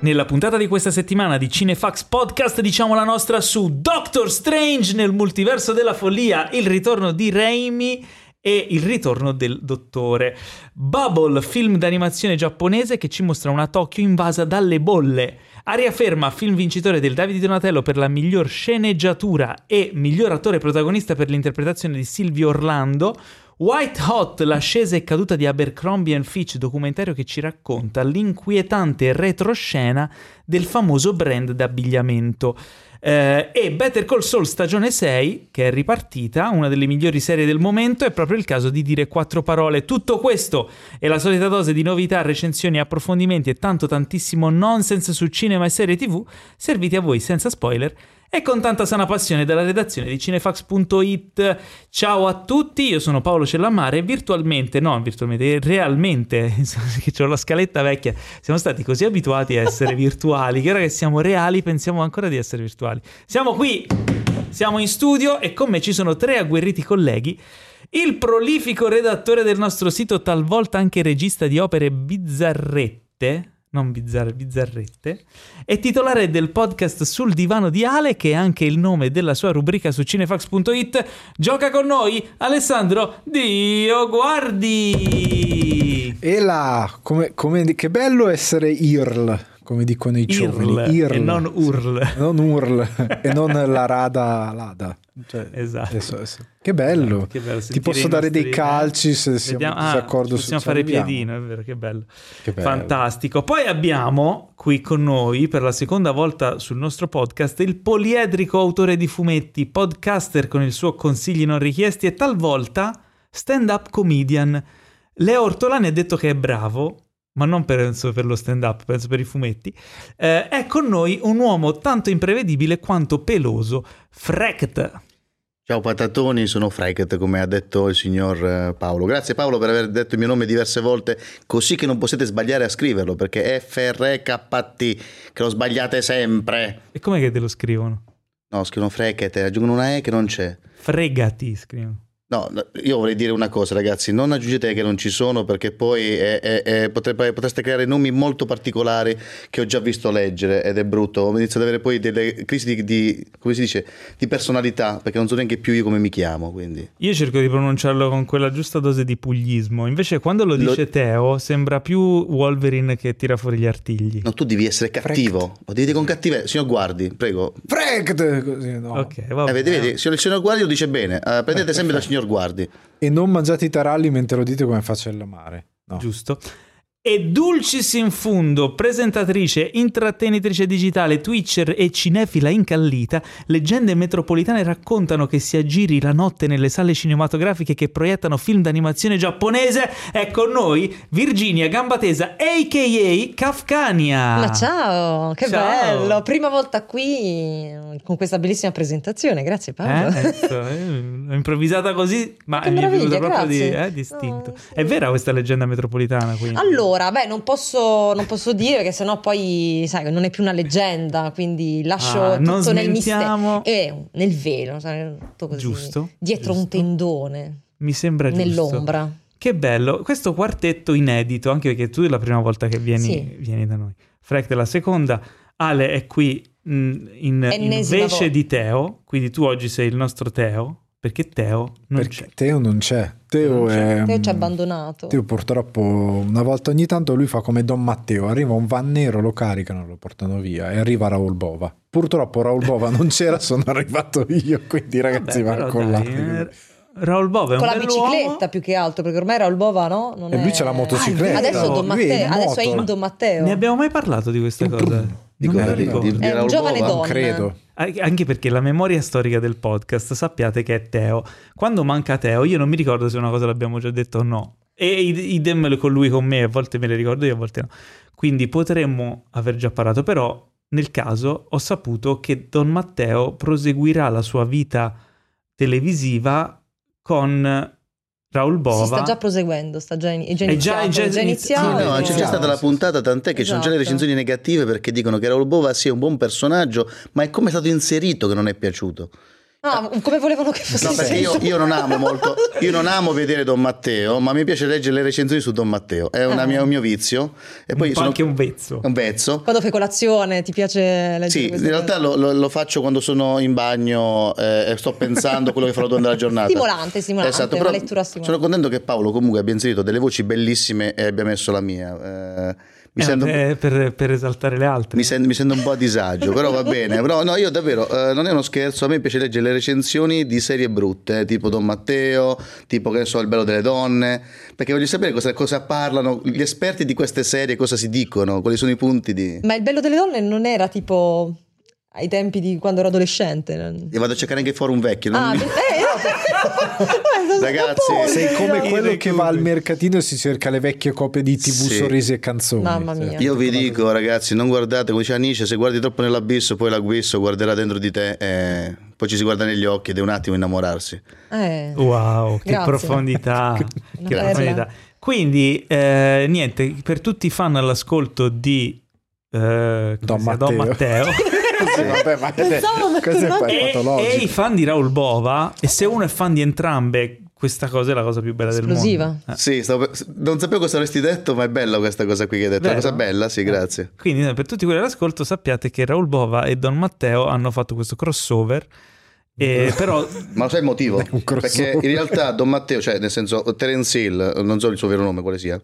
Nella puntata di questa settimana di Cinefax Podcast diciamo la nostra su Doctor Strange nel multiverso della follia, il ritorno di Raimi e il ritorno del dottore. Bubble, film d'animazione giapponese che ci mostra una Tokyo invasa dalle bolle. Aria ferma, film vincitore del David di Donatello per la miglior sceneggiatura e miglior attore protagonista per l'interpretazione di Silvio Orlando. White Hot, l'ascesa e caduta di Abercrombie & Fitch, documentario che ci racconta l'inquietante retroscena del famoso brand d'abbigliamento. E Better Call Saul stagione 6, che è ripartita, una delle migliori serie del momento, è proprio il caso di dire 4 parole. Tutto questo e la solita dose di novità, recensioni, approfondimenti e tantissimo nonsense su cinema e serie TV, serviti a voi senza spoiler e con tanta sana passione dalla redazione di cinefax.it. Ciao a tutti, io sono Paolo Cellamare e realmente, che ho la scaletta vecchia, siamo stati così abituati a essere virtuali che ora che siamo reali pensiamo ancora di essere virtuali. Siamo qui, siamo in studio e con me ci sono 3 agguerriti colleghi. Il prolifico redattore del nostro sito, talvolta anche regista di opere bizzarrette, non bizzarre, bizzarrette, è titolare del podcast Sul divano di Ale, che è anche il nome della sua rubrica su cinefax.it. Gioca con noi Alessandro Dio Guardi. E là, che bello essere IRL, come dicono i giovani. IRL e non URL. Non URL e non la Lada. Cioè, esatto. Che bello. Che bello. Ti posso dare dei calci se siamo d'accordo. Possiamo fare piedino, è vero, che bello. Fantastico. Poi abbiamo qui con noi per la seconda volta sul nostro podcast il poliedrico autore di fumetti, podcaster con il suo consigli non richiesti e talvolta stand-up comedian. Leo Ortolani ha detto che è bravo, ma non penso per lo stand-up, penso per i fumetti. È con noi un uomo tanto imprevedibile quanto peloso, Frect. Ciao patatoni, sono Frect, come ha detto il signor Paolo. Grazie Paolo per aver detto il mio nome diverse volte, così che non potete sbagliare a scriverlo, perché è FRKT, che lo sbagliate sempre. E com'è che te lo scrivono? No, scrivono Freket, aggiungono una E che non c'è. Fregati, scrivono. No, io vorrei dire una cosa, ragazzi, non aggiungete che non ci sono, perché poi potreste creare nomi molto particolari che ho già visto leggere ed è brutto. Inizio ad avere poi delle crisi di come si dice, di personalità, perché non so neanche più io come mi chiamo, quindi. Io cerco di pronunciarlo con quella giusta dose di puglismo, invece quando lo dice Teo sembra più Wolverine che tira fuori gli artigli. No, tu devi essere cattivo, lo devi dire con cattiveria. Signor Guardi, prego. Così, no. Ok, va bene. Vedi, il signor Guardi lo dice bene, prendete sempre dal signor Guardi. E non mangiate i taralli mentre lo dite come faccia il mare. No. Giusto. E dulcis in fundo, presentatrice, intrattenitrice digitale, twitcher e cinefila incallita, leggende metropolitane raccontano che si aggiri la notte nelle sale cinematografiche che proiettano film d'animazione giapponese. È con noi Virginia Gambatesa, a.k.a. Kafkania. Ma ciao, che Ciao. bello, prima volta qui con questa bellissima presentazione, grazie Paolo. L'ho improvvisata così, ma Che mi è venuta meraviglia, proprio grazie. Distinto. No, È vera questa leggenda metropolitana? Quindi? Allora, non posso dire che sennò poi, sai, non è più una leggenda, quindi lascio non tutto nel smentiamo. mistero, nel velo, sai, tutto così, Giusto, dietro giusto. un tendone, Mi sembra giusto. nell'ombra. Che bello, questo quartetto inedito, anche perché tu è la prima volta che vieni da noi. Frect è la seconda, Ale è qui invece volta. di Teo, quindi tu oggi sei il nostro Teo, perché Teo non c'è. Teo non c'è. Teo ci ha abbandonato. Teo purtroppo una volta ogni tanto lui fa come Don Matteo, arriva un van nero, lo caricano, lo portano via e arriva Raul Bova. Purtroppo Raul Bova non c'era, sono arrivato io, quindi ragazzi va con là. Raul Bova è con un la bell'uomo. bicicletta più che altro, perché ormai Raul Bova non E lui è... c'ha la motocicletta. Adesso no, Don lui è in Matteo, adesso è moto. in Don Matteo. Ne abbiamo mai parlato di questa cosa? Non me lo ricordo. Di È un Raul giovane Bova? donna. Credo. Anche perché la memoria storica del podcast, sappiate che è Teo. Quando manca Teo, io non mi ricordo se una cosa l'abbiamo già detto o no. E idem con lui, con me, a volte me le ricordo io, a volte no. Quindi potremmo aver già parlato, però nel caso ho saputo che Don Matteo proseguirà la sua vita televisiva con Raul Bova. Si sta già proseguendo, è già iniziato. iniziato. Sì, no, c'è già stata la puntata, tant'è che ci sono già le Esatto. recensioni negative perché dicono che Raul Bova sia un buon personaggio, ma è come è stato inserito che non è piaciuto. Come volevano che fosse? No, perché io non amo molto, io non amo vedere Don Matteo, ma mi piace leggere le recensioni su Don Matteo, è un mio vizio. E poi anche un vezzo. Un vezzo. Quando fai colazione ti piace leggere? Sì, in realtà lo faccio quando sono in bagno e sto pensando a quello che farò durante la giornata. Stimolante, esatto, una lettura stimolante. Sono contento che Paolo comunque abbia inserito delle voci bellissime e abbia messo la mia. Per esaltare le altre. Mi sento un po' a disagio, però va bene. Però no, io davvero, non è uno scherzo, a me piace leggere le recensioni di serie brutte, tipo Don Matteo, tipo che ne so, Il bello delle donne, perché voglio sapere cosa parlano gli esperti di queste serie, cosa si dicono, quali sono i punti di... Ma Il bello delle donne non era tipo ai tempi di quando ero adolescente? Io vado a cercare anche fuori un vecchio. Ragazzi, sei come quello che va al mercatino e si cerca le vecchie copie di TV, sorrisi e canzoni. Mamma mia. Io vi dico, ragazzi, non guardate, come diceva Nietzsche, se guardi troppo nell'abisso poi l'abisso guarderà dentro di te e poi ci si guarda negli occhi ed è un attimo innamorarsi. Wow, che Grazie. profondità. Che profondità. Quindi niente, per tutti i fan all'ascolto di Don Matteo. Sì, vabbè, ma e i fan di Raoul Bova, e se uno è fan di entrambe, questa cosa è la cosa più bella esplosiva del mondo. Sì, non sapevo cosa avresti detto, ma è bella questa cosa qui che hai detto. Vero? È una cosa bella, sì, grazie. Quindi per tutti quelli all'ascolto sappiate che Raoul Bova e Don Matteo hanno fatto questo crossover. Però ma lo sai il motivo? Perché in realtà Don Matteo, cioè nel senso Terence Hill, non so il suo vero nome quale sia,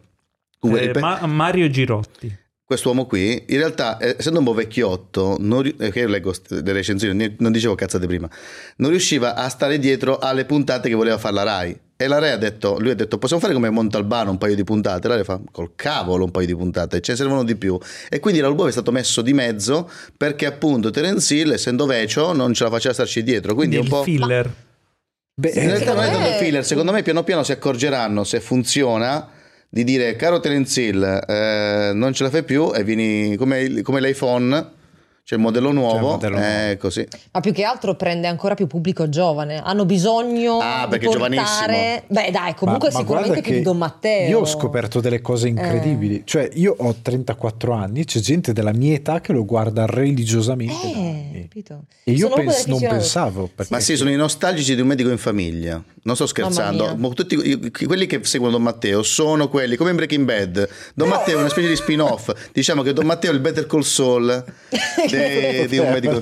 Mario Girotti. Quest'uomo qui, in realtà, essendo un po' vecchiotto, che io leggo le recensioni, non dicevo cazzate prima, non riusciva a stare dietro alle puntate che voleva fare la Rai. E la Rai lui ha detto, possiamo fare come Montalbano un paio di puntate? La Rai fa, col cavolo un paio di puntate, ce ne servono di più. E quindi Raoul Bova è stato messo di mezzo perché appunto Terence Hill, essendo vecchio, non ce la faceva starci dietro. Quindi è un po' filler. In realtà non è tanto filler, secondo me piano piano si accorgeranno, se funziona, di dire caro Terence Hill, non ce la fai più e vieni come l'iPhone, c'è il modello nuovo, così. Ma più che altro prende ancora più pubblico giovane, hanno bisogno perché di è portare... Beh dai, comunque sicuramente più di Don Matteo. Io ho scoperto delle cose incredibili, cioè io ho 34 anni, c'è gente della mia età che lo guarda religiosamente capito? e io non pensavo ma sì, sono i nostalgici di Un medico in famiglia, non sto scherzando, tutti quelli che seguono Don Matteo sono quelli come in Breaking Bad. Don Matteo è una specie di spin-off, diciamo che Don Matteo è il Better Call Saul di Un medico.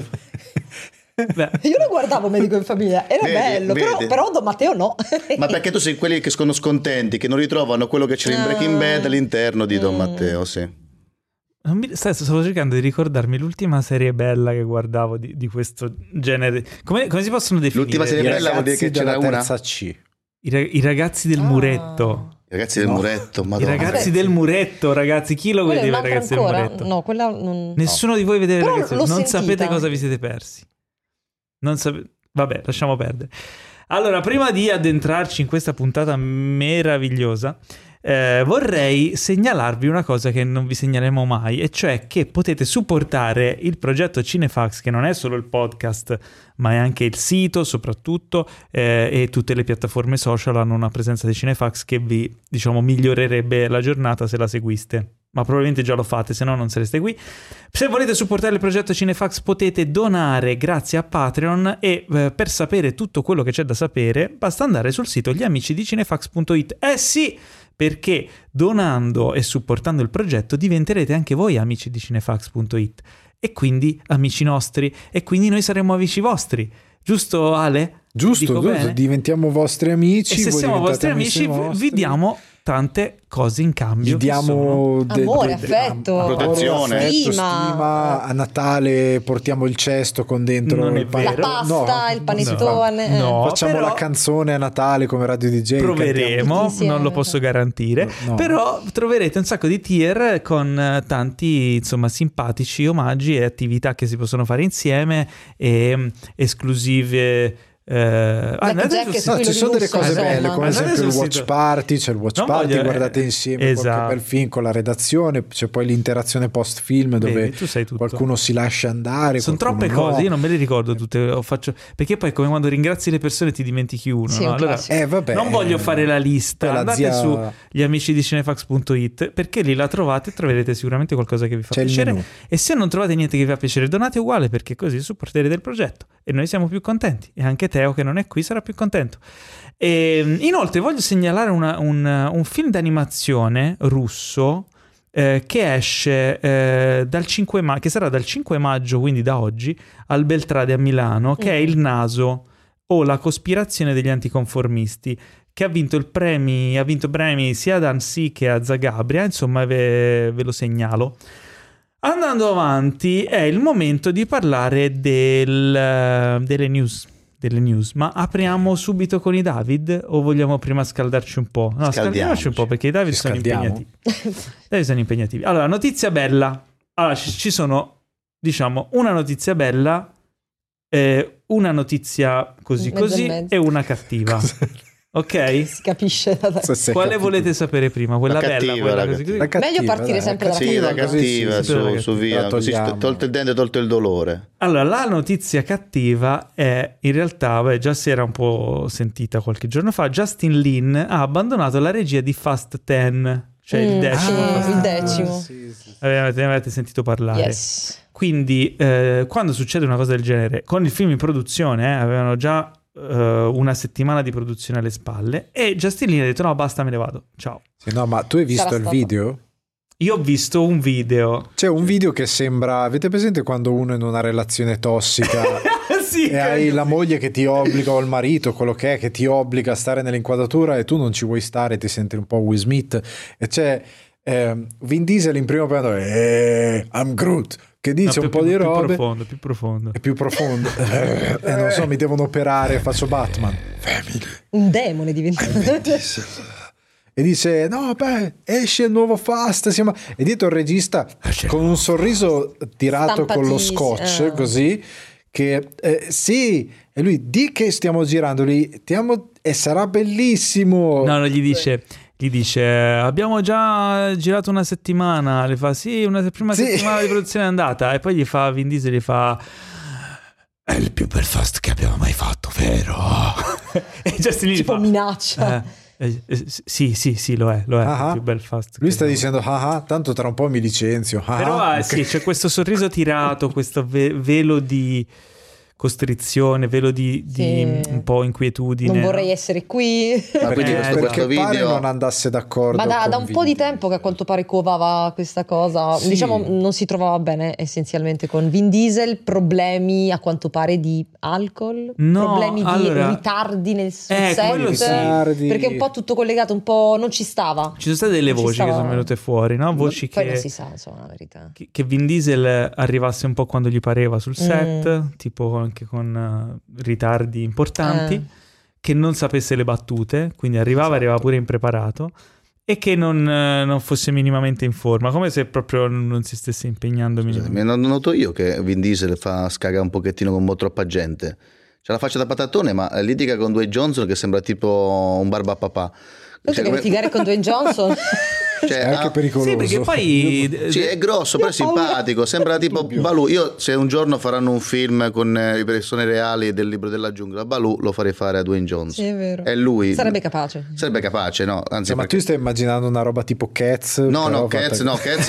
Io lo guardavo Medico in famiglia, era bello, però Don Matteo no. Ma perché tu sei quelli che sono scontenti, che non ritrovano quello che c'era in Breaking Bad all'interno di Don Matteo, sì. Stavo cercando di ricordarmi l'ultima serie bella che guardavo di questo genere. Come si possono definire? L'ultima serie bella vuol dire che c'era una terza C. I ragazzi del muretto. I ragazzi del muretto, Madonna. I ragazzi del muretto, ragazzi, chi lo vedeva? I ragazzi ancora? del muretto? No, quella non... Nessuno di voi vedeva i ragazzi del muretto. Non sentita. sapete cosa vi siete persi. Vabbè, lasciamo perdere. Allora, prima di addentrarci in questa puntata meravigliosa, vorrei segnalarvi una cosa che non vi segnaleremo mai, e cioè che potete supportare il progetto Cinefax, che non è solo il podcast ma è anche il sito soprattutto, e tutte le piattaforme social hanno una presenza di Cinefax che vi, diciamo, migliorerebbe la giornata se la seguiste. Ma probabilmente già lo fate, se no non sareste qui. Se volete supportare il progetto Cinefax potete donare grazie a Patreon e per sapere tutto quello che c'è da sapere basta andare sul sito gliamicidiCinefax.it. Sì, perché donando e supportando il progetto diventerete anche voi amici di Cinefax.it e quindi amici nostri, e quindi noi saremo amici vostri. Giusto, Ale? Giusto, diventiamo vostri amici. E se siamo vostri amici vi diamo tante cose in cambio. Gli diamo amore, affetto, protezione, stima. A Natale portiamo il cesto con dentro la pasta, il panettone. Facciamo la canzone a Natale come Radio DJ. Proveremo, non lo posso garantire, però troverete un sacco di tier con tanti, insomma, simpatici omaggi e attività che si possono fare insieme, e esclusive ci sono delle cose belle, come ad esempio il watch party, c'è il watch party, guardate insieme qualche bel film con la redazione, c'è poi l'interazione post film dove qualcuno si lascia andare. Sono troppe cose, io non me le ricordo tutte, perché poi come quando ringrazi le persone ti dimentichi uno, no? Allora, non voglio fare la lista, andate su gli amici di cinefax.it perché lì la trovate e troverete sicuramente qualcosa che vi fa piacere, e se non trovate niente che vi fa piacere donate uguale, perché così supporterete il progetto e noi siamo più contenti, e anche Teo che non è qui sarà più contento. E inoltre voglio segnalare un film d'animazione russo che esce dal 5 maggio, che sarà dal 5 maggio, quindi da oggi, al Beltrade a Milano, che è Il Naso o La cospirazione degli anticonformisti, che ha vinto premi sia ad Annecy che a Zagabria, insomma ve lo segnalo. Andando avanti è il momento di parlare delle news, ma apriamo subito con i David o vogliamo prima scaldarci un po'? No, scaldiamoci un po' perché i David sono impegnativi. Allora, notizia bella. Allora, ci sono, diciamo, una notizia bella, una notizia così e una cattiva. Ok? Si capisce. Quale volete sapere prima? Quella bella, quella così? Meglio partire sempre dalla cattiva. Su via. Così, tolto il dente, tolto il dolore. Allora, la notizia cattiva è, in realtà, già si era un po' sentita qualche giorno fa, Justin Lin ha abbandonato la regia di Fast 10, cioè il decimo. Sì. Avete sentito parlare? Yes. Quindi, quando succede una cosa del genere, con il film in produzione, avevano già una settimana di produzione alle spalle e Justin Lin ha detto no basta, me ne vado, ciao. Sì, no, ma tu hai visto il video? Io ho visto un video. C'è un video che sembra, avete presente quando uno è in una relazione tossica sì, e hai la moglie che ti obbliga, o il marito, quello che ti obbliga a stare nell'inquadratura e tu non ci vuoi stare, ti senti un po' Will Smith, e c'è Vin Diesel in primo piano, I'm Groot, che dice un po' di robe più profondo è più profondo non so, mi devono operare, faccio Batman, un demone diventato. E dice no beh, esce il nuovo Fast, e dietro il regista con un sorriso tirato con lo scotch così che sì, e lui di che stiamo girando lì e sarà bellissimo. No, gli dice abbiamo già girato una settimana, le fa sì, una prima settimana di produzione è andata, e poi gli fa Vin Diesel, gli fa è il più bel Fast che abbiamo mai fatto, vero? E Justin tipo fa, minaccia sì lo è il più bel Fast. Lui sta dicendo tanto tra un po' mi licenzio. Però okay. Sì, c'è questo sorriso tirato, questo velo di costrizione, velo di un po' inquietudine. Non vorrei essere qui. Perché video pare non andasse d'accordo. Ma da un po' di tempo che a quanto pare covava questa cosa. Sì. Diciamo non si trovava bene essenzialmente con Vin Diesel, problemi a quanto pare di alcol, problemi di ritardi nel set, perché un po' tutto collegato, un po' non ci stava. Ci sono state delle voci che sono venute fuori, no? Voci poi che non si sa, insomma, la verità. Che Vin Diesel arrivasse un po' quando gli pareva sul set, tipo anche con ritardi importanti, che non sapesse le battute, quindi arrivava pure impreparato, e che non fosse minimamente in forma, come se proprio non si stesse impegnando minimamente. Mi noto io che Vin Diesel scaga un pochettino con un po' troppa gente, c'ha la faccia da patatone, ma litiga con Dwayne Johnson che sembra tipo un barbapapà. Che litigare con Dwayne Johnson è anche pericoloso. Sì, perché poi è grosso, però è simpatico, sembra tipo Balù. Io, se un giorno faranno un film con le persone reali del libro della giungla, Balù lo farei fare a Dwayne Johnson. Sì, è vero. E lui sarebbe capace, no? Anzi, ma tu stai immaginando una roba tipo Cats? Cats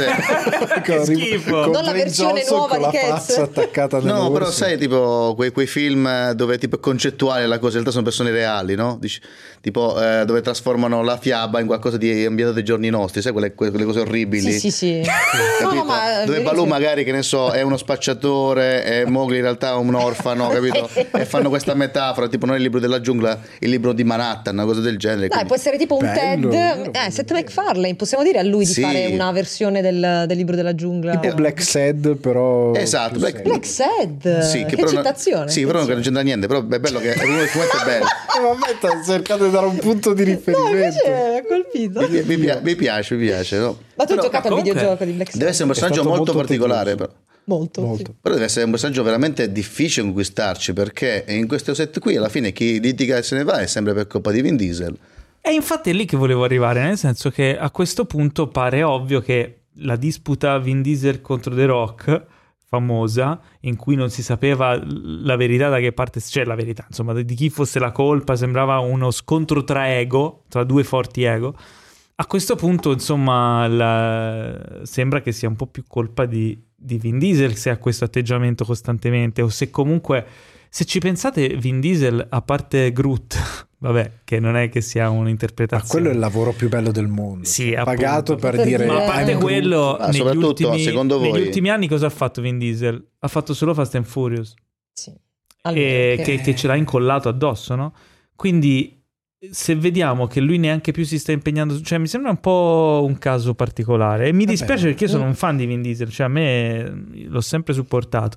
è che schifo. Non la versione nuova di Cats attaccata no, però sai, tipo quei film dove tipo è concettuale la cosa, in realtà sono persone reali, no? Tipo dove trasformano la fiaba in qualcosa di ambientato dei giorni nostri, sai, quelle cose orribili. Sì. No, ma dove Balù magari, che ne so, è uno spacciatore e Mowgli in realtà è un orfano, capito? E fanno questa metafora, tipo non il libro della giungla, il libro di Manhattan, una cosa del genere. Dai, può essere tipo un Ted, Seth MacFarlane, possiamo dire a lui di fare una versione del libro della giungla, tipo Black Sad, però esatto, Black Sad, sì, che citazione. Sì, però non c'entra niente, però è bello che è uno del fumetto, è bello. Vabbè, sto cercando di dare un punto di riferimento. No, invece ha colpito. Mi piace, no? Ma tu hai giocato al videogioco di Black Sad? Deve essere un personaggio molto particolare, però. Molto. Sì. Però deve essere un personaggio veramente difficile conquistarci, perché in questo set qui alla fine chi litiga e se ne va è sempre per colpa di Vin Diesel. E infatti è lì che volevo arrivare, nel senso che a questo punto pare ovvio che la disputa Vin Diesel contro The Rock, famosa, in cui non si sapeva la verità da che parte, cioè la verità, insomma, di chi fosse la colpa, sembrava uno scontro tra ego, tra due forti ego. A questo punto, insomma, sembra che sia un po' più colpa di Vin Diesel se ha questo atteggiamento costantemente, o se comunque, se ci pensate, Vin Diesel, a parte Groot, vabbè, che non è che sia un'interpretazione, ma quello è il lavoro più bello del mondo, sì, pagato per dire, ma a parte quello, negli ultimi anni cosa ha fatto Vin Diesel? Ha fatto solo Fast and Furious, sì. Che ce l'ha incollato addosso, no? Quindi se vediamo che lui neanche più si sta impegnando, cioè mi sembra un po' un caso particolare, e mi dispiace perché io sono un fan di Vin Diesel, cioè a me l'ho sempre supportato.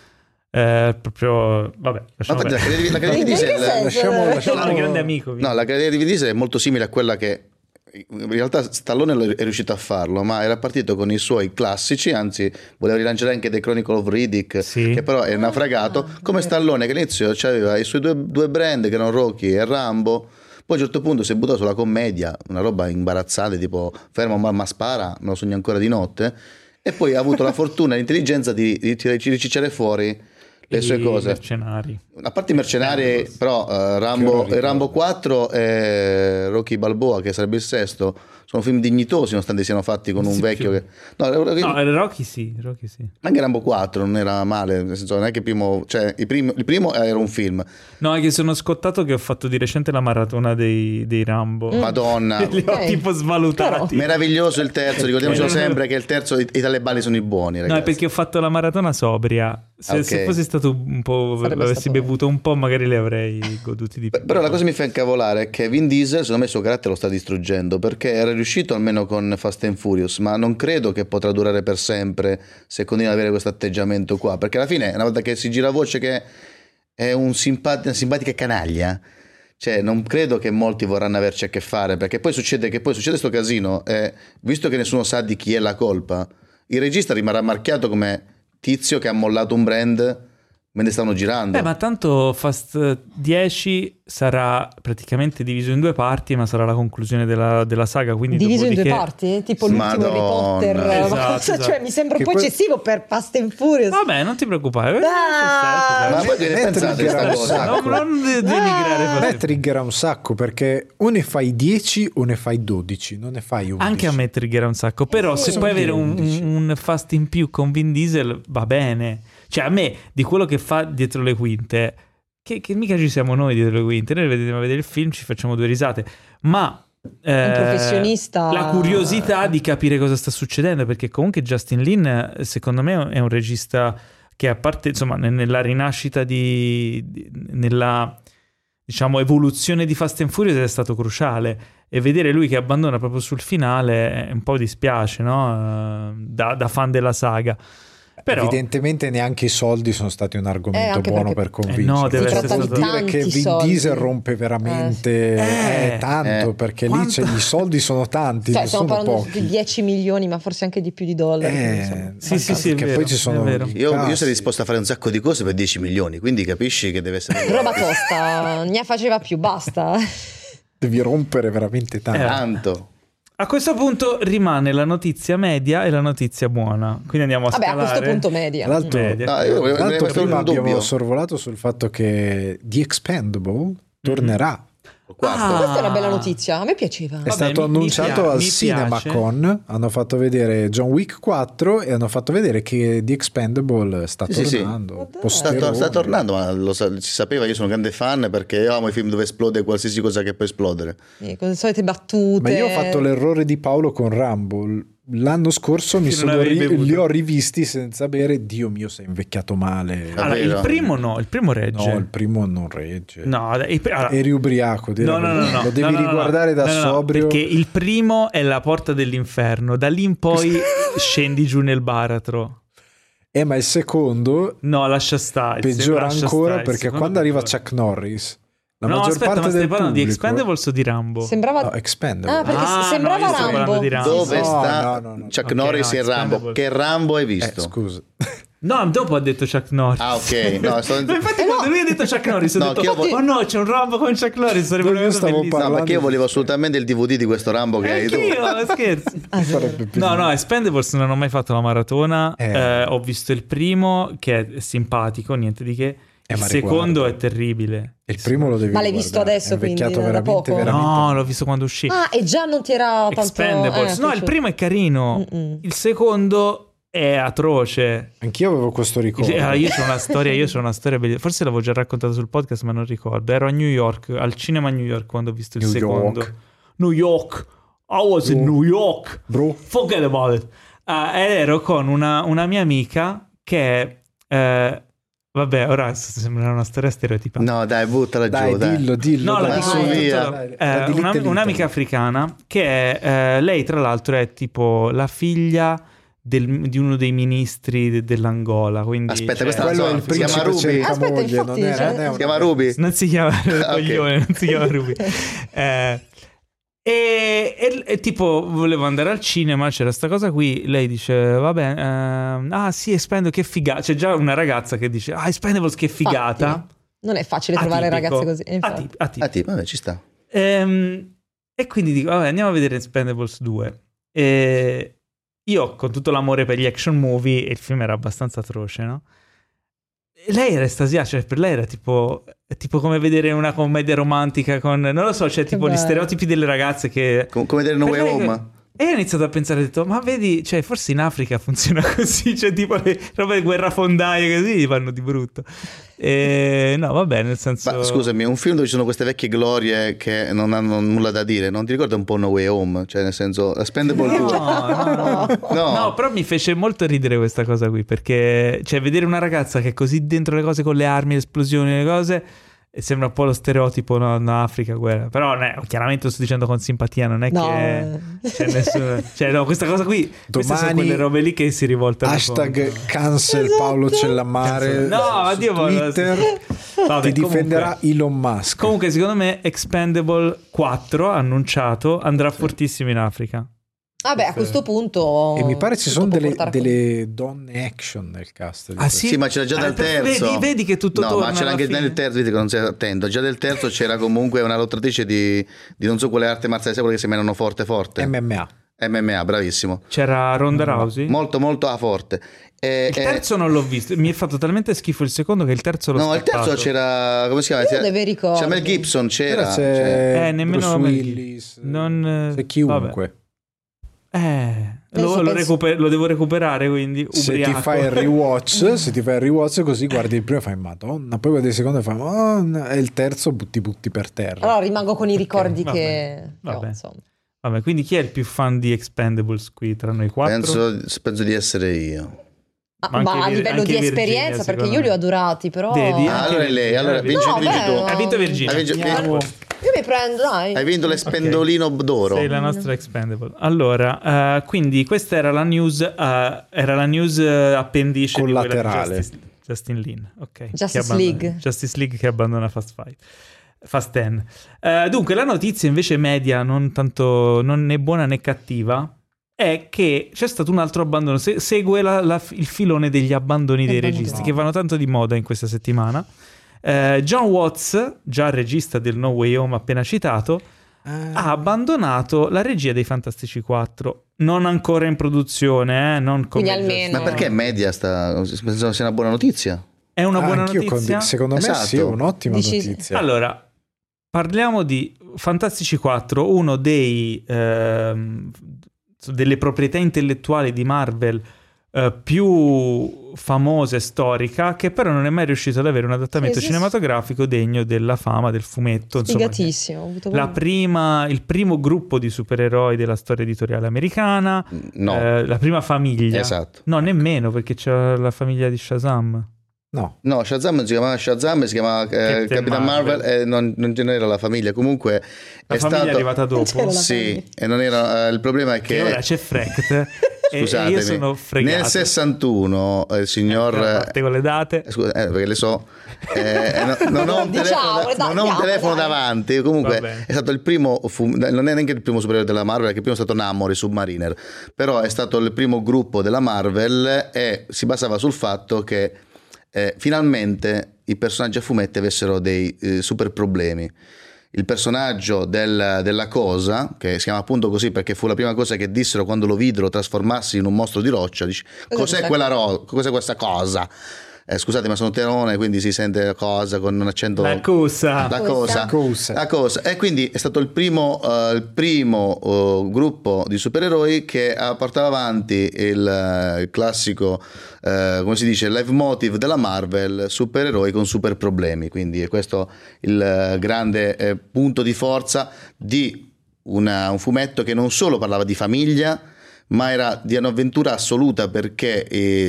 Proprio vabbè, la carriera di Diesel, lasciamo un grande amico. No, la carriera di Vin Diesel è molto simile a quella che in realtà Stallone è riuscito a farlo, ma era partito con i suoi classici, anzi voleva rilanciare anche The Chronicle of Riddick, sì, che però è naufragato, come Stallone, che all'inizio aveva i suoi due brand che erano Rocky e Rambo. Poi a un certo punto si è buttato sulla commedia, una roba imbarazzante, tipo fermo ma spara, me lo sogno ancora di notte, e poi ha avuto la fortuna e l'intelligenza di ricicciare fuori le sue cose. Mercenari. A parte i mercenari, però Rambo 4 e Rocky Balboa, che sarebbe il sesto, sono film dignitosi nonostante siano fatti con un vecchio che... No, Rocky sì. Anche Rambo 4 non era male, nel senso non è che il primo era un film. No, è che sono scottato che ho fatto di recente la maratona dei Rambo. Madonna. Li ho tipo svalutati. Però meraviglioso il terzo, ricordiamocelo sempre che il terzo i talebani sono i buoni, ragazzi. No, è perché ho fatto la maratona sobria. Se fossi stato un po', avessi bevuto un po', magari le avrei goduti di più. Però la cosa mi fa incavolare è che Vin Diesel, secondo me, il suo carattere lo sta distruggendo, perché era riuscito almeno con Fast and Furious, ma non credo che potrà durare per sempre se continua ad avere questo atteggiamento qua, perché alla fine, una volta che si gira voce che è una simpatica canaglia, cioè non credo che molti vorranno averci a che fare, perché poi succede sto casino, visto che nessuno sa di chi è la colpa, il regista rimarrà marchiato come tizio che ha mollato un brand mentre stavano girando. Ma tanto Fast 10 sarà praticamente diviso in due parti, ma sarà la conclusione della saga, quindi diviso in due parti? Tipo l'ultimo Harry Potter. Esatto. Cioè mi sembra un po' eccessivo per Fast and Furious. Vabbè, non ti preoccupare. Ma poi che ne pensate questa cosa? Non denigrare. A me triggera un sacco, perché o ne fai 10 o ne fai 12, non ne fai 11. Anche a me triggera un sacco, però se puoi avere un Fast in più con Vin Diesel va bene. Cioè a me, di quello che fa dietro le quinte, che mica ci siamo noi dietro le quinte, noi vediamo a vedere il film, ci facciamo due risate, ma un professionista, la curiosità di capire cosa sta succedendo, perché comunque Justin Lin secondo me è un regista che, a parte insomma nella rinascita nella diciamo evoluzione di Fast and Furious è stato cruciale, e vedere lui che abbandona proprio sul finale un po' dispiace, no? Da fan della saga. Però, evidentemente neanche i soldi sono stati un argomento buono per convincere. No, deve essere stato dire che Vin Diesel rompe veramente tanto, perché lì i soldi sono tanti, cioè, stiamo parlando pochi. di 10 milioni, ma forse anche di più di dollari. Sì, che poi ci sono io sarei disposto a fare un sacco di cose per 10 milioni, quindi capisci che deve essere roba tosta, ne faceva più, basta. Devi rompere veramente tanto. A questo punto rimane la notizia media e la notizia buona. Quindi andiamo a scalare. A questo punto media. L'altro prima abbiamo sorvolato sul fatto che The Expendable tornerà. Questa è una bella notizia, a me piaceva. È stato annunciato al CinemaCon, hanno fatto vedere John Wick 4 e hanno fatto vedere che The Expendable sta tornando. Sta tornando, ma si sapeva, io sono un grande fan perché io amo i film dove esplode qualsiasi cosa che può esplodere. Con le solite battute. Ma io ho fatto l'errore di Paolo con Rambo. L'anno scorso li ho rivisti senza bere. Dio mio, sei invecchiato male. Allora, il primo regge. No, il primo non regge. No, eri ubriaco. No. Lo devi riguardare da sobrio. Perché il primo è la porta dell'inferno. Da lì in poi scendi giù nel baratro. Ma il secondo lascia stare. Peggiora ancora, perché quando arriva Chuck Norris, la maggior parte del pubblico di Expendables o di Rambo? Sembrava Expendables. perché sembrava Rambo. Dove sta Chuck Norris in Rambo? Che Rambo hai visto? Scusa. No, dopo ha detto Chuck Norris. Ah, ok. No, infatti quando lui ha detto Chuck Norris ho detto oh no, c'è un Rambo con Chuck Norris, sarebbe una cosa bellissima. No, perché io volevo assolutamente il DVD di questo Rambo che hai tu. Io scherzo. No, Expendables non ho mai fatto la maratona. Ho visto il primo che è simpatico, niente di che. Il secondo è terribile. Il primo lo devi Ma l'hai visto adesso, quindi da poco? Veramente. No, l'ho visto quando uscì. Ah, e già non ti era tanto... Expendables. No, il primo è carino. Il secondo è atroce. Anch'io avevo questo ricordo. Io c'ho una storia bellissima. Forse l'avevo già raccontato sul podcast, ma non ricordo. Ero a New York, al cinema a New York, quando ho visto il secondo. New York. I was in New York. Bro. Forget about it. Ero con una mia amica che... vabbè, ora sembra una storia stereotipata. No, dai, buttala giù. Dillo. No, la dico via. Un'amica africana che lei, tra l'altro, è tipo la figlia di uno dei ministri dell'Angola. Quindi, aspetta, questa è il si chiama Ruby. Aspetta, infatti, si chiama Ruby. Non si chiama coglione, non si chiama Ruby. E tipo volevo andare al cinema, c'era sta cosa qui, lei dice vabbè sì, Expendables, che figata, c'è già una ragazza che dice Expendables, che figata. Infatti, non è facile trovare ragazze così. Vabbè, ci sta. E quindi dico vabbè, andiamo a vedere Expendables 2. E io con tutto l'amore per gli action movie, e il film era abbastanza atroce, no? E lei era estasiata, cioè per lei era tipo come vedere una commedia romantica con, non lo so, cioè tipo gli stereotipi delle ragazze che... Come vedere No Way Home. E ho iniziato a pensare, ho detto, ma vedi, cioè forse in Africa funziona così, cioè tipo le robe di guerrafondaie così vanno di brutto. No, vabbè, nel senso... Ma scusami, un film dove ci sono queste vecchie glorie che non hanno nulla da dire, non ti ricorda un po' No Way Home? Cioè nel senso, Expendables 2. No, però mi fece molto ridere questa cosa qui, perché cioè vedere una ragazza che è così dentro le cose con le armi, le esplosioni, le cose... E sembra un po' lo stereotipo, no, in Africa, guerra. Però chiaramente lo sto dicendo con simpatia, non è che c'è nessuno... Cioè no, questa cosa qui, queste sono quelle robe lì che si rivoltano. Hashtag cancel Paolo Cellamare. No, ma Dio, Twitter ti difenderà Elon Musk. Comunque secondo me Expendable 4 annunciato andrà fortissimo in Africa. Vabbè, a questo punto... E mi pare ci sono delle donne action nel cast. Sì, ma c'era già dal terzo. Vedi che tutto torna. No, ma c'era anche nel terzo, vedi che non sei attento. Già del terzo c'era comunque una lottatrice di non so quale arte marziale, quelle che si menano forte. MMA, bravissimo. C'era Ronda Rousey? Molto, molto forte. Il terzo non l'ho visto, mi è fatto talmente schifo il secondo che il terzo l'ho scappato. Il terzo c'era, come si chiama? C'era Mel Gibson, c'era nemmeno Bruce Willis, c'è chiunque. Lo devo recuperare, quindi ubriaco. Se ti fai il rewatch così guardi il primo e fai Madonna, poi guardi il secondo e fai Madonna, e il terzo butti per terra. Allora rimango con i ricordi che ho, insomma. Vabbè, quindi chi è il più fan di Expendables qui tra noi quattro? Penso di essere io. Ma a livello di esperienza, perché io li ho adorati, però... Allora vinci tu. Ha vinto Virginia. Io mi prendo, dai. Hai vinto l'Espendolino d'oro. Sei la nostra Expendable. Allora, quindi questa era la news appendice collaterale di Justin Lin. Ok. Justice League che abbandona Fast 10. Dunque, la notizia invece media, non né buona né cattiva, è che c'è stato un altro abbandono. Segue il filone degli abbandoni dei registi, che vanno tanto di moda in questa settimana. John Watts, già regista del No Way Home appena citato, ha abbandonato la regia dei Fantastici 4. Non ancora in produzione, non come... Quindi almeno... Ma perché media penso sia una buona notizia? È una buona notizia? Secondo me sì, è un'ottima notizia. Allora, parliamo di Fantastici 4, uno delle proprietà intellettuali di Marvel più famosa e storica, che però non è mai riuscito ad avere un adattamento cinematografico degno della fama del fumetto. Sfigatissimo. Il primo gruppo di supereroi della storia editoriale americana, la prima famiglia. Esatto. No, nemmeno, perché c'è la famiglia di Shazam. No, Shazam si chiama Capitan Marvel e non era la famiglia. Comunque la famiglia è arrivata dopo. Sì, e non era il problema è che ora c'è Frecht. scusatemi, io sono fregato. Nel 61 il signor parte con le date, perché le so, non ho un telefono davanti. Comunque è stato il primo non è neanche il primo supereroe della Marvel, perché il primo è stato Namor e Submariner, però è stato il primo gruppo della Marvel e si basava sul fatto che finalmente i personaggi a fumetti avessero dei super problemi. Il personaggio della cosa, che si chiama appunto così perché fu la prima cosa che dissero quando lo videro trasformarsi in un mostro di roccia, dice, cos'è questa cosa? Scusate, ma sono terone, quindi si sente la cosa con un accento. La cosa. E quindi è stato il primo gruppo di supereroi che portava avanti il classico, come si dice, leitmotiv della Marvel, supereroi con super problemi. Quindi è questo il grande punto di forza di un fumetto che non solo parlava di famiglia, ma era di un'avventura assoluta, perché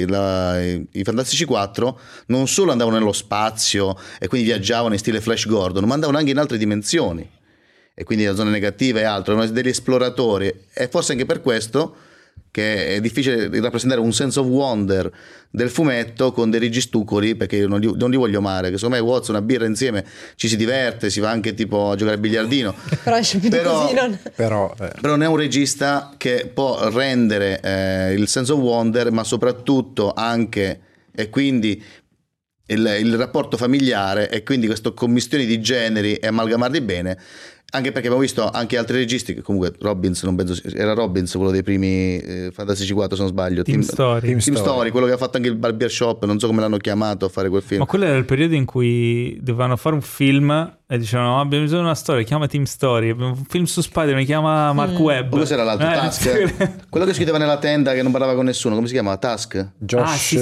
i Fantastici 4 non solo andavano nello spazio e quindi viaggiavano in stile Flash Gordon, ma andavano anche in altre dimensioni, e quindi la zona negativa e altro, erano degli esploratori, e forse anche per questo che è difficile rappresentare un sense of wonder del fumetto con dei registucoli, perché io non li voglio male, che secondo me Watson, una birra insieme ci si diverte, si va anche tipo a giocare a biliardino, però non è un regista che può rendere il sense of wonder, ma soprattutto anche, e quindi il rapporto familiare, e quindi queste commistioni di generi e amalgamarli bene. Anche perché abbiamo visto anche altri registi, che comunque Robbins, non penso, era Robbins quello dei primi Fantastici 4 se non sbaglio, Team Story, quello che ha fatto anche il Barbershop, non so come l'hanno chiamato a fare quel film. Ma quello era il periodo in cui dovevano fare un film e dicevano abbiamo bisogno di una storia, chiama Team Story, abbiamo un film su Spider-Man, mi chiama Mark Webb. Quello era l'altro, Tusk, quello che si chiudeva nella tenda, che non parlava con nessuno, come si chiama? Tusk? Josh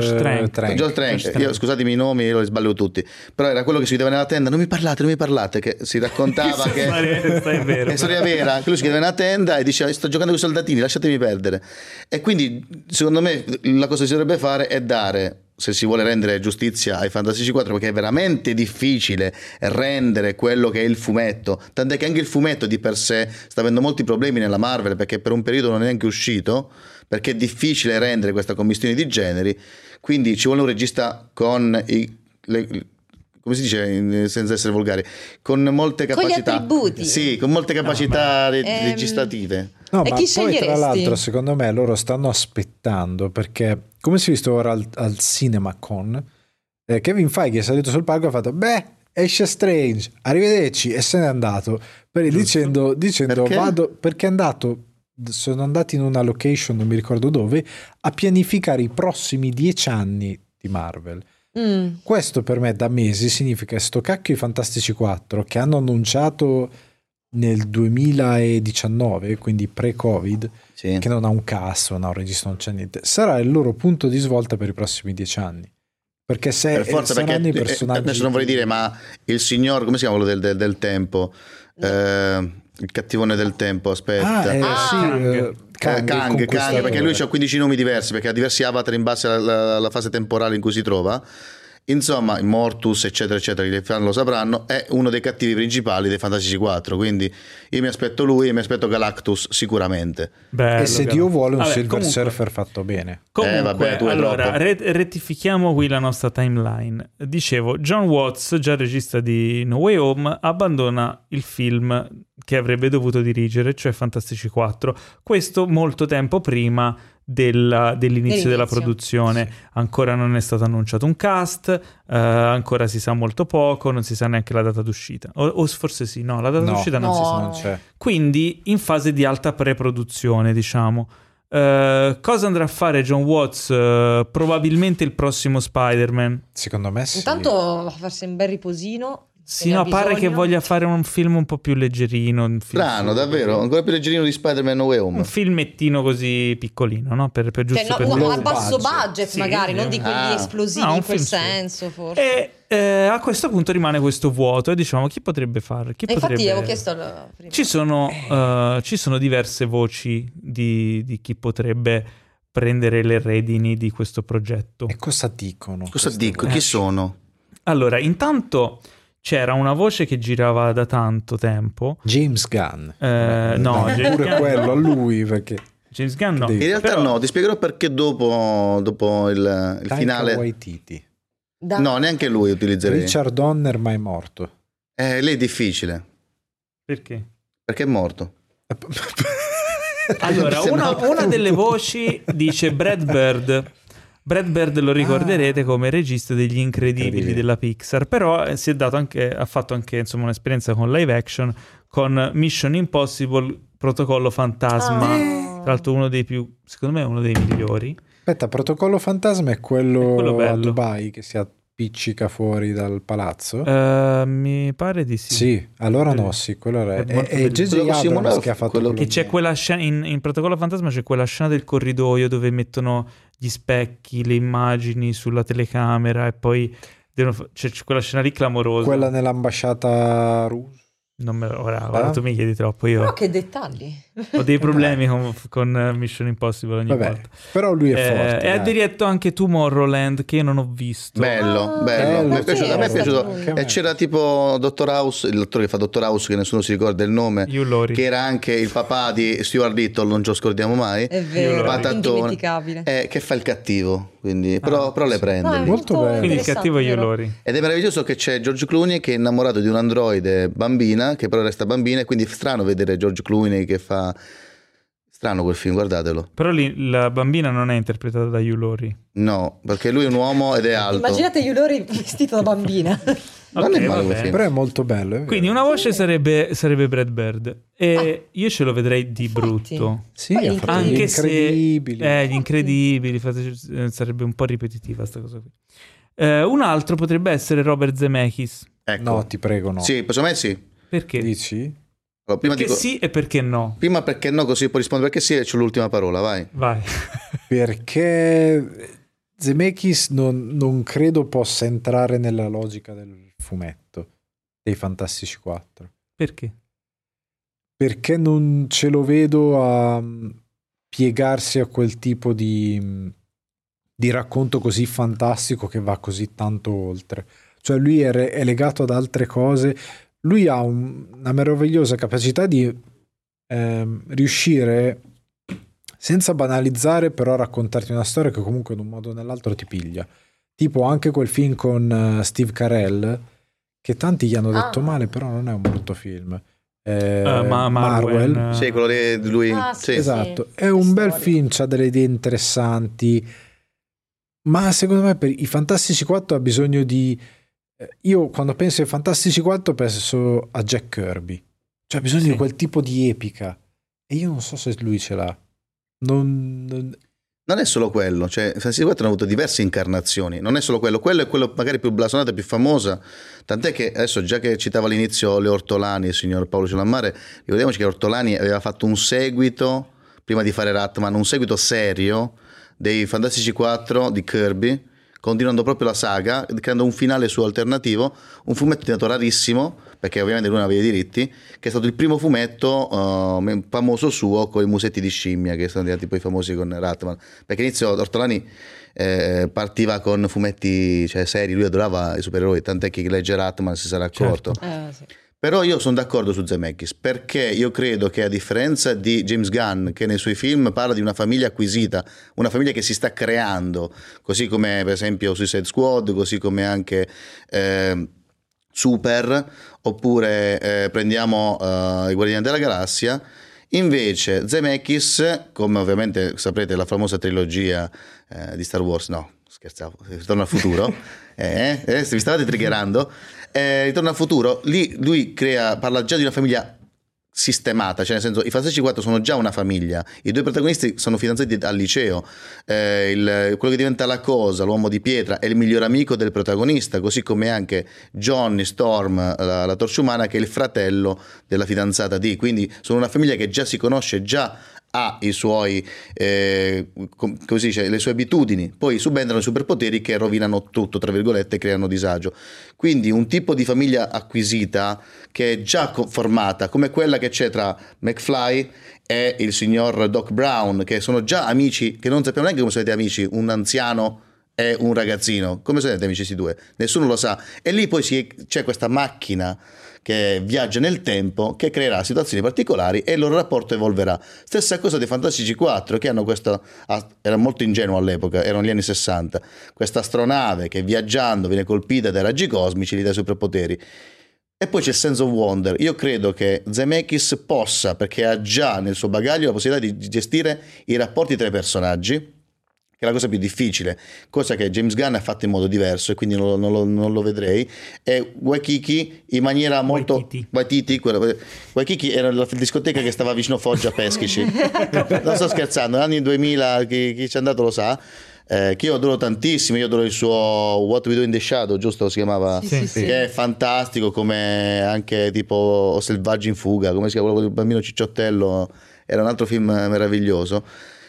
Trank. Io, scusatemi i nomi, io li sbaglio tutti, però era quello che si chiudeva nella tenda, non mi parlate, che si raccontava che è storia vera, quello si chiudeva nella tenda e diceva sto giocando con i soldatini, lasciatemi perdere. E quindi secondo me la cosa che si dovrebbe fare è dare, se si vuole rendere giustizia ai Fantastici 4, perché è veramente difficile rendere quello che è il fumetto, tant'è che anche il fumetto di per sé sta avendo molti problemi nella Marvel, perché per un periodo non è neanche uscito, perché è difficile rendere questa commistione di generi. Quindi ci vuole un regista con come si dice senza essere volgari, con molte capacità, con gli attributi. Sì, con molte capacità registrative. No, ma poi tra l'altro secondo me loro stanno aspettando, perché come si è visto ora al CinemaCon, Kevin Feige è salito sul palco e ha fatto esce Strange, arrivederci, e se n'è andato dicendo perché? Vado, perché sono andati in una location, non mi ricordo dove, a pianificare i prossimi 10 anni di Marvel. Questo per me da mesi significa sto cacchio i Fantastici 4 che hanno annunciato nel 2019, quindi pre-Covid, sì, che non ha un cast, non ha un regista, non c'è niente, sarà il loro punto di svolta per i prossimi 10 anni, perché se saranno i personaggi, adesso non vorrei dire, ma il signor, come si chiama quello del tempo, il cattivone del tempo, aspetta, Kang, perché lui ha 15 nomi diversi, perché ha diversi avatar in base alla fase temporale in cui si trova. Insomma, Mortus eccetera eccetera, che lo sapranno, è uno dei cattivi principali dei Fantastici 4, quindi io mi aspetto lui e mi aspetto Galactus sicuramente. Bello, e se Dio vuole un Silver Surfer fatto bene. Comunque, allora rettifichiamo qui la nostra timeline. Dicevo, John Watts, già regista di No Way Home, abbandona il film che avrebbe dovuto dirigere, cioè Fantastici 4, questo molto tempo prima dell'inizio della produzione. Sì. Ancora non è stato annunciato un cast, ancora si sa molto poco, non si sa neanche la data d'uscita, o forse sì, no, la data d'uscita non si sa, non c'è. Quindi in fase di alta pre-produzione, diciamo. Cosa andrà a fare John Watts? Probabilmente il prossimo Spider-Man, secondo me sì. Intanto farsi un bel riposino. Sì, no, pare che voglia fare un film un po' più leggerino. Strano, davvero? Ancora più leggerino di Spider-Man No Way Home. Un filmettino così piccolino, no? Per giusto per a basso budget, sì, magari, non di quelli esplosivi in quel senso, forse. E a questo punto rimane questo vuoto e diciamo chi potrebbe fare? Infatti avevo chiesto prima. Ci sono diverse voci di chi potrebbe prendere le redini di questo progetto. E cosa dicono? Chi sono? Allora, intanto c'era una voce che girava da tanto tempo. James Gunn. No, pure quello a lui, perché James Gunn no. In realtà no, ti spiegherò perché dopo il finale. Waititi. No, neanche lui utilizzerei. Richard Donner mai morto. Lei è difficile. Perché? Perché è morto. Allora, una delle voci dice Brad Bird. Brad Bird lo ricorderete come regista degli Incredibili della Pixar, però ha fatto anche insomma un'esperienza con live action con Mission Impossible Protocollo Fantasma, tra l'altro secondo me uno dei migliori. Aspetta, Protocollo Fantasma è quello a Dubai che si appiccica fuori dal palazzo? Mi pare di sì. Sì, allora no, sì, quello è J.J. Abrams che ha fatto quello che c'è quella scena in Protocollo Fantasma, c'è quella scena del corridoio dove mettono gli specchi, le immagini sulla telecamera e poi c'è quella scena lì clamorosa. Quella nell'ambasciata russa. Non me ora tu mi chiedi troppo. Io però che dettagli. Ho dei problemi con Mission Impossible ogni volta. Però lui è forte. E ha diretto anche Tomorrowland, che io non ho visto. Bello. A me è piaciuto. E c'era tipo Dottor House, il dottore che fa Dottor House, che nessuno si ricorda il nome, Hugh Laurie, che era anche il papà di Stuart Little, non ce lo scordiamo mai. È vero, indimenticabile. Che fa il cattivo. Quindi, però le prende. Molto bello. Quindi il cattivo è Hugh Laurie. Ed è meraviglioso che c'è George Clooney che è innamorato di un androide bambina, che però resta bambina, e quindi è strano vedere George Clooney che fa... Strano quel film, guardatelo. Però lì la bambina non è interpretata da Hugh Laurie. No, perché lui è un uomo ed è alto. Immaginate Hugh Laurie vestito da bambina. Non è male quel film. Però è molto bello. Quindi una voce sarebbe Brad Bird. E io ce lo vedrei di brutto. Sì, anche se Incredibili. Gli Incredibili sarebbe un po' ripetitiva sta cosa qui. Un altro potrebbe essere Robert Zemeckis. Ecco. No, ti prego, no. Sì, secondo me sì. Perché? Dici? Allora, prima perché sì e perché no? Prima perché no, così puoi rispondere perché sì e c'è l'ultima parola, vai. Perché Zemeckis non credo possa entrare nella logica del fumetto dei Fantastici 4. Perché? Perché non ce lo vedo a piegarsi a quel tipo di racconto così fantastico che va così tanto oltre. Cioè lui è legato ad altre cose. Lui ha una meravigliosa capacità di riuscire, senza banalizzare, però a raccontarti una storia che comunque in un modo o nell'altro ti piglia. Tipo anche quel film con Steve Carell, che tanti gli hanno detto male, però non è un brutto film. Marvel. Sì, quello di lui. Sì. Esatto, è un bel film, c'ha delle idee interessanti, ma secondo me per i Fantastici 4 ha bisogno di... Io quando penso ai Fantastici 4 penso a Jack Kirby, cioè ha bisogno di quel tipo di epica, e io non so se lui ce l'ha. Non è solo quello, cioè Fantastici 4 hanno avuto diverse incarnazioni, non è solo quello è quello magari più blasonato e più famosa, tant'è che adesso, già che citavo all'inizio le Ortolani, il signor Paolo Celammare, ricordiamoci che Ortolani aveva fatto un seguito prima di fare Ratman, un seguito serio dei Fantastici 4 di Kirby, continuando proprio la saga, creando un finale suo alternativo, un fumetto diventato rarissimo, perché ovviamente lui non aveva i diritti, che è stato il primo fumetto famoso suo con i musetti di scimmia, che sono diventati poi famosi con Ratman. Perché all'inizio Ortolani partiva con fumetti, cioè, seri, lui adorava i supereroi, tant'è che chi legge Ratman si sarà accorto. Certo. Sì. Però io sono d'accordo su Zemeckis, perché io credo che, a differenza di James Gunn, che nei suoi film parla di una famiglia acquisita, una famiglia che si sta creando, così come per esempio Suicide Squad, così come anche Super, oppure prendiamo i Guardiani della Galassia, invece Zemeckis, come ovviamente saprete la famosa trilogia di Star Wars, no, scherzavo, Ritorno al futuro, vi stavate triggerando, Ritorno al futuro, lì lui parla già di una famiglia sistemata, cioè nel senso, i Fantastici 4 sono già una famiglia, i due protagonisti sono fidanzati al liceo, quello che diventa la cosa, l'uomo di pietra, è il miglior amico del protagonista, così come anche Johnny Storm, la torcia umana, che è il fratello della fidanzata di, quindi sono una famiglia che già si conosce, già ha i suoi così, cioè, le sue abitudini, poi subentrano i superpoteri che rovinano tutto, tra virgolette, e creano disagio. Quindi un tipo di famiglia acquisita che è già formata, come quella che c'è tra McFly e il signor Doc Brown, che sono già amici, che non sappiamo neanche come siete amici, un anziano e un ragazzino, come siete amici questi due? Nessuno lo sa. E lì poi c'è questa macchina che viaggia nel tempo, che creerà situazioni particolari e il loro rapporto evolverà. Stessa cosa dei Fantastici 4, che hanno questa, era molto ingenuo all'epoca, erano gli anni 60, questa astronave che viaggiando viene colpita dai raggi cosmici, gli dà superpoteri. E poi c'è il sense of wonder. Io credo che Zemeckis possa, perché ha già nel suo bagaglio la possibilità di gestire i rapporti tra i personaggi, che è la cosa più difficile, cosa che James Gunn ha fatto in modo diverso e quindi non lo vedrei. E Waikiki in maniera molto... Waikiki era la discoteca che stava vicino Foggia Peschici. Non sto scherzando, negli anni 2000, chi ci è andato lo sa. Che io adoro tantissimo, io adoro il suo What We Do in the Shadow, giusto si chiamava? Sì. Che è fantastico, come anche tipo Selvaggi in fuga, come si chiama quello del bambino cicciottello, era un altro film meraviglioso.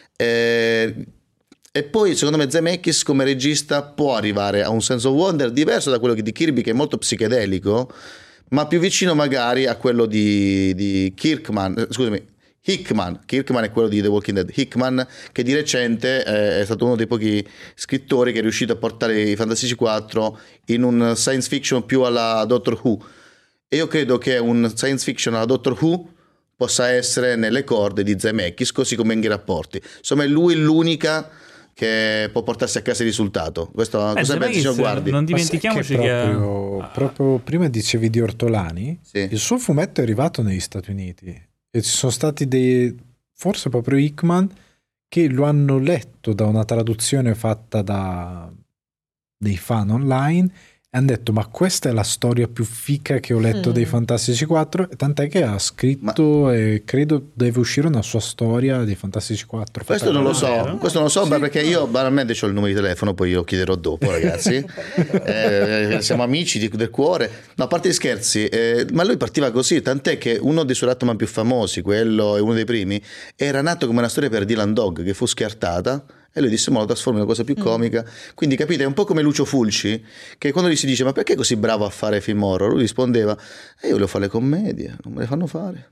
E poi secondo me Zemeckis come regista può arrivare a un sense of wonder diverso da quello di Kirby, che è molto psichedelico, ma più vicino magari a quello di Kirkman, scusami, Hickman è quello di The Walking Dead. Hickman, che di recente è stato uno dei pochi scrittori che è riuscito a portare i Fantastici 4 in un science fiction più alla Doctor Who, e io credo che un science fiction alla Doctor Who possa essere nelle corde di Zemeckis, così come in i rapporti. Insomma è lui l'unica che può portarsi a casa il risultato. Questo cosa pensi, signor Guardi? Non dimentichiamoci che proprio prima dicevi di Ortolani, sì. Il suo fumetto è arrivato negli Stati Uniti e ci sono stati forse proprio Hickman, che lo hanno letto da una traduzione fatta da dei fan online e hanno detto: ma questa è la storia più fica che ho letto dei Fantastici 4, tant'è che ha scritto e credo deve uscire una sua storia dei Fantastici 4. Questo non lo so, sì, perché io banalmente ho il numero di telefono, poi io chiederò dopo, ragazzi. Siamo amici del cuore. No, a parte gli scherzi, ma lui partiva così, tant'è che uno dei suoi Ratman più famosi, quello è uno dei primi, era nato come una storia per Dylan Dog che fu scartata. E lui disse: ma lo trasformo in una cosa più comica. Quindi capite, è un po' come Lucio Fulci, che quando gli si dice: ma perché è così bravo a fare film horror? Lui rispondeva: io volevo fare le commedie, non me le fanno fare.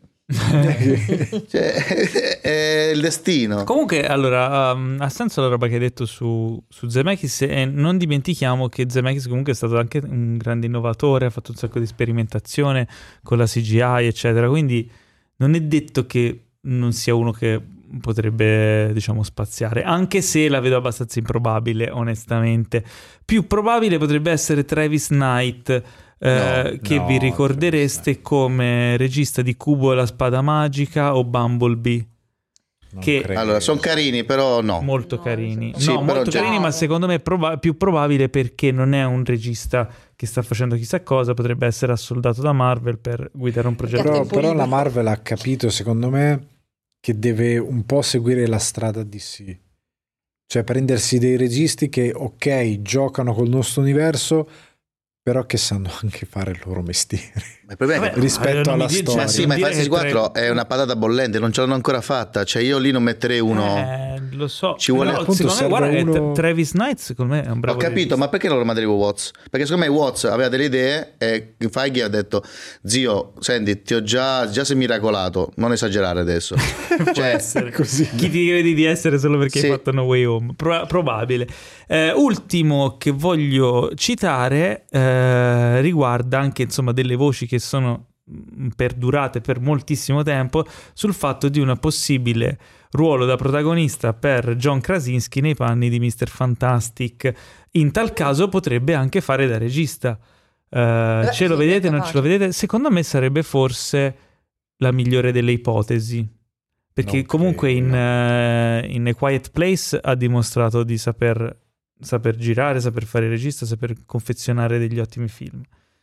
Cioè, è il destino. Comunque, allora, ha senso la roba che hai detto su Zemeckis, e non dimentichiamo che Zemeckis comunque è stato anche un grande innovatore, ha fatto un sacco di sperimentazione con la CGI, eccetera, quindi non è detto che non sia uno che potrebbe, diciamo, spaziare, anche se la vedo abbastanza improbabile, onestamente. Più probabile potrebbe essere Travis Knight, che vi ricordereste come regista di Cubo e la spada magica o Bumblebee. Allora, sono carini, però no. Molto carini. Sì, molto carini, ma secondo me è più probabile, perché non è un regista che sta facendo chissà cosa, potrebbe essere assoldato da Marvel per guidare un progetto. Però la Marvel ha capito, secondo me, che deve un po' seguire la strada DC, cioè prendersi dei registi che ok giocano col nostro universo, però che sanno anche fare il loro mestiere. Rispetto alla storia. Ma sì, ma i Fantasy 4 è una patata bollente, non ce l'hanno ancora fatta, cioè io lì non metterei uno. Lo so, ci vuole, appunto, secondo me, guarda, Travis Knight secondo me è un bravo. Ho capito, regista. Ma perché non lo manderemo Watts? Perché secondo me Watts aveva delle idee e Feige ha detto: zio, senti, ti ho già sei miracolato, non esagerare adesso. Cioè, così. Chi ti credi di essere solo perché hai fatto No Way Home? Probabile. Ultimo che voglio citare riguarda anche, insomma, delle voci che sono perdurate per moltissimo tempo sul fatto di una possibile ruolo da protagonista per John Krasinski nei panni di Mr. Fantastic. In tal caso potrebbe anche fare da regista. Ce lo vedete, non ce lo vedete? Secondo me sarebbe forse la migliore delle ipotesi, perché comunque in A Quiet Place ha dimostrato di saper girare, saper fare regista, saper confezionare degli ottimi film.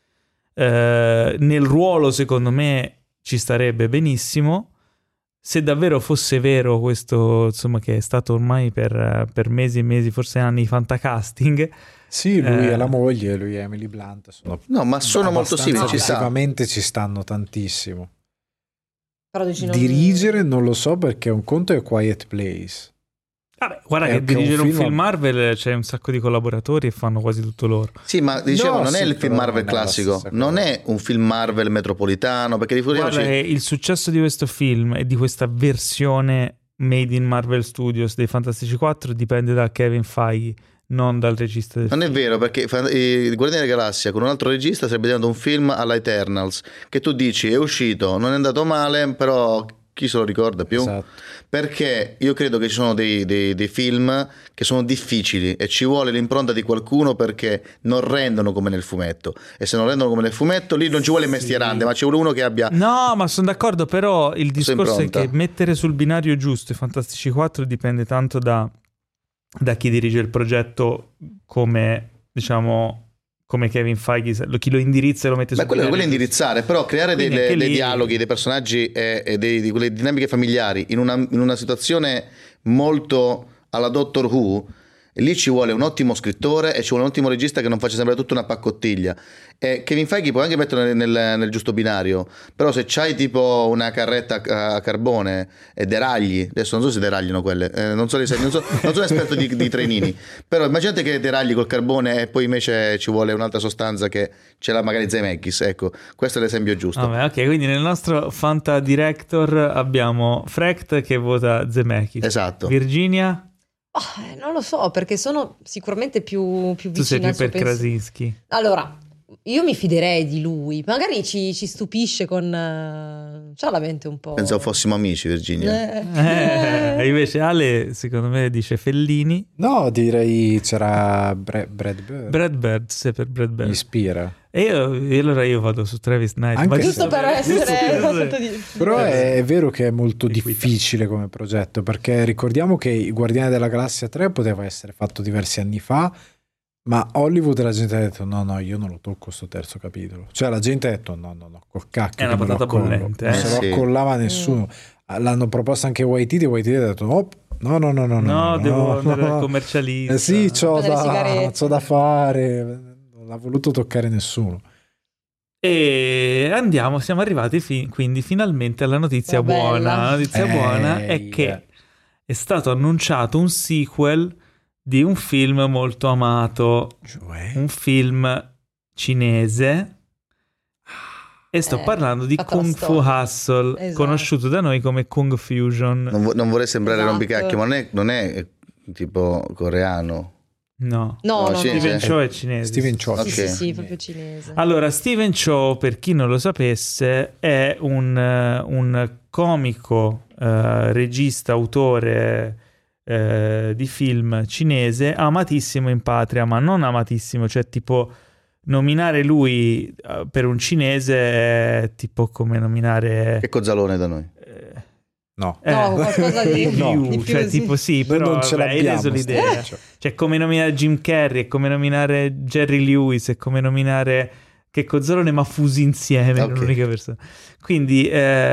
Nel ruolo secondo me ci starebbe benissimo, se davvero fosse vero questo, insomma, che è stato ormai per mesi e mesi, forse anni, fantacasting. Sì, lui e la moglie, lui e Emily Blunt sono molto simili, ci stanno tantissimo. Però dirigere non lo so, perché un conto è Quiet Place. Vabbè, guarda che dirigere un film Marvel c'è un sacco di collaboratori e fanno quasi tutto loro. Sì, ma dicevo, non è il film Marvel classico, non è un film Marvel metropolitano, perché guarda che il successo di questo film e di questa versione made in Marvel Studios dei Fantastici 4 dipende da Kevin Feige, non dal regista del Non film. è vero, perché Guardiani della Galassia con un altro regista sarebbe diventato un film alla Eternals, che tu dici è uscito, non è andato male, però chi se lo ricorda più? Esatto. Perché io credo che ci sono dei film che sono difficili e ci vuole l'impronta di qualcuno, perché non rendono come nel fumetto, e se non rendono come nel fumetto lì non ci vuole mestierante, ma ci vuole uno che abbia... No, ma sono d'accordo, però il discorso è impronta. che mettere sul binario giusto i Fantastici 4 dipende tanto da chi dirige il progetto, come diciamo come Kevin Feige, chi lo indirizza e lo mette sul Quello binario è indirizzare, però creare Quindi dei anche lì- dialoghi, dei personaggi e di quelle dinamiche familiari in una situazione molto alla Doctor Who, e lì ci vuole un ottimo scrittore e ci vuole un ottimo regista che non faccia sembrare tutta una paccottiglia. E Kevin Feige puoi anche mettere nel giusto binario, però se c'hai tipo una carretta a carbone e deragli, adesso non so se deragliano quelle, non sono esperto di trenini, però immaginate che deragli col carbone e poi invece ci vuole un'altra sostanza che ce l'ha magari Zemeckis, ecco, questo è l'esempio giusto. Vabbè, ok, quindi nel nostro Fanta Director abbiamo Frecht che vota Zemeckis. Esatto. Virginia? Non lo so, perché sono sicuramente più vicina Tu sei più al suo per Krasinski. Allora, io mi fiderei di lui, magari ci stupisce con... c'ha la mente un po'... Pensavo fossimo amici, Virginia. Invece Ale secondo me dice Fellini. No, direi c'era Brad Bird. Brad Bird, se per Brad Bird. Mi ispira. E allora io vado su Travis Knight. Anche Ma Giusto per essere... Però è vero che è molto difficile come progetto, perché ricordiamo che i Guardiani della Galassia 3 poteva essere fatto diversi anni fa, ma Hollywood, la gente ha detto no, io non lo tocco sto terzo capitolo. Cioè la gente ha detto no, col cacchio è una che me lo patata accollo. bollente, Non se Sì. lo accollava nessuno. L'hanno proposto anche Waititi ha detto no, devo andare al commercialista. sì, c'ho Delle sigarette. da fare, non l'ha voluto toccare nessuno. E siamo arrivati quindi finalmente alla notizia Bella. buona. La notizia buona è che è stato annunciato un sequel di un film molto amato, Cioè? un film cinese, e sto parlando di fatto la Kung Fu storia. Hustle, Esatto. conosciuto da noi come Kung Fusion. Non vorrei sembrare Esatto. rompicacchio, ma non è tipo coreano. No, No, Steven sì. Chow è cinese. Steven Chow. Ok. Sì, proprio cinese. Allora, Steven Chow, per chi non lo sapesse, è un comico, regista, autore di film cinese, amatissimo in patria, ma non amatissimo, cioè tipo nominare lui per un cinese è tipo come nominare... Che Cozzalone da noi. No. No, qualcosa di più, di più, cioè sì. tipo sì, Noi però non ce vabbè, hai l'abbiamo, reso l'idea. sta- Cioè come nominare Jim Carrey, è come nominare Jerry Lewis, è come nominare che Cozzolone ma fusi insieme in Ok. un'unica persona. Quindi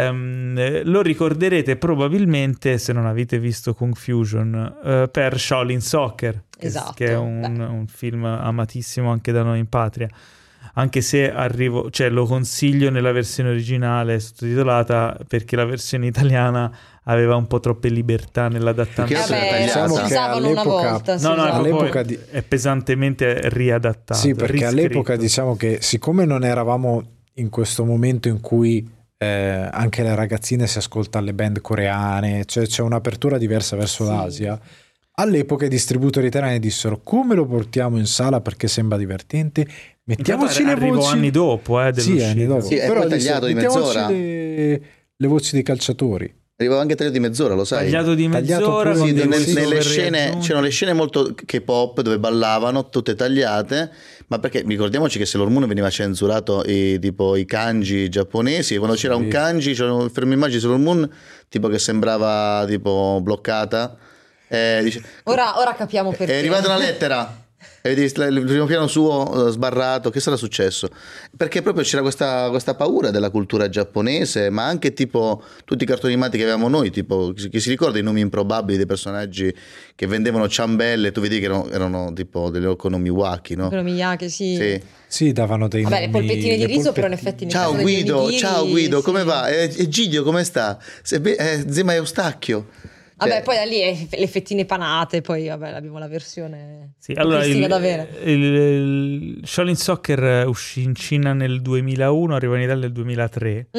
lo ricorderete probabilmente, se non avete visto Kung Fusion, per Shaolin Soccer, Esatto, che è un film amatissimo anche da noi in patria. Anche se lo consiglio nella versione originale sottotitolata, perché la versione italiana aveva un po' troppe libertà nell'adattamento. Più che altro è Diciamo si che usavano una all'epoca- volta. No, si all'epoca poi è pesantemente riadattato. Sì, perché riscritto. all'epoca diciamo che siccome non eravamo in questo momento in cui anche le ragazzine si ascoltano le band coreane, cioè c'è un'apertura diversa verso Sì. l'Asia, all'epoca i distributori italiani dissero come lo portiamo in sala perché sembra divertente, mettiamoci le arrivò voci anni dopo, sì, anni dopo. Sì, e Però poi dissero, tagliato di mettiamoci mezz'ora. le voci dei calciatori. Arrivava anche tagliato di mezz'ora, lo sai. Tagliato di Tagliato mezz'ora pure con Sì, dei nel- voice nelle over scene riaggiunti. c'erano le scene molto K-pop dove ballavano tutte tagliate, ma perché ricordiamoci che Sailor Moon veniva censurato tipo i kanji giapponesi, e quando c'era un kanji c'era un fermo immagine di Sailor Moon tipo che sembrava tipo bloccata, dice, Ora capiamo perché. è arrivata una lettera e vedi il primo piano suo sbarrato, che sarà successo? Perché proprio c'era questa paura della cultura giapponese, ma anche tipo tutti i cartoni animati che avevamo noi, tipo chi si ricorda i nomi improbabili dei personaggi che vendevano ciambelle, tu vedi che erano tipo delle Okonomiyaki, no? Quello Miyake, sì. Sì, davano dei Vabbè, le nomi, polpettine di le riso, però in polpettine. effetti nel Ciao caso degli Guido, onigiri, ciao Guido, sì. come va? E Gidio come sta? Zema Eustachio. Vabbè, Cioè, poi da lì le fettine panate, poi vabbè, abbiamo la versione Sì, allora Cristina da bere. il Shaolin Soccer uscì in Cina nel 2001, arrivò in Italia nel 2003 Mm.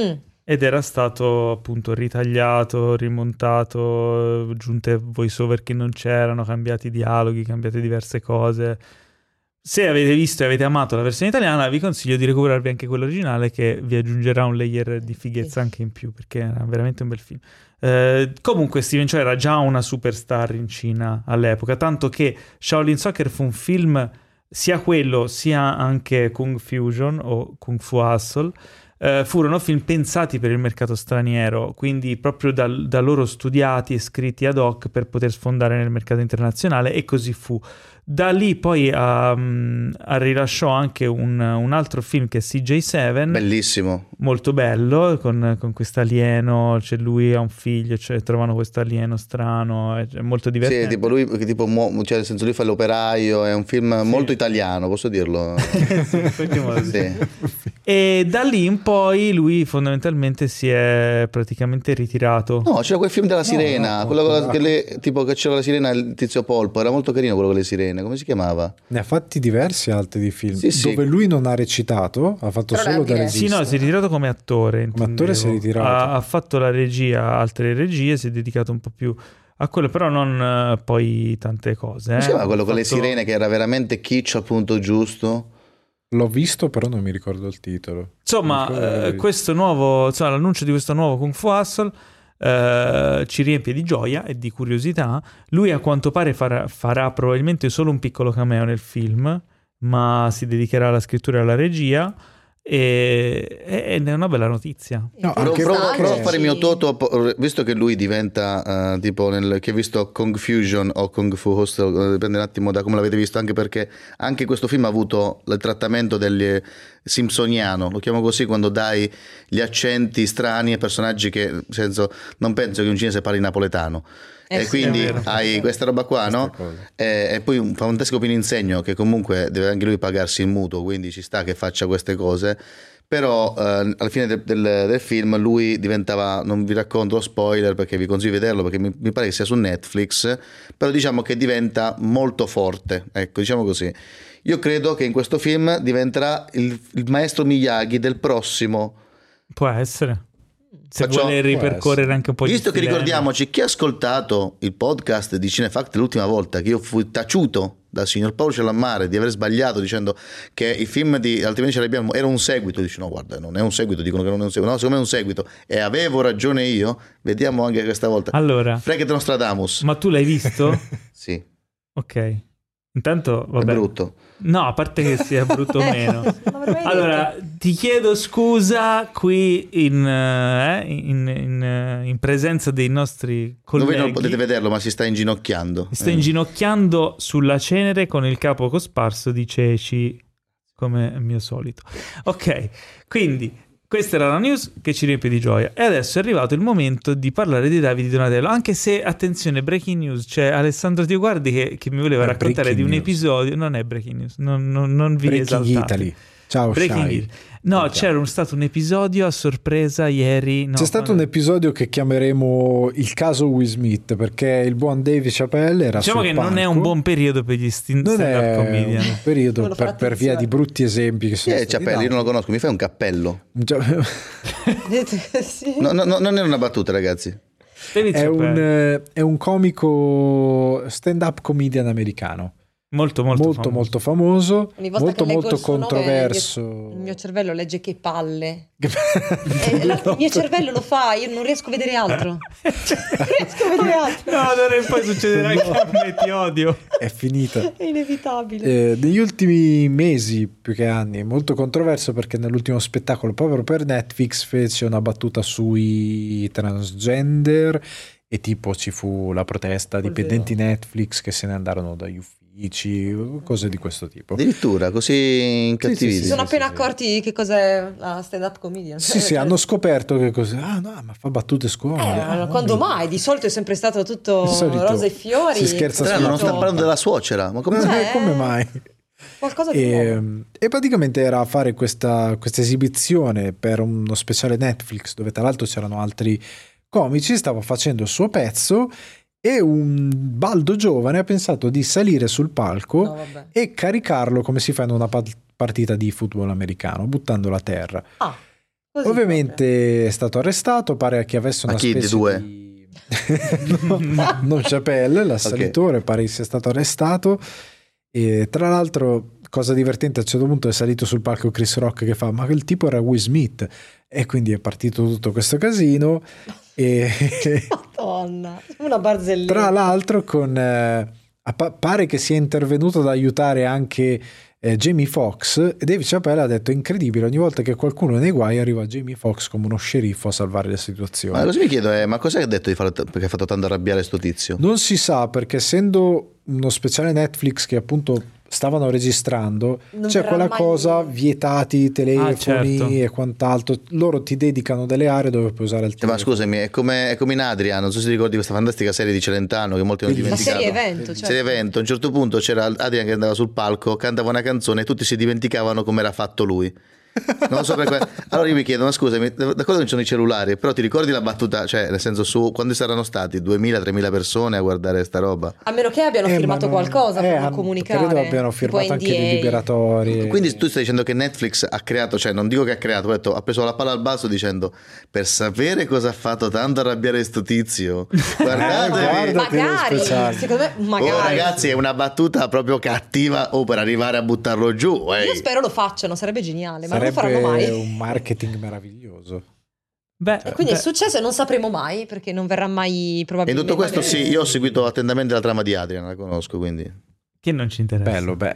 ed era stato appunto ritagliato, rimontato, giunte voice over che non c'erano, cambiati dialoghi, cambiate diverse cose. Se avete visto e avete amato la versione italiana, vi consiglio di recuperarvi anche quello originale, che vi aggiungerà un layer di fighezza anche in più, perché era veramente un bel film. Comunque Steven Chow era già una superstar in Cina all'epoca, tanto che Shaolin Soccer fu un film, sia quello sia anche Kung Fusion o Kung Fu Hustle, furono film pensati per il mercato straniero, quindi proprio da loro studiati e scritti ad hoc per poter sfondare nel mercato internazionale, e così fu. Da lì poi rilasciò anche un altro film che è CJ7, bellissimo, molto bello, con questo alieno, cioè lui ha un figlio, cioè trovano questo alieno strano, è molto divertente. Sì, tipo lui, cioè nel senso lui fa l'operaio, è un film molto italiano, posso dirlo? Sì. E da lì in poi lui fondamentalmente si è praticamente ritirato. No, c'era quel film della sirena, quello tipo che c'era la sirena, il tizio polpo, era molto carino quello con le sirene. Come si chiamava? Ne ha fatti diversi altri di film dove lui non ha recitato, ha fatto solo da regista. Sì, no, si è ritirato come attore. Come attore si è ritirato. Ha fatto la regia, altre regie, si è dedicato un po' più a quello, però non poi tante cose. Come si chiama quello con le sirene che era veramente kitsch al punto giusto? L'ho visto, però non mi ricordo il titolo. Insomma, questo nuovo, l'annuncio di questo nuovo Kung Fu Hustle ci riempie di gioia e di curiosità. Lui a quanto pare farà probabilmente solo un piccolo cameo nel film, ma si dedicherà alla scrittura e alla regia, ed è una bella notizia. No, provo a fare il mio toto, visto che lui diventa tipo che ha visto Kung Fusion o Kung Fu Hustle, dipende un attimo da come l'avete visto, anche perché anche questo film ha avuto il trattamento degli simpsoniano, lo chiamo così, quando dai gli accenti strani a personaggi che, nel senso, non penso che un cinese parli napoletano. E quindi hai questa roba qua, no? E poi un fantastico insegno che comunque deve anche lui pagarsi il mutuo, quindi ci sta che faccia queste cose. Però alla fine del film lui diventava, non vi racconto lo spoiler perché vi consiglio di vederlo, perché mi pare che sia su Netflix, però diciamo che diventa molto forte, ecco, diciamo così. Io credo che in questo film diventerà il maestro Miyagi del prossimo. Può essere. Se vuole ripercorrere anche un po' visto che ricordiamoci, chi ha ascoltato il podcast di Cinefact l'ultima volta, che io fui taciuto dal signor Paolo Cellammare di aver sbagliato dicendo che il film di Altrimenti ce l'abbiamo era un seguito, dice no guarda non è un seguito, dicono che non è un seguito, no secondo me è un seguito e avevo ragione io, vediamo anche questa volta. Allora, Fregate Nostradamus. Ma tu l'hai visto? Sì. Ok, intanto vabbè. È brutto. No, a parte che sia brutto o meno. Allora, ti chiedo scusa qui in presenza dei nostri colleghi. Voi non potete vederlo, ma si sta inginocchiando. Si sta inginocchiando sulla cenere con il capo cosparso di ceci, come è mio solito. Ok, quindi questa era la news che ci riempie di gioia. E adesso è arrivato il momento di parlare di Davide Donatello. Anche se, attenzione, breaking news. C'è Alessandro Dioguardi che mi voleva raccontare di un episodio. Non è breaking news, non vi esaltate. Italy. Ciao, No, c'era stato un episodio a sorpresa ieri. No, c'è stato un episodio che chiameremo il caso Will Smith, perché il buon Dave Chappelle era diciamo che non è un buon periodo per gli stand-up comedian. Un periodo per via di brutti esempi che sono stati Chappelle, io non lo conosco, mi fai un cappello? Sì. No, non è una battuta, ragazzi. È un comico stand-up comedian americano. Molto famoso, Ogni volta molto controverso. Il mio cervello legge che palle. Il mio cervello lo fa, io non riesco a vedere altro. No, d'ora in poi succederà anche a me, ti odio. È finita. È inevitabile. Negli ultimi mesi, più che anni, è molto controverso perché nell'ultimo spettacolo, proprio per Netflix, fece una battuta sui transgender e tipo ci fu la protesta di dipendenti Netflix che se ne andarono dagli uffici, cose di questo tipo. Addirittura così incattiviti. Si sono appena accorti che cos'è la stand-up comedian. Sì, hanno scoperto che cos'è. Ma fa battute scomode. Quando mai? Di solito è sempre stato tutto rosa e fiori. Si scherza non sta parlando della suocera, ma come mai? Qualcosa di nuovo. E praticamente era a fare questa esibizione per uno speciale Netflix, dove tra l'altro c'erano altri comici, stava facendo il suo pezzo e un baldo giovane ha pensato di salire sul palco e caricarlo come si fa in una partita di football americano, buttandolo a terra. Così ovviamente proprio. è stato arrestato, pare che avesse una chi, specie due? di non Chappelle, l'assalitore, pare che sia stato arrestato. E tra l'altro, cosa divertente, a un certo punto è salito sul palco Chris Rock che fa: ma quel tipo era Will Smith, e quindi è partito tutto questo casino e Madonna, una barzelletta. tra l'altro pare che sia intervenuto ad aiutare anche Jamie Foxx, e Dave Chappelle ha detto: incredibile, ogni volta che qualcuno è nei guai arriva Jamie Foxx come uno sceriffo a salvare le situazioni. Ma cosa mi chiedo è, ma cos'è che ha detto perché ha fatto tanto arrabbiare sto tizio? Non si sa, perché essendo uno speciale Netflix che appunto stavano registrando, Non c'è verrà quella mai- cosa, vietati telefoni certo. e quant'altro, loro ti dedicano delle aree dove puoi usare il Ma telefono. scusami, è come in Adrian, non so se ti ricordi questa fantastica serie di Celentano che molti hanno La La dimenticato. serie evento, certo. Serie evento, a un certo punto c'era Adrian che andava sul palco, cantava una canzone e tutti si dimenticavano come era fatto lui. Non so perché. Allora io mi chiedo, ma scusami, d'accordo non ci sono i cellulari, però ti ricordi la battuta, cioè nel senso, su quando saranno stati 2.000-3.000 persone a guardare sta roba? A meno che abbiano firmato ma non- qualcosa per non comunicare. credo abbiano tipo firmato anche dei NDA. liberatori. Quindi tu stai dicendo che Netflix ha creato, cioè non dico che ha creato, ho detto, ha preso la palla al balzo dicendo: per sapere cosa ha fatto tanto arrabbiare sto tizio, guardatevi. guarda. Magari, speciale. secondo me, magari. Oh, ragazzi, è una battuta proprio cattiva per arrivare a buttarlo giù. Io spero lo facciano, sarebbe geniale, ma non lo faranno Sarebbe mai. un marketing meraviglioso. Beh, E quindi è successo e non sapremo mai, perché non verrà mai E in probabilmente. tutto questo sì, io ho seguito attentamente la trama di Adrian, la conosco, quindi. che non ci interessa. Bello, Ma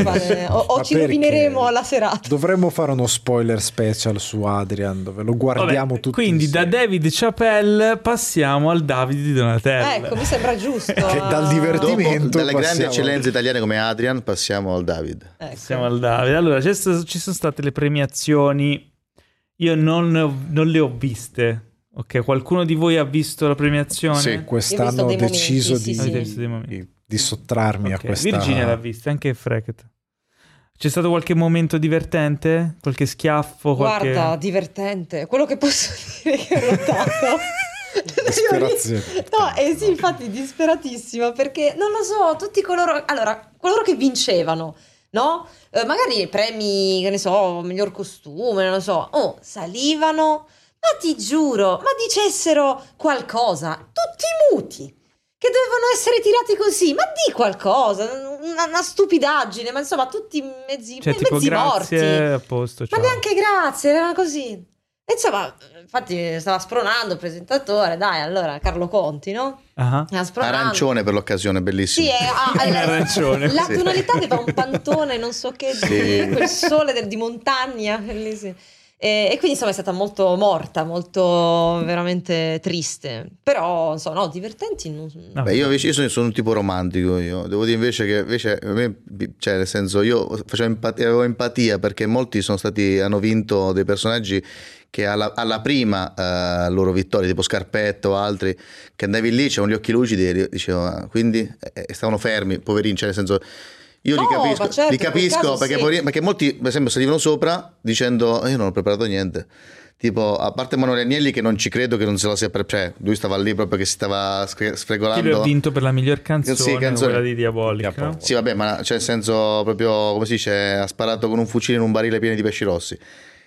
o Ma ci perché? rovineremo alla serata. Dovremmo fare uno spoiler special su Adrian dove lo guardiamo Vabbè, tutti quindi da insieme. David Chappelle passiamo al Davide di Donatello. Ecco, mi sembra giusto. Che dal divertimento Dopo, dalle grandi passiamo- eccellenze italiane come Adrian, passiamo al David. Ecco. Passiamo al Davide. Allora, ci sono state le premiazioni. Io non le ho viste. Ok, qualcuno di voi ha visto la premiazione? Sì. Io ho Quest'anno visto ho dei deciso momenti, sì, Avete visto dei momenti? di sottrarmi a Ok, questa. Virginia l'ha vista, anche Fracket. C'è stato qualche momento divertente? Qualche schiaffo? Guarda, divertente. Quello che posso dire che ho notato. Disperazione. No, sì, infatti disperatissima, perché non lo so, tutti coloro che vincevano, no? Magari premi, che ne so, miglior costume, non lo so, salivano, ma ti giuro, ma dicessero qualcosa, tutti muti, che dovevano essere tirati così, ma di qualcosa, una stupidaggine, ma insomma tutti mezzi, Cioè, tipo, mezzi morti. grazie, a posto, Ma ciao. neanche grazie, era così. E insomma, infatti stava spronando il presentatore, dai, allora Carlo Conti, no? Ah. Stava spronando. Arancione per l'occasione, bellissimo. Sì, In arancione. la Sì. tonalità aveva un pantone, non so che, Sì. quel sole di montagna, bellissimo. E quindi insomma è stata molto morta, molto veramente triste. Però, insomma, no, divertenti. No. Beh, io invece sono un tipo romantico, io devo dire invece che a me, cioè nel senso, io avevo empatia perché molti hanno vinto dei personaggi che alla prima loro vittoria, tipo Scarpetto o altri, che andavi lì, c'erano gli occhi lucidi e dicevo, quindi stavano fermi, poverini, cioè nel senso. Io No, ma certo, li in quel capisco caso perché, sì. perché molti, per esempio, salivano sopra dicendo: io non ho preparato niente. Tipo, a parte Emanuele Agnelli, che non ci credo che non se la sia cioè, lui stava lì proprio che si stava Chi sfregolando. lo ha vinto per la miglior canzone, Sì, canzone. quella di Diabolic, no? Sì, vabbè, ma cioè, nel senso, proprio come si dice, ha sparato con un fucile in un barile pieno di pesci rossi.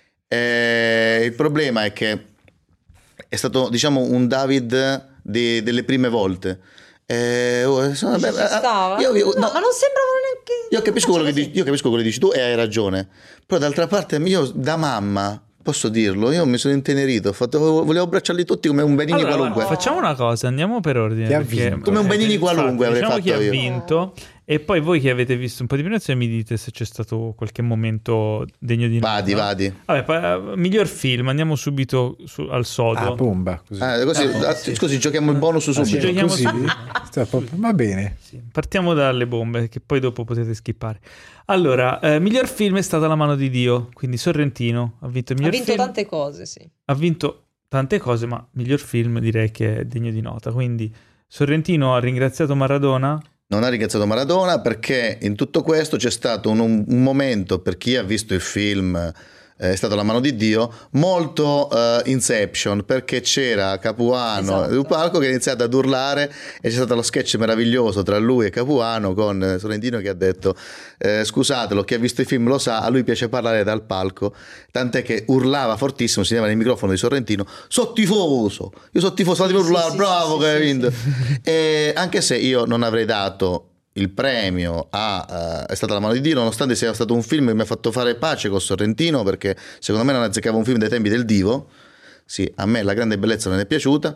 Il problema è che è stato, diciamo, un David delle prime volte. Ci stava? Io, No, ma non sembrava neanche. io capisco quello che così. io capisco quello che dici tu e hai ragione. Però d'altra parte io da mamma, posso dirlo, io mi sono intenerito, volevo abbracciarli tutti come un Benini Allora, qualunque. facciamo una cosa, andiamo per ordine. Chi ha perché- vinto? Come un Benini infatti, qualunque avrei diciamo fatto chi ha io. vinto e poi voi che avete visto un po' di premiazione mi dite se c'è stato qualche momento degno di nota. Vadi. Vabbè, miglior film, andiamo subito al sodo. Bomba, così. Così giochiamo il bonus Ci subito. giochiamo Così? Va bene. Sì, partiamo dalle bombe che poi dopo potete skippare. Allora, miglior film è stata La mano di Dio, quindi Sorrentino ha vinto il Ha miglior vinto film. tante cose, sì. Ha vinto tante cose, ma miglior film direi che è degno di nota. Quindi Sorrentino ha ringraziato Maradona. Non ha ringraziato Maradona perché in tutto questo c'è stato un momento, per chi ha visto il film È stata la mano di Dio, molto Inception, perché c'era Capuano sul palco che ha iniziato ad urlare e c'è stato lo sketch meraviglioso tra lui e Capuano con Sorrentino che ha detto scusatelo, chi ha visto i film lo sa, a lui piace parlare dal palco, tant'è che urlava fortissimo, si vedeva nel microfono di Sorrentino, io sono tifoso, devo urlare, bravo che hai vinto. E anche se io non avrei dato il premio È stata la mano di Dio, nonostante sia stato un film che mi ha fatto fare pace con Sorrentino, perché secondo me non azzeccava un film dei tempi del Divo. Sì, a me La grande bellezza non è piaciuta,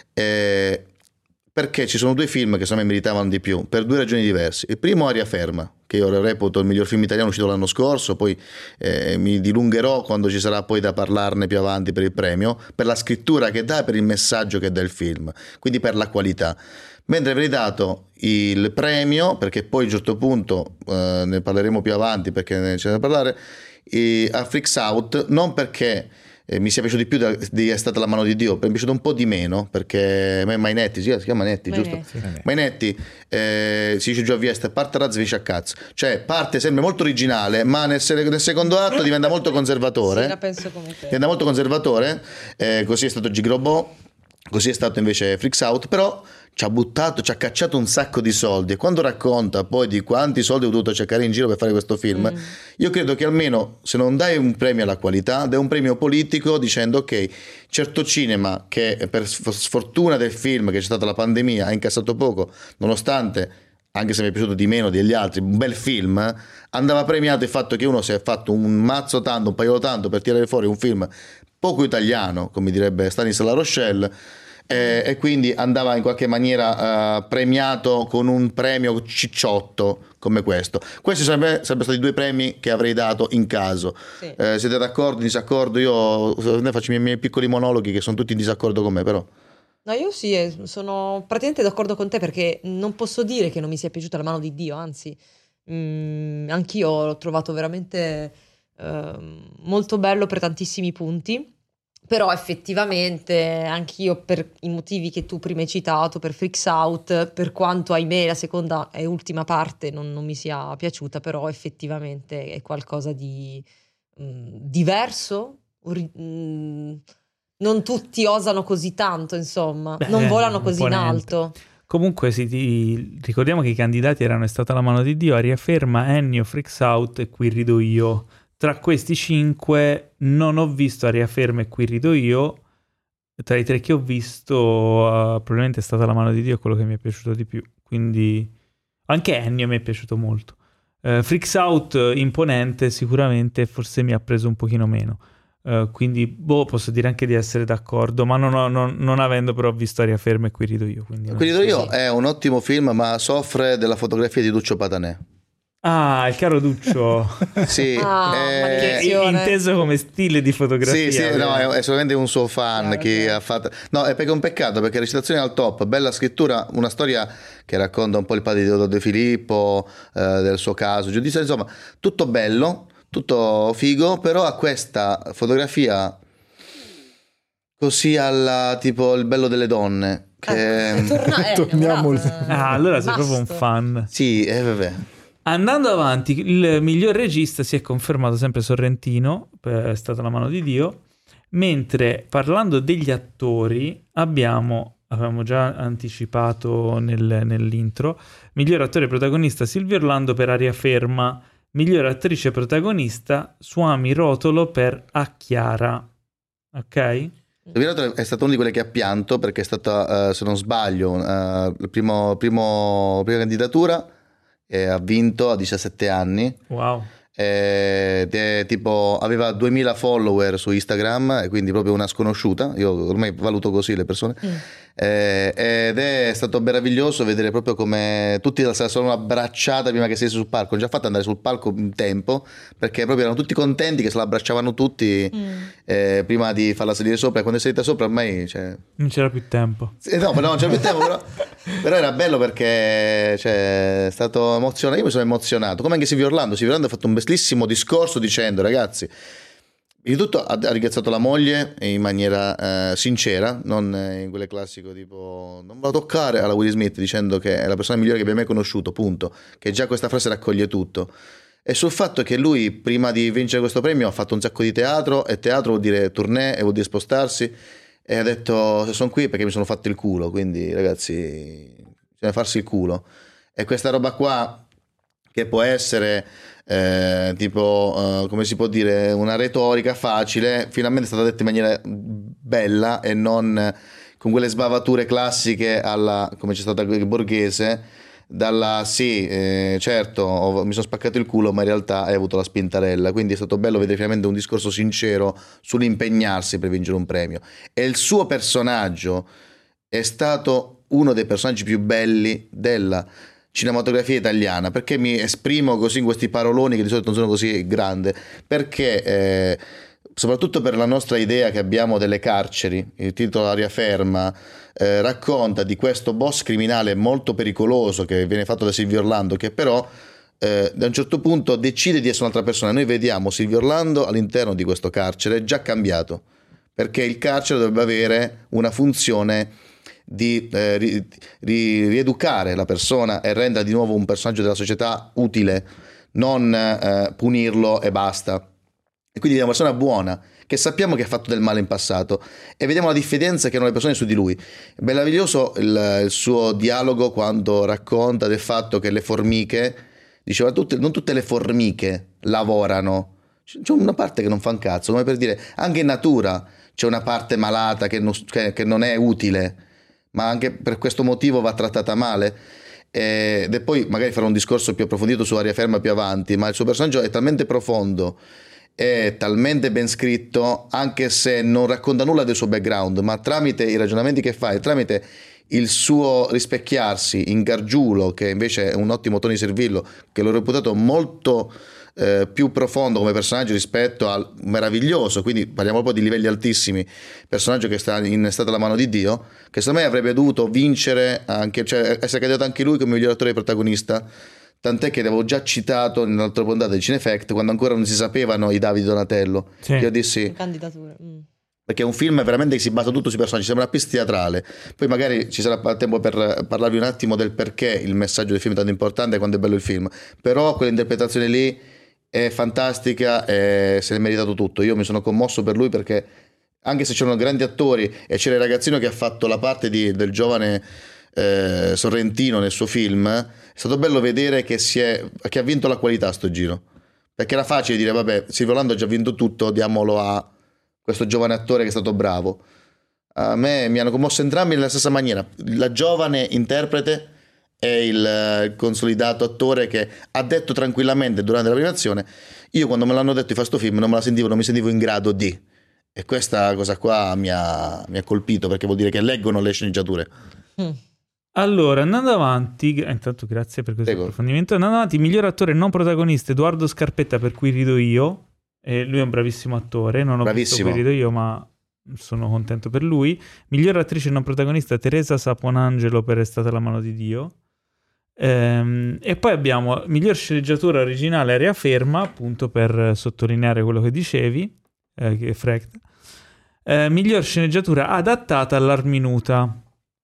perché ci sono due film che secondo me meritavano di più, per due ragioni diverse. Il primo, Aria ferma, che io reputo il miglior film italiano uscito l'anno scorso, poi mi dilungherò quando ci sarà poi da parlarne più avanti per il premio, per la scrittura che dà e per il messaggio che dà il film, quindi per la qualità. Mentre avrei dato il premio, perché poi a un certo punto ne parleremo più avanti perché c'è da parlare, a Freaks Out, non perché mi sia piaciuto di più di È stata la mano di Dio, mi è piaciuto un po' di meno, perché Mainetti, si chiama Mainetti, giusto? Mainetti si dice giù a Vieste, parte razza e a cazzo, cioè parte sempre molto originale, ma nel secondo atto diventa molto conservatore. Sì, la penso come te. Diventa molto conservatore, così è stato Gigrobot, così è stato invece Freaks Out, però ci ha cacciato un sacco di soldi, e quando racconta poi di quanti soldi ho dovuto cercare in giro per fare questo film, io credo che almeno se non dai un premio alla qualità, dai un premio politico dicendo ok, certo cinema che per sfortuna del film che c'è stata la pandemia ha incassato poco, nonostante, anche se mi è piaciuto di meno degli altri, un bel film, andava premiato il fatto che uno si è fatto un mazzo tanto, un paio tanto per tirare fuori un film poco italiano, come direbbe Stanislas La Rochelle, e quindi andava in qualche maniera premiato con un premio cicciotto come questo. Questi sarebbero stati due premi che avrei dato in caso. Sì. Siete d'accordo, in disaccordo? Io faccio i miei piccoli monologhi che sono tutti in disaccordo con me, però. No, io sì, sono praticamente d'accordo con te, perché non posso dire che non mi sia piaciuta La mano di Dio, anzi, anch'io l'ho trovato veramente molto bello per tantissimi punti. Però effettivamente anch'io, per i motivi che tu prima hai citato, per Freaks Out, per quanto ahimè la seconda e ultima parte non mi sia piaciuta, però effettivamente è qualcosa di diverso. Non tutti osano così tanto, insomma. Non volano così in alto. Comunque ricordiamo che i candidati erano È stata la mano di Dio, Aria ferma, Ennio, Freaks Out e Qui rido io. Tra questi 5 non ho visto Aria ferma e Qui rido io. Tra i 3 che ho visto probabilmente È stata la mano di Dio quello che mi è piaciuto di più. Quindi anche Ennio mi è piaciuto molto. Freaks Out imponente sicuramente, forse mi ha preso un pochino meno. Quindi posso dire anche di essere d'accordo, ma non avendo però visto Aria ferma e Qui rido io. Qui rido io è un ottimo film, ma soffre della fotografia di Duccio Patanè. Ah, il caro Duccio. Sì, inteso come stile di fotografia. Sì, no, è solamente un suo fan che ha fatto. No, è perché è un peccato, perché la recitazione è al top, bella scrittura, una storia che racconta un po' il padre di Teodoro De Filippo, del suo caso, giudizio, insomma, tutto bello, tutto figo, però ha questa fotografia così alla tipo Il bello delle donne. Che... Torniamo. Allora sei proprio un fan. Sì, vabbè. Andando avanti, il miglior regista si è confermato sempre Sorrentino, È stata la mano di Dio, mentre parlando degli attori avevamo già anticipato nell'intro, miglior attore protagonista Silvio Orlando per Aria ferma, miglior attrice protagonista Suami Rotolo per A Chiara, ok? Silvio Rotolo è stata una di quelle che ha pianto, perché è stata, se non sbaglio, la prima candidatura. Ha vinto a 17 anni. Wow. Tipo aveva 2000 follower su Instagram, e quindi proprio una sconosciuta. Io ormai valuto così le persone. Ed è stato meraviglioso vedere proprio come tutti la sono abbracciata prima che salisse sul palco. Ho già fatto andare sul palco un tempo, perché proprio erano tutti contenti che se la abbracciavano tutti prima di farla salire sopra. E quando è salita sopra ormai non c'era più tempo. No, non c'era più tempo, però era bello, perché è stato emozionante. Io mi sono emozionato, come anche Silvio Orlando ha fatto un bellissimo discorso dicendo: ragazzi, di tutto ha ringrazziato la moglie in maniera sincera, non in quelle classico tipo non va a toccare alla Will Smith, dicendo che è la persona migliore che abbia mai conosciuto, punto, che già questa frase raccoglie tutto. e sul fatto che lui prima di vincere questo premio ha fatto un sacco di teatro, e teatro vuol dire tournée e vuol dire spostarsi, e ha detto sono qui perché mi sono fatto il culo, quindi ragazzi bisogna farsi il culo. E questa roba qua, che può essere tipo come si può dire, una retorica facile, finalmente è stata detta in maniera bella e non con quelle sbavature classiche alla, come c'è stata il Borghese, dalla sì, certo mi sono spaccato il culo, ma in realtà hai avuto la spintarella. Quindi è stato bello vedere finalmente un discorso sincero sull'impegnarsi per vincere un premio, e il suo personaggio è stato uno dei personaggi più belli della cinematografia italiana. Perché mi esprimo così in questi paroloni che di solito non sono così grande? Perché soprattutto per la nostra idea che abbiamo delle carceri, il titolo Aria Ferma racconta di questo boss criminale molto pericoloso che viene fatto da Silvio Orlando, che però da un certo punto decide di essere un'altra persona. Noi vediamo Silvio Orlando all'interno di questo carcere già cambiato, perché il carcere dovrebbe avere una funzione di rieducare la persona e rendere di nuovo un personaggio della società utile, non punirlo e basta. E quindi è una persona buona che sappiamo che ha fatto del male in passato, e vediamo la diffidenza che hanno le persone su di lui. È meraviglioso il suo dialogo quando racconta del fatto che le formiche, diceva non tutte le formiche lavorano, c'è una parte che non fa un cazzo, come per dire anche in natura c'è una parte malata che non è utile, ma anche per questo motivo va trattata male. E poi magari farò un discorso più approfondito su Aria Ferma più avanti, ma il suo personaggio è talmente profondo, è talmente ben scritto, anche se non racconta nulla del suo background, ma tramite i ragionamenti che fa e tramite il suo rispecchiarsi in Gargiulo, che invece è un ottimo Tony Servillo, che l'ho reputato molto più profondo come personaggio rispetto al meraviglioso, quindi parliamo proprio di livelli altissimi, personaggio che sta in Stata la mano di Dio, che secondo me avrebbe dovuto vincere anche, cioè essere candidato anche lui come miglior attore protagonista, tant'è che l'avevo già citato nell'altra puntata di Cinefact, quando ancora non si sapevano i Davide Donatello. Sì. Io dissi candidature. Perché è un film veramente che si basa tutto sui personaggi, sembra una pista teatrale. Poi magari ci sarà tempo per parlarvi un attimo del perché il messaggio del film è tanto importante e quanto è bello il film, però quell'interpretazione lì è fantastica e se l'è meritato tutto. Io mi sono commosso per lui, perché anche se c'erano grandi attori e c'era il ragazzino che ha fatto la parte del giovane Sorrentino nel suo film, è stato bello vedere che ha vinto la qualità sto giro, perché era facile dire vabbè, Silvio Orlando ha già vinto tutto, diamolo a questo giovane attore che è stato bravo. A me mi hanno commosso entrambi nella stessa maniera, la giovane interprete e il consolidato attore che ha detto tranquillamente durante la premiazione: io quando me l'hanno detto di fare sto film non mi sentivo in grado di. E questa cosa qua mi ha colpito, perché vuol dire che leggono le sceneggiature. Allora, andando avanti, intanto grazie per questo approfondimento. Andando avanti, miglior attore non protagonista Edoardo Scarpetta per Qui rido io, e lui è un bravissimo attore, non ho visto Qui rido io, ma sono contento per lui. Miglior attrice non protagonista Teresa Saponangelo per È stata la mano di Dio. E poi abbiamo miglior sceneggiatura originale Aria Ferma, appunto per sottolineare quello che dicevi, che è Frecht. Miglior sceneggiatura adattata all'Arminuta.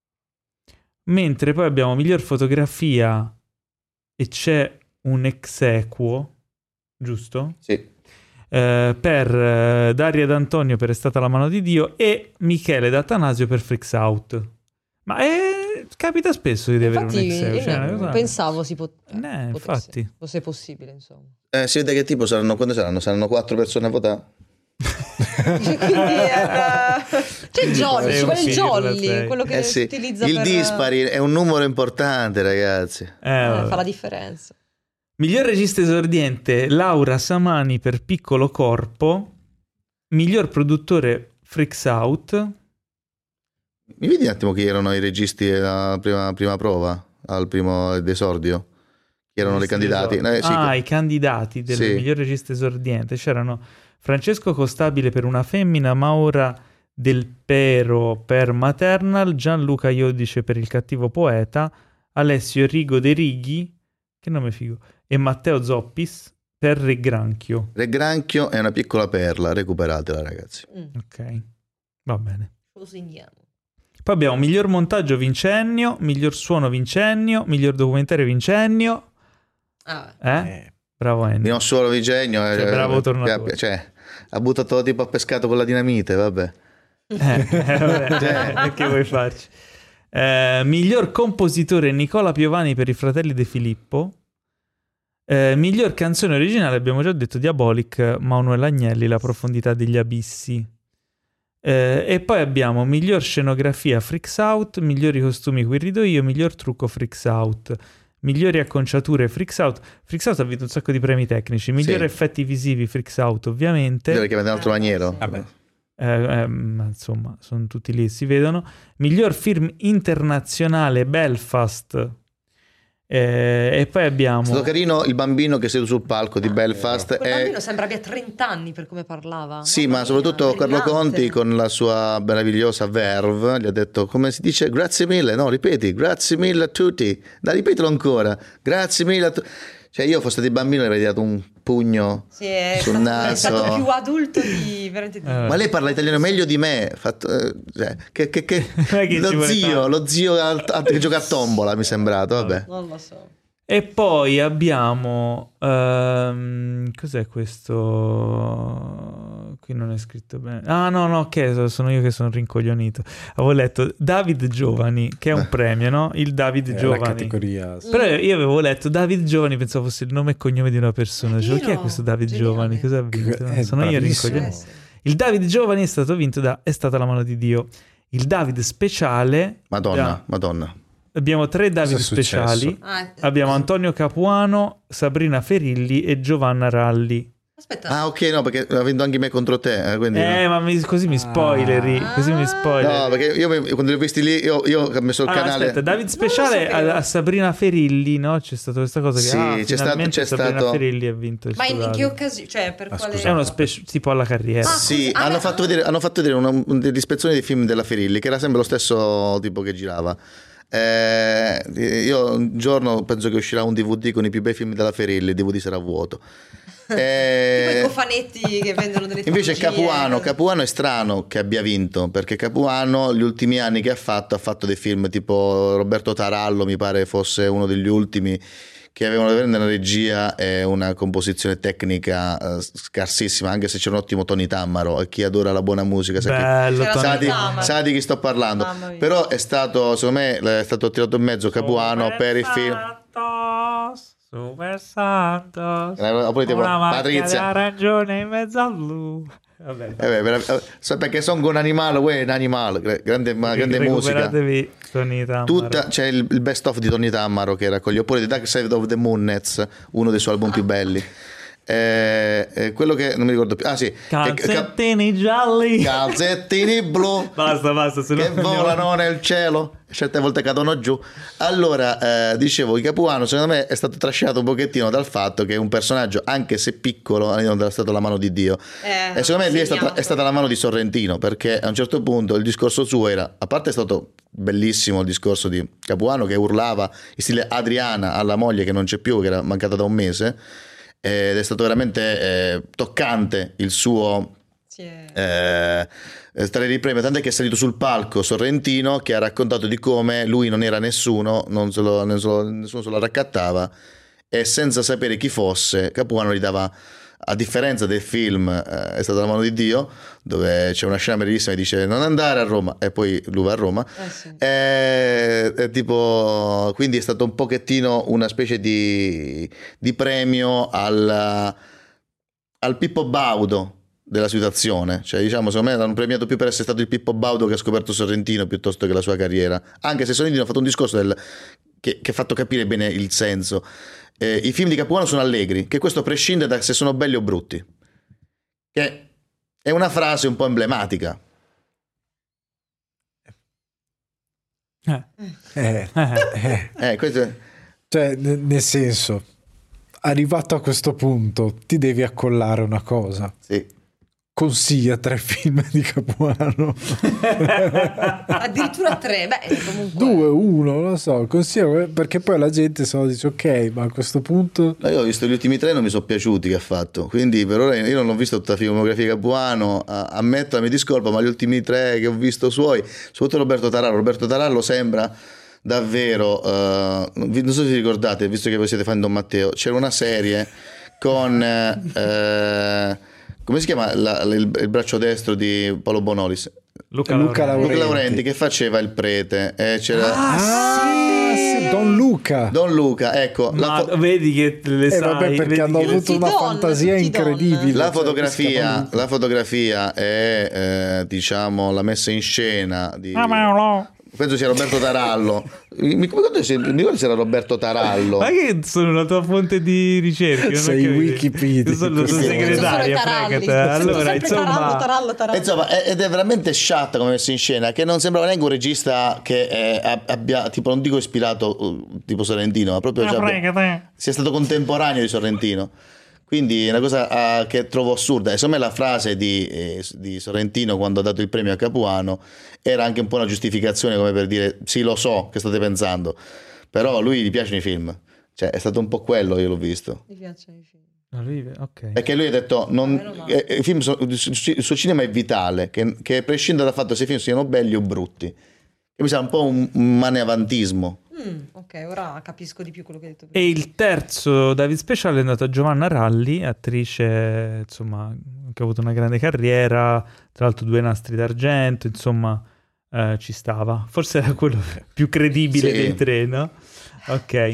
Mentre poi abbiamo miglior fotografia e c'è un ex equo, giusto? Sì. Per Daria D'Antonio per È stata la mano di Dio e Michele D'Atanasio per Freaks Out. Ma capita spesso di avere un ex equo. Pensavo fosse possibile, insomma. Si vede che tipo saranno, quando saranno? Saranno 4 persone a votare? C'è Jolly, ci vuole il Jolly, quello che si utilizza il dispari è un numero importante, ragazzi, fa la differenza. Miglior regista esordiente Laura Samani per Piccolo Corpo. Miglior produttore Freaks Out. Mi vedi un attimo chi erano i registi alla prima prova, al primo esordio? Chi erano i candidati? I candidati del miglior regista esordiente. C'erano Francesco Costabile per Una femmina, Maura Del Pero per Maternal, Gianluca Iodice per Il cattivo poeta, Alessio Rigo De Righi, che nome figo, e Matteo Zoppis per Re Granchio. Re Granchio è una piccola perla, recuperatela, ragazzi. Ok, va bene. Lo segniamo. Poi abbiamo miglior montaggio Vincennio, miglior suono Vincennio, miglior documentario Vincennio. Bravo Andy. Non solo Vigegno. Bravo tornatore. Ha buttato tipo a pescato con la dinamite, vabbè. Che vuoi farci? Miglior compositore Nicola Piovani per i Fratelli De Filippo. Miglior canzone originale abbiamo già detto Diabolic, Manuel Agnelli, La profondità degli abissi. E poi abbiamo miglior scenografia Freaks Out, migliori costumi Qui rido io, miglior trucco Freaks Out, migliori acconciature Freaks Out. Freaks Out ha vinto un sacco di premi tecnici. Migliori effetti visivi Freaks Out, ovviamente. Perché vede un altro maniero. Ma insomma, sono tutti lì, si vedono. Miglior film internazionale Belfast. E poi abbiamo... È stato carino il bambino che è seduto sul palco di Belfast. Quel bambino sembra abbia 30 anni per come parlava. Sì, ma soprattutto Carlo Conti con la sua meravigliosa verve gli ha detto, come si dice, grazie mille, no, ripeti, grazie mille a tutti, dai, ripetilo ancora, grazie mille a tutti. Cioè io fossi stato bambino e avrei dato un pugno sul naso. È stato più adulto di veramente. Ma lei parla italiano meglio di me. Lo zio che gioca a tombola mi è sembrato. Vabbè. Non lo so. E poi abbiamo cos'è questo? Qui non è scritto bene. No, ok, sono io che sono rincoglionito. Avevo letto David Giovani, che è un premio, no? Il David Giovani. La categoria. Però io avevo letto David Giovani, pensavo fosse il nome e cognome di una persona. Dicevo, chi è questo David Giovani? Cosa ha vinto? Sono io rincoglionito. Il David Giovani è stato vinto È stata la mano di Dio. Il David speciale. Madonna. Abbiamo 3 David speciali. Abbiamo Antonio Capuano, Sabrina Ferilli e Giovanna Ralli. Aspetta. Ok, no, perché avendo anche me contro te, quindi ma così mi spoileri. Così mi spoileri. No, perché io quando li ho visti lì, io ho messo il canale. Aspetta, David speciale a Sabrina Ferilli, no? C'è stata questa cosa che c'è Sabrina Ferilli ha vinto il Ma in che occasione? Cioè, per quale? È uno tipo alla carriera. Hanno fatto vedere degli spezzoni dei film della Ferilli, che era sempre lo stesso tipo che girava. Io un giorno penso che uscirà un DVD con i più bei film della Ferilli, il DVD sarà vuoto. Tipo i cofanetti che vendono delle invece Capuano è strano che abbia vinto, perché Capuano gli ultimi anni che ha fatto dei film tipo Roberto Tarallo, mi pare fosse uno degli ultimi, che avevano una regia e una composizione tecnica scarsissima, anche se c'è un ottimo Tony Tammaro, e chi adora la buona musica sa di chi sto parlando. Però è stato, secondo me, è stato tirato in mezzo Capuano per il film Super Santos, una Patrizia arancione in mezzo al blu. Perché sono un animale, grande musica. Tutta, c'è il best of di Tony Tammaro che raccoglie, oppure The Dark Side of the Moonnets, uno dei suoi album più belli. Quello che non mi ricordo più. Calzettini gialli, calzettini blu, basta che volano nel cielo, certe volte cadono giù. Allora dicevo, il Capuano secondo me è stato trascinato un pochettino dal fatto che è un personaggio, anche se piccolo, non è stato la mano di Dio, e secondo me lì è stata la mano di Sorrentino, perché a un certo punto il discorso suo era, a parte è stato bellissimo il discorso di Capuano che urlava in stile Adriana alla moglie che non c'è più, che era mancata da un mese, ed è stato veramente toccante il suo stare di premio, tant'è che è salito sul palco Sorrentino che ha raccontato di come lui non era nessuno, nessuno se lo raccattava, e senza sapere chi fosse Capuano gli dava, a differenza del film È stata la mano di Dio, dove c'è una scena bellissima e dice non andare a Roma, e poi lui va a Roma, tipo, quindi è stato un pochettino una specie di premio al Pippo Baudo della situazione, cioè diciamo secondo me l'hanno premiato più per essere stato il Pippo Baudo che ha scoperto Sorrentino piuttosto che la sua carriera, anche se Sorrentino ha fatto un discorso che ha fatto capire bene il senso. I film di Capuano sono allegri, che questo prescinde da se sono belli o brutti, che è una frase un po' emblematica. Questo è... Cioè, nel senso, arrivato a questo punto ti devi accollare una cosa. Sì. Consiglia 3 film di Capuano. Addirittura 3, comunque 2, 1, non lo so, consiglia, perché poi la gente se no dice ok, ma a questo punto io ho visto gli ultimi 3, non mi sono piaciuti che ha fatto, quindi per ora io non ho visto tutta la filmografia di Capuano, ammetto la mia discolpa, ma gli ultimi 3 che ho visto suoi, soprattutto Roberto Tarallo sembra davvero non so se vi ricordate, visto che voi siete fan di Don Matteo, c'era una serie con come si chiama il braccio destro di Paolo Bonolis? Luca Laurenti, che faceva il prete. C'era... sì, Don Luca, ecco. Vedi che le sai. Vabbè, perché hanno avuto una fantasia incredibile. La fotografia è diciamo la messa in scena di... Penso sia Roberto Tarallo. Mi ricordo se era Roberto Tarallo. Ma che sono la tua fonte di ricerca? Sei Wikipedia. Sono la tua segretaria. Allora, insomma, ed è veramente sciatta come messa in scena, che non sembrava neanche un regista che abbia, tipo, non dico ispirato tipo Sorrentino, ma proprio sia stato contemporaneo di Sorrentino. Quindi è una cosa che trovo assurda. E secondo me la frase di Sorrentino quando ha dato il premio a Capuano era anche un po' una giustificazione, come per dire sì, lo so che state pensando, però a lui gli piacciono i film. Cioè è stato un po' quello, io l'ho visto. Gli piacciono i film. Okay. Perché lui ha detto i film il suo cinema è vitale, che prescinda dal fatto se i film siano belli o brutti. Che mi sa un po' un maneavantismo. Ok, ora capisco di più quello che hai detto prima. E il terzo David Special è andato a Giovanna Ralli, attrice insomma che ha avuto una grande carriera, tra l'altro 2 nastri d'argento, insomma ci stava, forse era quello più credibile dei 3, no? Ok.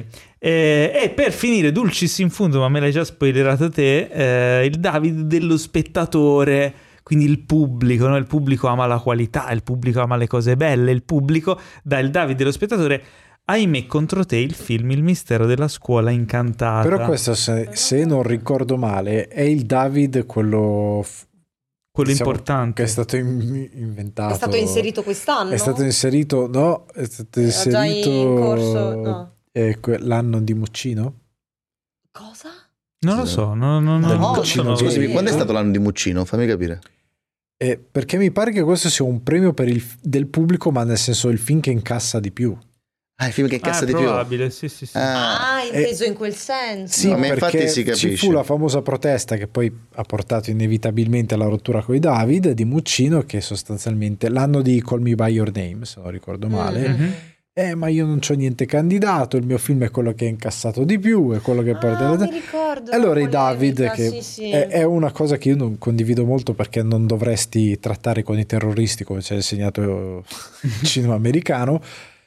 E per finire, dulcis in fundo, ma me l'hai già spoilerato te, il David dello spettatore. Quindi il pubblico, no? Il pubblico ama la qualità, il pubblico ama le cose belle, il pubblico dà il David dello spettatore. Ahimè, contro te il film Il mistero della scuola incantata. Però questo, se non ricordo male, è il David quello importante. Che è stato inventato. È stato inserito quest'anno? È stato inserito, no? È stato inserito già in corso, no. L'anno di Muccino? Cosa? Non lo so. Scusami, quando è stato l'anno di Muccino? Fammi capire. Perché mi pare che questo sia un premio del pubblico, ma nel senso il film che incassa di più. Il film che incassa di più. Probabile, sì. Inteso in quel senso. Sì, ma perché infatti si capisce. Ci fu la famosa protesta che poi ha portato inevitabilmente alla rottura con i David di Muccino, che sostanzialmente l'anno di Call Me By Your Name, se non ricordo male. Ma io non c'ho niente candidato, il mio film è quello che ha incassato di più, è quello che porta mi ricordo. Allora i David, che sì. È una cosa che io non condivido molto, perché non dovresti trattare con i terroristi come ci ha insegnato il cinema americano.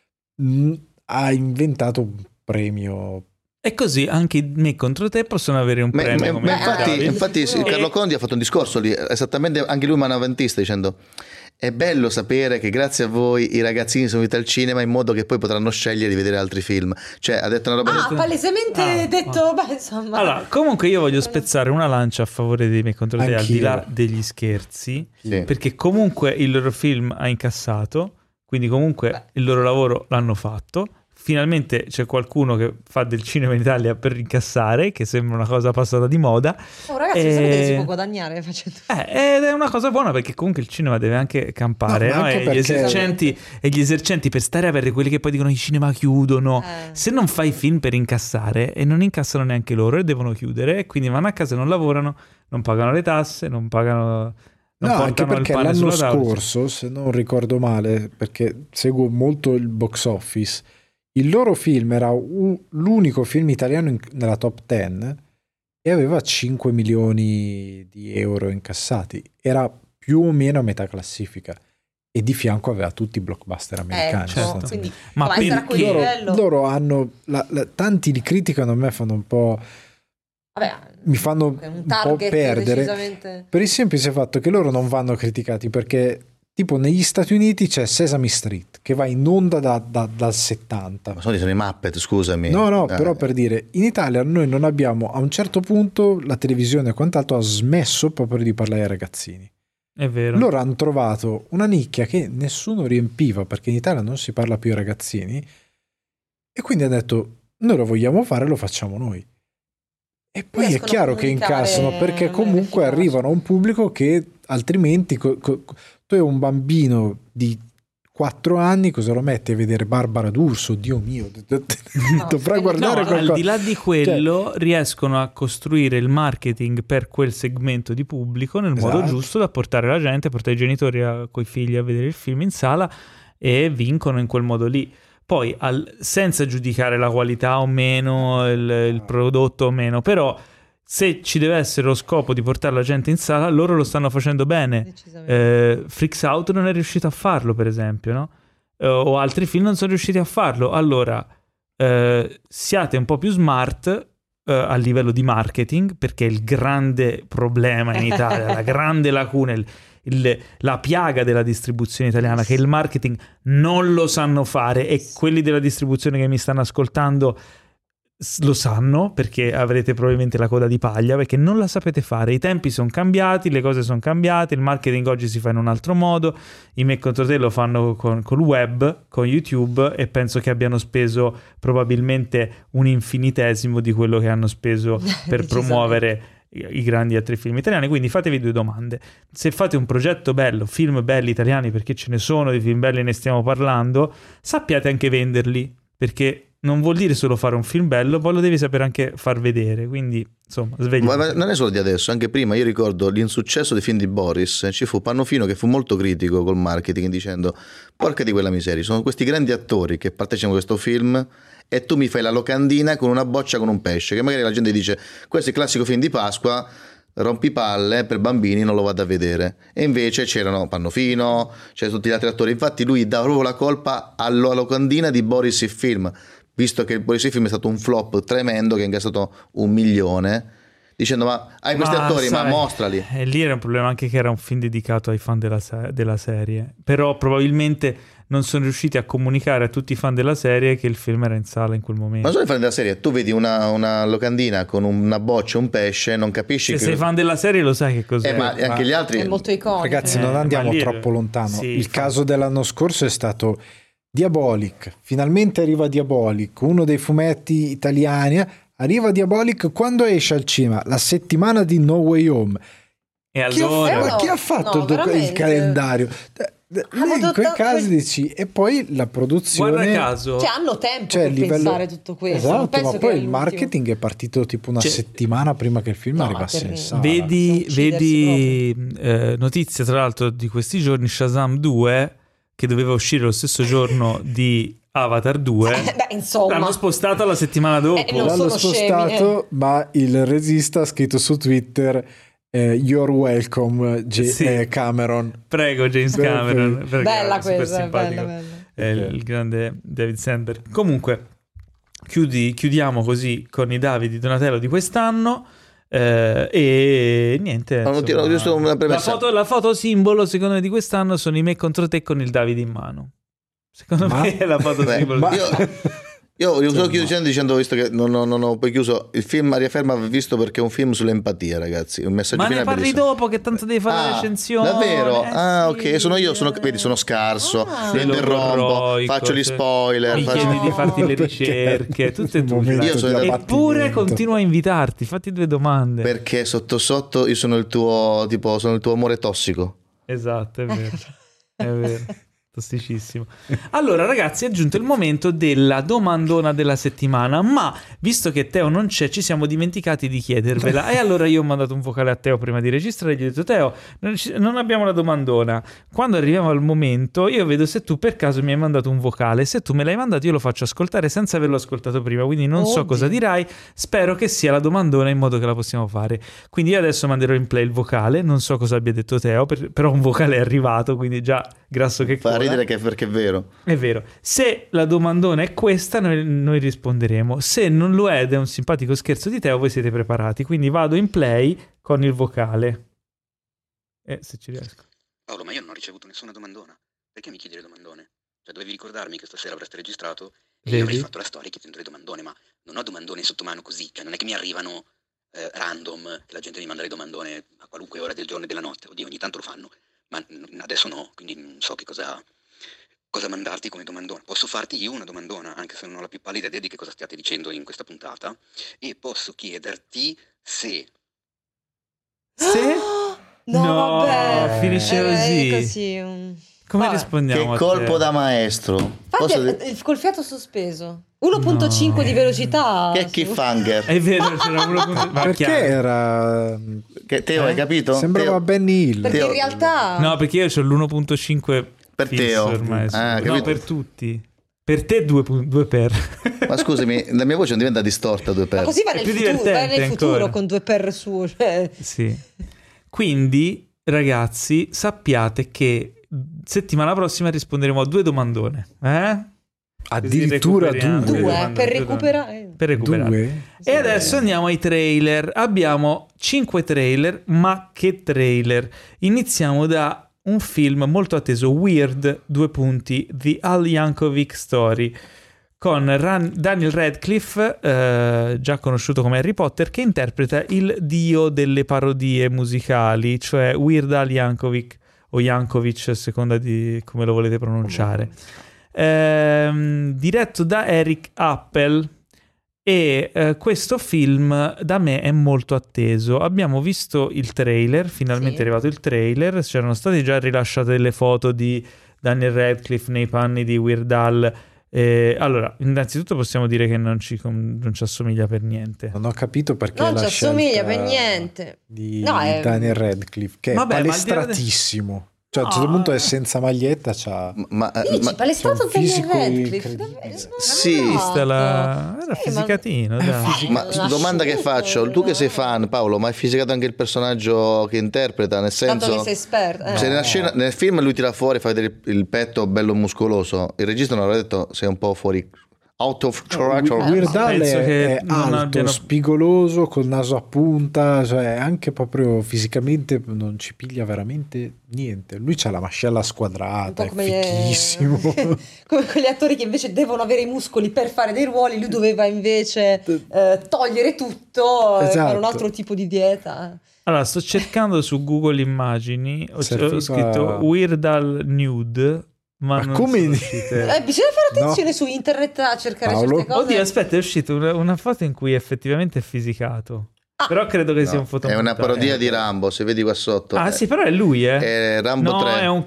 Ha inventato un premio. E così anche me contro te possono avere un premio. Infatti Carlo Conti ha fatto un discorso lì, esattamente anche lui manavantista, dicendo: è bello sapere che grazie a voi i ragazzini sono venuti al cinema in modo che poi potranno scegliere di vedere altri film. Cioè ha detto una roba... palesemente detto... Beh, insomma... Allora, comunque io voglio spezzare una lancia a favore di me contro te, al di là degli scherzi, perché comunque il loro film ha incassato, quindi comunque il loro lavoro l'hanno fatto. Finalmente c'è qualcuno che fa del cinema in Italia per incassare, che sembra una cosa passata di moda. Ragazzi, sapete che si può guadagnare facendo... Ed è una cosa buona, perché comunque il cinema deve anche campare, no? Anche perché... gli esercenti per stare aperti, quelli che poi dicono i cinema chiudono. Se non fai film per incassare, e non incassano neanche loro, e devono chiudere, e quindi vanno a casa e non lavorano, non pagano le tasse, non pagano... anche perché l'anno scorso, se non ricordo male, perché seguo molto il box office, il loro film era l'unico film italiano nella top 10 e aveva 5 milioni di euro incassati. Era più o meno a metà classifica, e di fianco aveva tutti i blockbuster americani. Quindi, ma loro hanno tanti li criticano, a me fanno un po'... mi fanno un po' perdere per il semplice fatto che loro non vanno criticati, perché tipo negli Stati Uniti c'è Sesame Street che va in onda dal 70. Ma sono i Muppet, scusami. No, però per dire, in Italia noi non abbiamo, a un certo punto la televisione e quant'altro ha smesso proprio di parlare ai ragazzini. È vero. Loro hanno trovato una nicchia che nessuno riempiva, perché in Italia non si parla più ai ragazzini, e quindi hanno detto: noi lo vogliamo fare, lo facciamo noi. E poi è chiaro che incassano, perché comunque arrivano a un pubblico che altrimenti tu hai un bambino di 4 anni, cosa lo metti a vedere Barbara D'Urso? Dio mio, dovrà guardare qualcosa. Al di là di quello, riescono a costruire il marketing per quel segmento di pubblico nel modo giusto da portare la gente, portare i genitori coi figli a vedere il film in sala, e vincono in quel modo lì. Poi, senza giudicare la qualità o meno, il prodotto o meno, però se ci deve essere lo scopo di portare la gente in sala, loro lo stanno facendo bene. Freaks Out non è riuscito a farlo, per esempio, no? O altri film non sono riusciti a farlo. Allora, siate un po' più smart a livello di marketing, perché il grande problema in Italia, la grande lacuna, la piaga della distribuzione italiana, che il marketing non lo sanno fare, e quelli della distribuzione che mi stanno ascoltando lo sanno, perché avrete probabilmente la coda di paglia, perché non la sapete fare. I tempi sono cambiati, le cose sono cambiate, il marketing oggi si fa in un altro modo. I Me Contro Te lo fanno col web, con YouTube, e penso che abbiano speso probabilmente un infinitesimo di quello che hanno speso per promuovere i grandi altri film italiani. Quindi fatevi 2 domande: se fate un progetto bello, film belli italiani, perché ce ne sono di film belli e ne stiamo parlando, sappiate anche venderli, perché non vuol dire solo fare un film bello, poi lo devi sapere anche far vedere. Quindi insomma, svegliati. Ma non è solo di adesso, anche prima io ricordo l'insuccesso dei film di Boris. Ci fu Pannofino che fu molto critico col marketing, dicendo: porca di quella miseria, sono questi grandi attori che partecipano a questo film e tu mi fai la locandina con una boccia con un pesce, che magari la gente dice questo è il classico film di Pasqua, rompipalle, per bambini, non lo vado a vedere. E invece c'erano Pannofino, c'erano tutti gli altri attori. Infatti lui dà proprio la colpa alla locandina di Boris il film, visto che Boris il film è stato un flop tremendo che ha incassato 1 milione, dicendo: ma hai questi attori, sai, ma mostrali. E lì era un problema anche che era un film dedicato ai fan della serie, però probabilmente non sono riusciti a comunicare a tutti i fan della serie che il film era in sala in quel momento. Ma sono i fan della serie, tu vedi una locandina con una boccia, un pesce, non capisci. Se sei fan della serie lo sai che cos'è. Ma anche gli altri è molto iconico. Ragazzi, non andiamo troppo lontano. Sì, il caso dell'anno scorso è stato Diabolic. Finalmente arriva Diabolic, uno dei fumetti italiani. Arriva Diabolic quando esce al cinema, la settimana di No Way Home. E allora chi ha fatto il calendario? In quei casi dici, e poi la produzione, guarda caso, hanno tempo per pensare tutto questo. Esatto, ma poi il marketing è partito tipo una settimana prima che il film arrivasse in sala. Vedi notizia tra l'altro di questi giorni, Shazam 2, che doveva uscire lo stesso giorno di Avatar 2, l'hanno spostato alla settimana dopo. L'hanno spostato, ma il regista ha scritto su Twitter: you're welcome, Cameron. Prego, James Cameron. Bella questa, bella. Il grande David Sandberg. Comunque chiudiamo così con i Davide Donatello di quest'anno. E niente, insomma, la foto simbolo secondo me di quest'anno sono i Me Contro Te con il Davide in mano. Secondo me è la foto simbolo. Io sto dicendo, visto che non ho poi chiuso il film, Aria Ferma visto perché è un film sull'empatia, ragazzi, un messaggio. Ma ne parli bellissimo. Dopo che tanto devi fare la recensione. Davvero? Ok, sono scarso, lo interrompo, faccio gli spoiler, mi chiedi di farti le ricerche, tutte eppure continuo a invitarti, fatti 2 domande. Perché sotto io sono il tuo amore tossico. Esatto, è vero. È vero. Tossicissimo. Allora ragazzi, è giunto il momento della domandona della settimana, ma visto che Teo non c'è ci siamo dimenticati di chiedervela, e allora io ho mandato un vocale a Teo prima di registrare e gli ho detto: Teo, non abbiamo la domandona, quando arriviamo al momento io vedo se tu per caso mi hai mandato un vocale, se tu me l'hai mandato io lo faccio ascoltare senza averlo ascoltato prima, quindi non so cosa dirai, spero che sia la domandona in modo che la possiamo fare. Quindi io adesso manderò in play il vocale, non so cosa abbia detto Teo, però un vocale è arrivato, quindi già grasso che fa ridere perché è vero. È vero. Se la domandona è questa, noi risponderemo. Se non lo è ed è un simpatico scherzo di Teo, voi siete preparati. Quindi vado in play con il vocale. Se ci riesco. Paolo, ma io non ho ricevuto nessuna domandona. Perché mi chiedi le domandone? Cioè, dovevi ricordarmi che stasera avreste registrato e io avrei fatto la storia chiedendo le domandone, ma non ho domandone sotto mano così. Cioè, non è che mi arrivano random, che la gente mi manda le domandone a qualunque ora del giorno e della notte. Oddio, ogni tanto lo fanno. Ma adesso no, quindi non so che cosa mandarti come domandona. Posso farti io una domandona, anche se non ho la più pallida idea di che cosa stiate dicendo in questa puntata, e posso chiederti se... No, vabbè. Finisce così. Come rispondiamo? Che colpo da maestro. Infatti, col fiato sospeso. 1.5 di velocità. Che cliffhanger. È vero, c'era 1.5. Perché era... Teo, hai capito? Sembrava Benny Hill. Perché in realtà... No, perché io c'ho l'1.5 per Teo. Ormai. No, per tutti. Per te 2 per. Ma scusami, la mia voce non diventa distorta 2 per. Ma così va nel futuro con 2 per suo. Cioè. Sì. Quindi, ragazzi, sappiate che settimana prossima risponderemo a 2 domandone. Addirittura 2 per recuperare. E adesso andiamo ai trailer. Abbiamo 5 trailer, ma che trailer? Iniziamo da un film molto atteso, Weird, The Al Yankovic Story, con Daniel Radcliffe, già conosciuto come Harry Potter, che interpreta il dio delle parodie musicali, cioè Weird Al Yankovic o Yankovic, a seconda di come lo volete pronunciare. Diretto da Eric Appel, e questo film da me è molto atteso. Abbiamo visto il trailer, finalmente è arrivato il trailer, c'erano state già rilasciate delle foto di Daniel Radcliffe nei panni di Weird Al. Allora, innanzitutto possiamo dire che non ci assomiglia per niente. Non ho capito perché non ci assomiglia per niente di Daniel Radcliffe, che è palestratissimo. Cioè, a un certo punto è senza maglietta, palestrato per Radcliffe. Sì, era fisicatino. Ma domanda che faccio, tu che sei fan, Paolo, ma hai fisicato anche il personaggio che interpreta? Nel senso, tanto che sei esperto. Se nel film lui tira fuori, fa vedere il petto bello muscoloso, il regista non aveva detto sei un po' fuori, out of character. Weird Al è alto, spigoloso, col naso a punta, cioè anche proprio fisicamente non ci piglia veramente niente. Lui c'ha la mascella squadrata, è fighissimo. Come quegli attori che invece devono avere i muscoli per fare dei ruoli, lui doveva invece togliere tutto e fare un altro tipo di dieta. Allora, sto cercando su Google Immagini, ho scritto Weird Al nude. Ma come bisogna fare attenzione su internet a cercare certe cose. Oddio, aspetta, è uscita una foto in cui effettivamente è fisicato. Però credo che sia un fotomontaggio. È una parodia di Rambo, se vedi qua sotto. Sì, però è lui, È Rambo 3. È un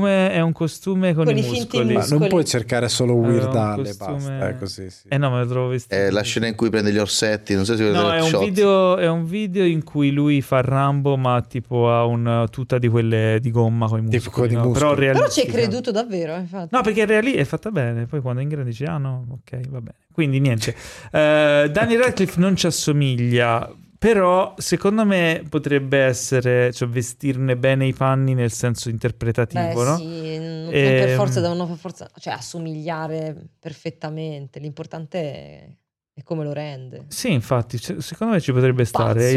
costume con i muscoli. Ma non puoi cercare solo Weird Al e basta, così. Sì. No, me lo trovo vestito. È la scena in cui prende gli orsetti, non so se vedete è un video in cui lui fa Rambo, ma tipo ha una tuta di quelle di gomma con i muscoli. Però ci hai creduto davvero, infatti. No, perché è fatta bene. Poi quando in grande dici, ok, va bene. Quindi niente. Daniel Radcliffe non ci assomiglia. Però secondo me potrebbe essere, cioè vestirne bene i panni nel senso interpretativo, no? Sì, non per forza devono assomigliare perfettamente. L'importante è come lo rende. Sì, infatti, secondo me ci potrebbe stare.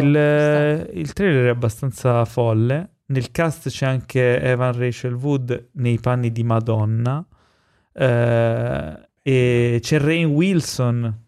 Il trailer è abbastanza folle. Nel cast c'è anche Evan Rachel Wood nei panni di Madonna, e c'è Rainn Wilson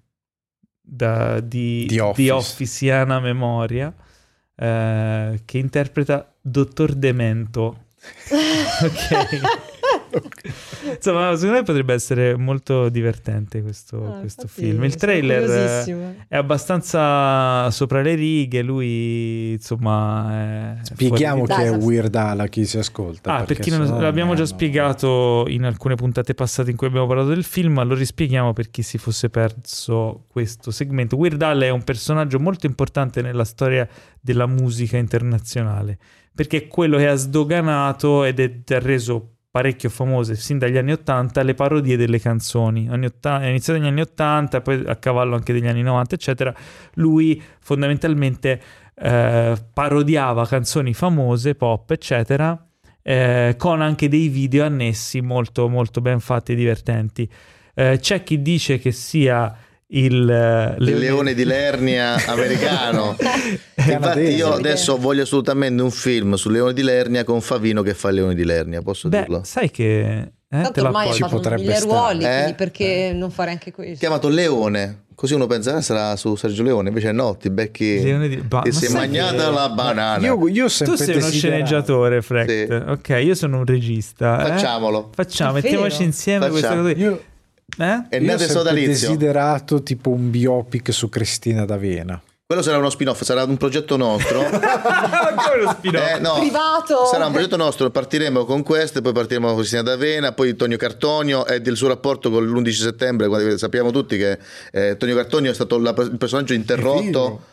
di Officiana memoria, che interpreta Dottor Demento. Ok. Insomma, secondo me potrebbe essere molto divertente questo film. Il trailer è abbastanza sopra le righe. Lui, insomma, spieghiamo che è Weird Al a chi si ascolta. Perché l'abbiamo già spiegato in alcune puntate passate in cui abbiamo parlato del film, ma lo rispieghiamo per chi si fosse perso questo segmento. Weird Al è un personaggio molto importante nella storia della musica internazionale, perché è quello che ha sdoganato ed è reso parecchio famose sin dagli anni 80 le parodie delle canzoni. È iniziato negli anni 80, poi a cavallo anche degli anni 90 eccetera. Lui fondamentalmente parodiava canzoni famose, pop eccetera, con anche dei video annessi molto molto ben fatti e divertenti. C'è chi dice che sia il leone di Lernia americano. Infatti io adesso voglio assolutamente un film sul leone di Lernia con Favino che fa il leone di Lernia, posso dirlo? Sai che tanto ormai ha fatto 1000 ruoli, quindi perché non fare anche questo? Chiamato Leone, così uno pensa sarà su Sergio Leone, invece no, ti becchi e si è mangiata la banana. Io tu sei uno sceneggiatore, Freck. Sì. Ok, io sono un regista. Facciamolo. Mettiamoci insieme questa cosa. È io ho sempre desiderato tipo un biopic su Cristina D'Avena. Quello sarà uno spin-off, sarà un progetto nostro. Come uno spin-off? No, privato. Sarà un progetto nostro, partiremo con questo, poi partiremo con Cristina D'Avena, poi Tonio Cartonio e del suo rapporto con l'11 settembre, quando sappiamo tutti che Tonio Cartonio è stato il personaggio interrotto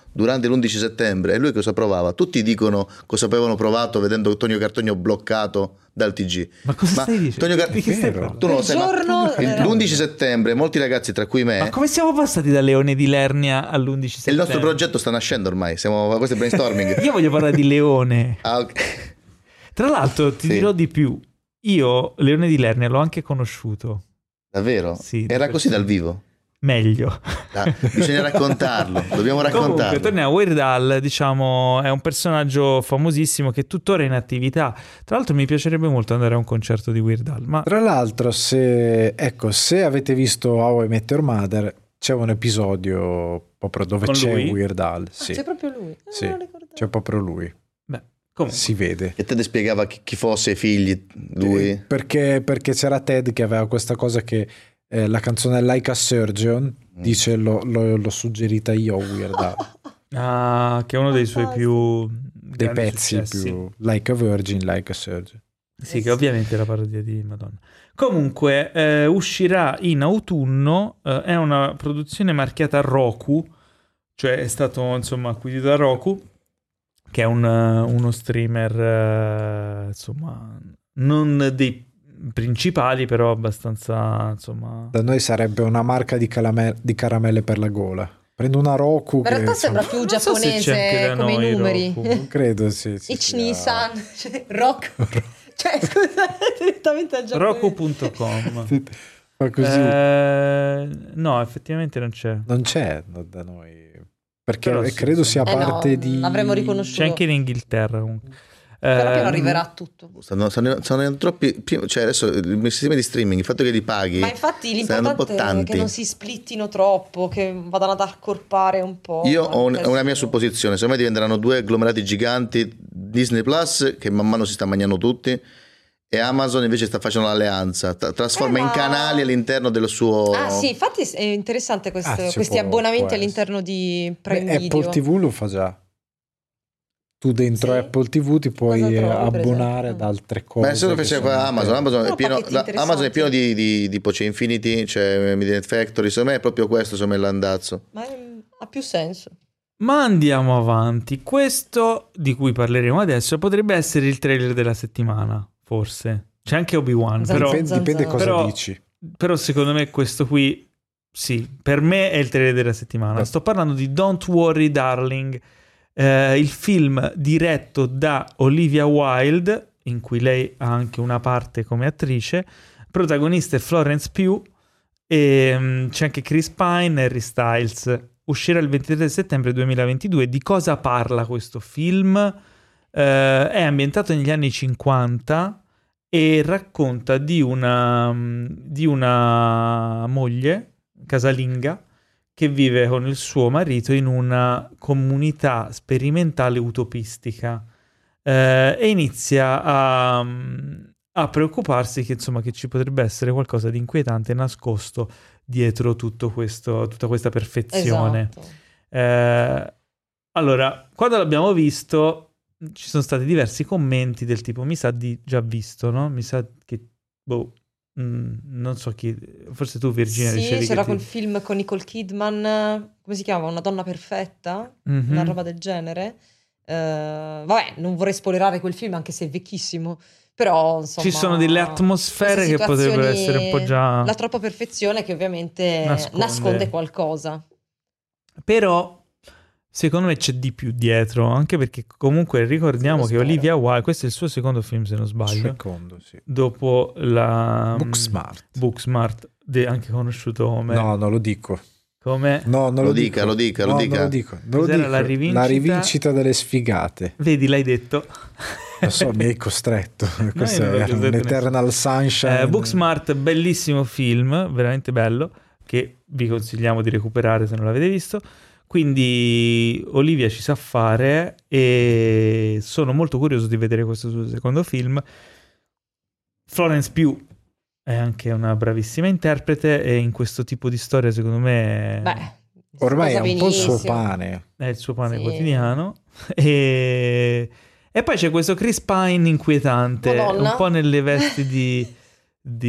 durante l'11 settembre, e lui cosa provava? Tutti dicono cosa avevano provato vedendo Tonio Cartogno bloccato dal TG. Ma cosa stai dicendo? Tu non lo sai, l'11 settembre molti ragazzi, tra cui me... Ma come siamo passati da Leone di Lernia all'11 settembre? Il nostro progetto sta nascendo ormai, siamo a questo brainstorming. Io voglio parlare di Leone. Okay. Tra l'altro ti dirò di più, io Leone di Lernia l'ho anche conosciuto. Davvero? Sì, era così dal vivo? Meglio. Bisogna raccontarlo, dobbiamo raccontarlo. Comunque, torniamo a Weird Al, diciamo, è un personaggio famosissimo che è tuttora in attività. Tra l'altro mi piacerebbe molto andare a un concerto di Weird Al. Ma... Tra l'altro, se avete visto How I Met Your Mother, c'è un episodio proprio dove con c'è lui? Weird Al. Sì. C'è proprio lui. Sì, c'è proprio lui. Beh, comunque. Si vede. E Ted spiegava chi fosse i figli, lui? Perché c'era Ted che aveva questa cosa che la canzone Like a Surgeon dice l'ho suggerita io a Weird Al. Ah, che è uno dei suoi più dei pezzi successi. Più Like a Virgin, Like a Surgeon. Sì, che ovviamente è la parodia di Madonna. Comunque uscirà in autunno, è una produzione marchiata Roku, cioè è stato insomma acquisito da Roku, che è uno streamer insomma non dei principali, però abbastanza insomma. Da noi sarebbe una marca di caramelle per la gola. Prendo una Roku. Ma in realtà sembra più giapponese come i numeri. Non credo, sì. Ichni-san, Roku. Cioè, scusate, direttamente al giapponese. Roku.com. Fa così. No, effettivamente non c'è. Non c'è da noi. Perché però credo sia parte di... L'avremmo riconosciuto. C'è anche in Inghilterra comunque. Però più arriverà a tutto. Sono troppi, cioè adesso il sistema di streaming, il fatto che li paghi, ma infatti l'importante è che non si splittino troppo, che vadano ad accorpare un po'. Io ho una mia supposizione, secondo me diventeranno due agglomerati giganti, Disney Plus che man mano si sta mangiando tutti e Amazon invece sta facendo l'alleanza, trasforma in canali all'interno del suo... Ah sì, infatti è interessante questi abbonamenti all'interno di Prime Video. Apple TV lo fa già. Tu dentro Apple TV ti puoi abbonare ad altre cose. Beh, se lo faceva Amazon è pieno di tipo c'è Infinity, c'è Media Factory, secondo me è proprio questo, secondo me, l'andazzo. Ma ha più senso. Ma andiamo avanti. Questo di cui parleremo adesso potrebbe essere il trailer della settimana, forse. C'è anche Obi-Wan, però dipende cosa dici. Però secondo me questo qui, sì, per me è il trailer della settimana. Sto parlando di Don't Worry Darling, il film diretto da Olivia Wilde, in cui lei ha anche una parte come attrice, protagonista è Florence Pugh, e c'è anche Chris Pine e Harry Styles. Uscirà il 23 settembre 2022. Di cosa parla questo film? È ambientato negli anni 50 e racconta di una moglie casalinga che vive con il suo marito in una comunità sperimentale utopistica e inizia a preoccuparsi che, insomma, che ci potrebbe essere qualcosa di inquietante nascosto dietro tutta questa perfezione. Esatto. Allora, quando l'abbiamo visto ci sono stati diversi commenti del tipo mi sa di già visto, no? Mi sa che non so chi, forse tu Virginia dicevi c'era quel film con Nicole Kidman, come si chiama? Una donna perfetta, una roba del genere. Vabbè, non vorrei spoilerare quel film anche se è vecchissimo, però insomma ci sono delle atmosfere che potrebbero essere un po' già la troppa perfezione che ovviamente nasconde qualcosa. Però secondo me c'è di più dietro, anche perché comunque ricordiamo che Olivia Wilde, questo è il suo secondo film se non sbaglio, sì. Dopo la Booksmart, anche conosciuto come no, non lo dico. Come? No, non lo dica. Non lo dico. La rivincita delle sfigate. Vedi, l'hai detto. Lo so, mi hai costretto. Questo è un Eternal Sunshine. Booksmart, bellissimo film, veramente bello, che vi consigliamo di recuperare se non l'avete visto. Quindi Olivia ci sa fare e sono molto curioso di vedere questo suo secondo film. Florence Pugh è anche una bravissima interprete e in questo tipo di storia secondo me ormai è un po' il suo pane. È il suo pane quotidiano. E poi c'è questo Chris Pine inquietante, un po' nelle vesti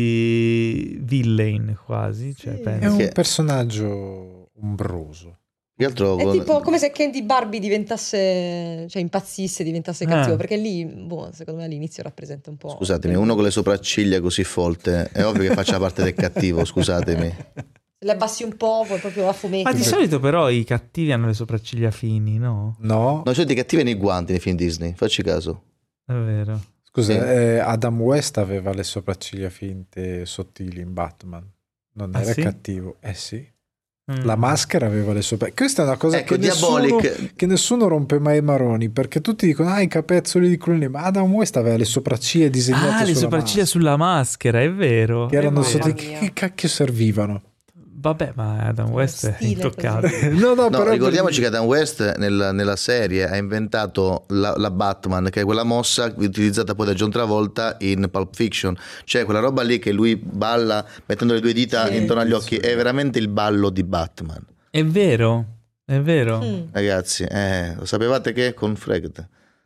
di villain quasi. Cioè, è un personaggio ombroso. È tipo come se Candy Barbie diventasse, cioè impazzisse, diventasse cattivo, perché lì, secondo me all'inizio rappresenta un po'. Scusatemi, uno con le sopracciglia così folte, è ovvio che faccia parte del cattivo, scusatemi. Le abbassi un po', poi proprio a fumetti. Ma di solito però i cattivi hanno le sopracciglia fini, no? No. No, cioè i cattivi hanno i guanti nei film Disney, facci caso. È vero. Scusa, Adam West aveva le sopracciglia finte sottili in Batman. Non era cattivo. Sì. La maschera aveva le sopracciglia. Questa è una cosa che nessuno rompe mai i maroni, perché tutti dicono i capezzoli di Clooney, ma Adam West aveva le sopracciglia disegnate le sopracciglia sulla maschera, è vero. Che erano che cacchio servivano? Vabbè, ma Adam West è intoccabile. No, però ricordiamoci che Adam West nella serie ha inventato la Batman, che è quella mossa utilizzata poi da John Travolta in Pulp Fiction, cioè quella roba lì che lui balla mettendo le due dita intorno agli occhi, è veramente il ballo di Batman. È vero. Ragazzi, lo sapevate che con Fregd?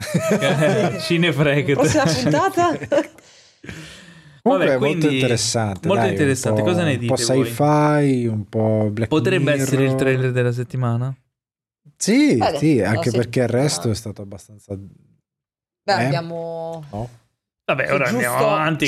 Cinefregd. Prossima puntata. Comunque è molto interessante. Molto interessante. Cosa ne dite? Un po' sci-fi, un po' Black Potrebbe Mirror. essere il trailer della settimana? Sì, anche perché il resto è stato abbastanza. Abbiamo. No? Vabbè, ora andiamo avanti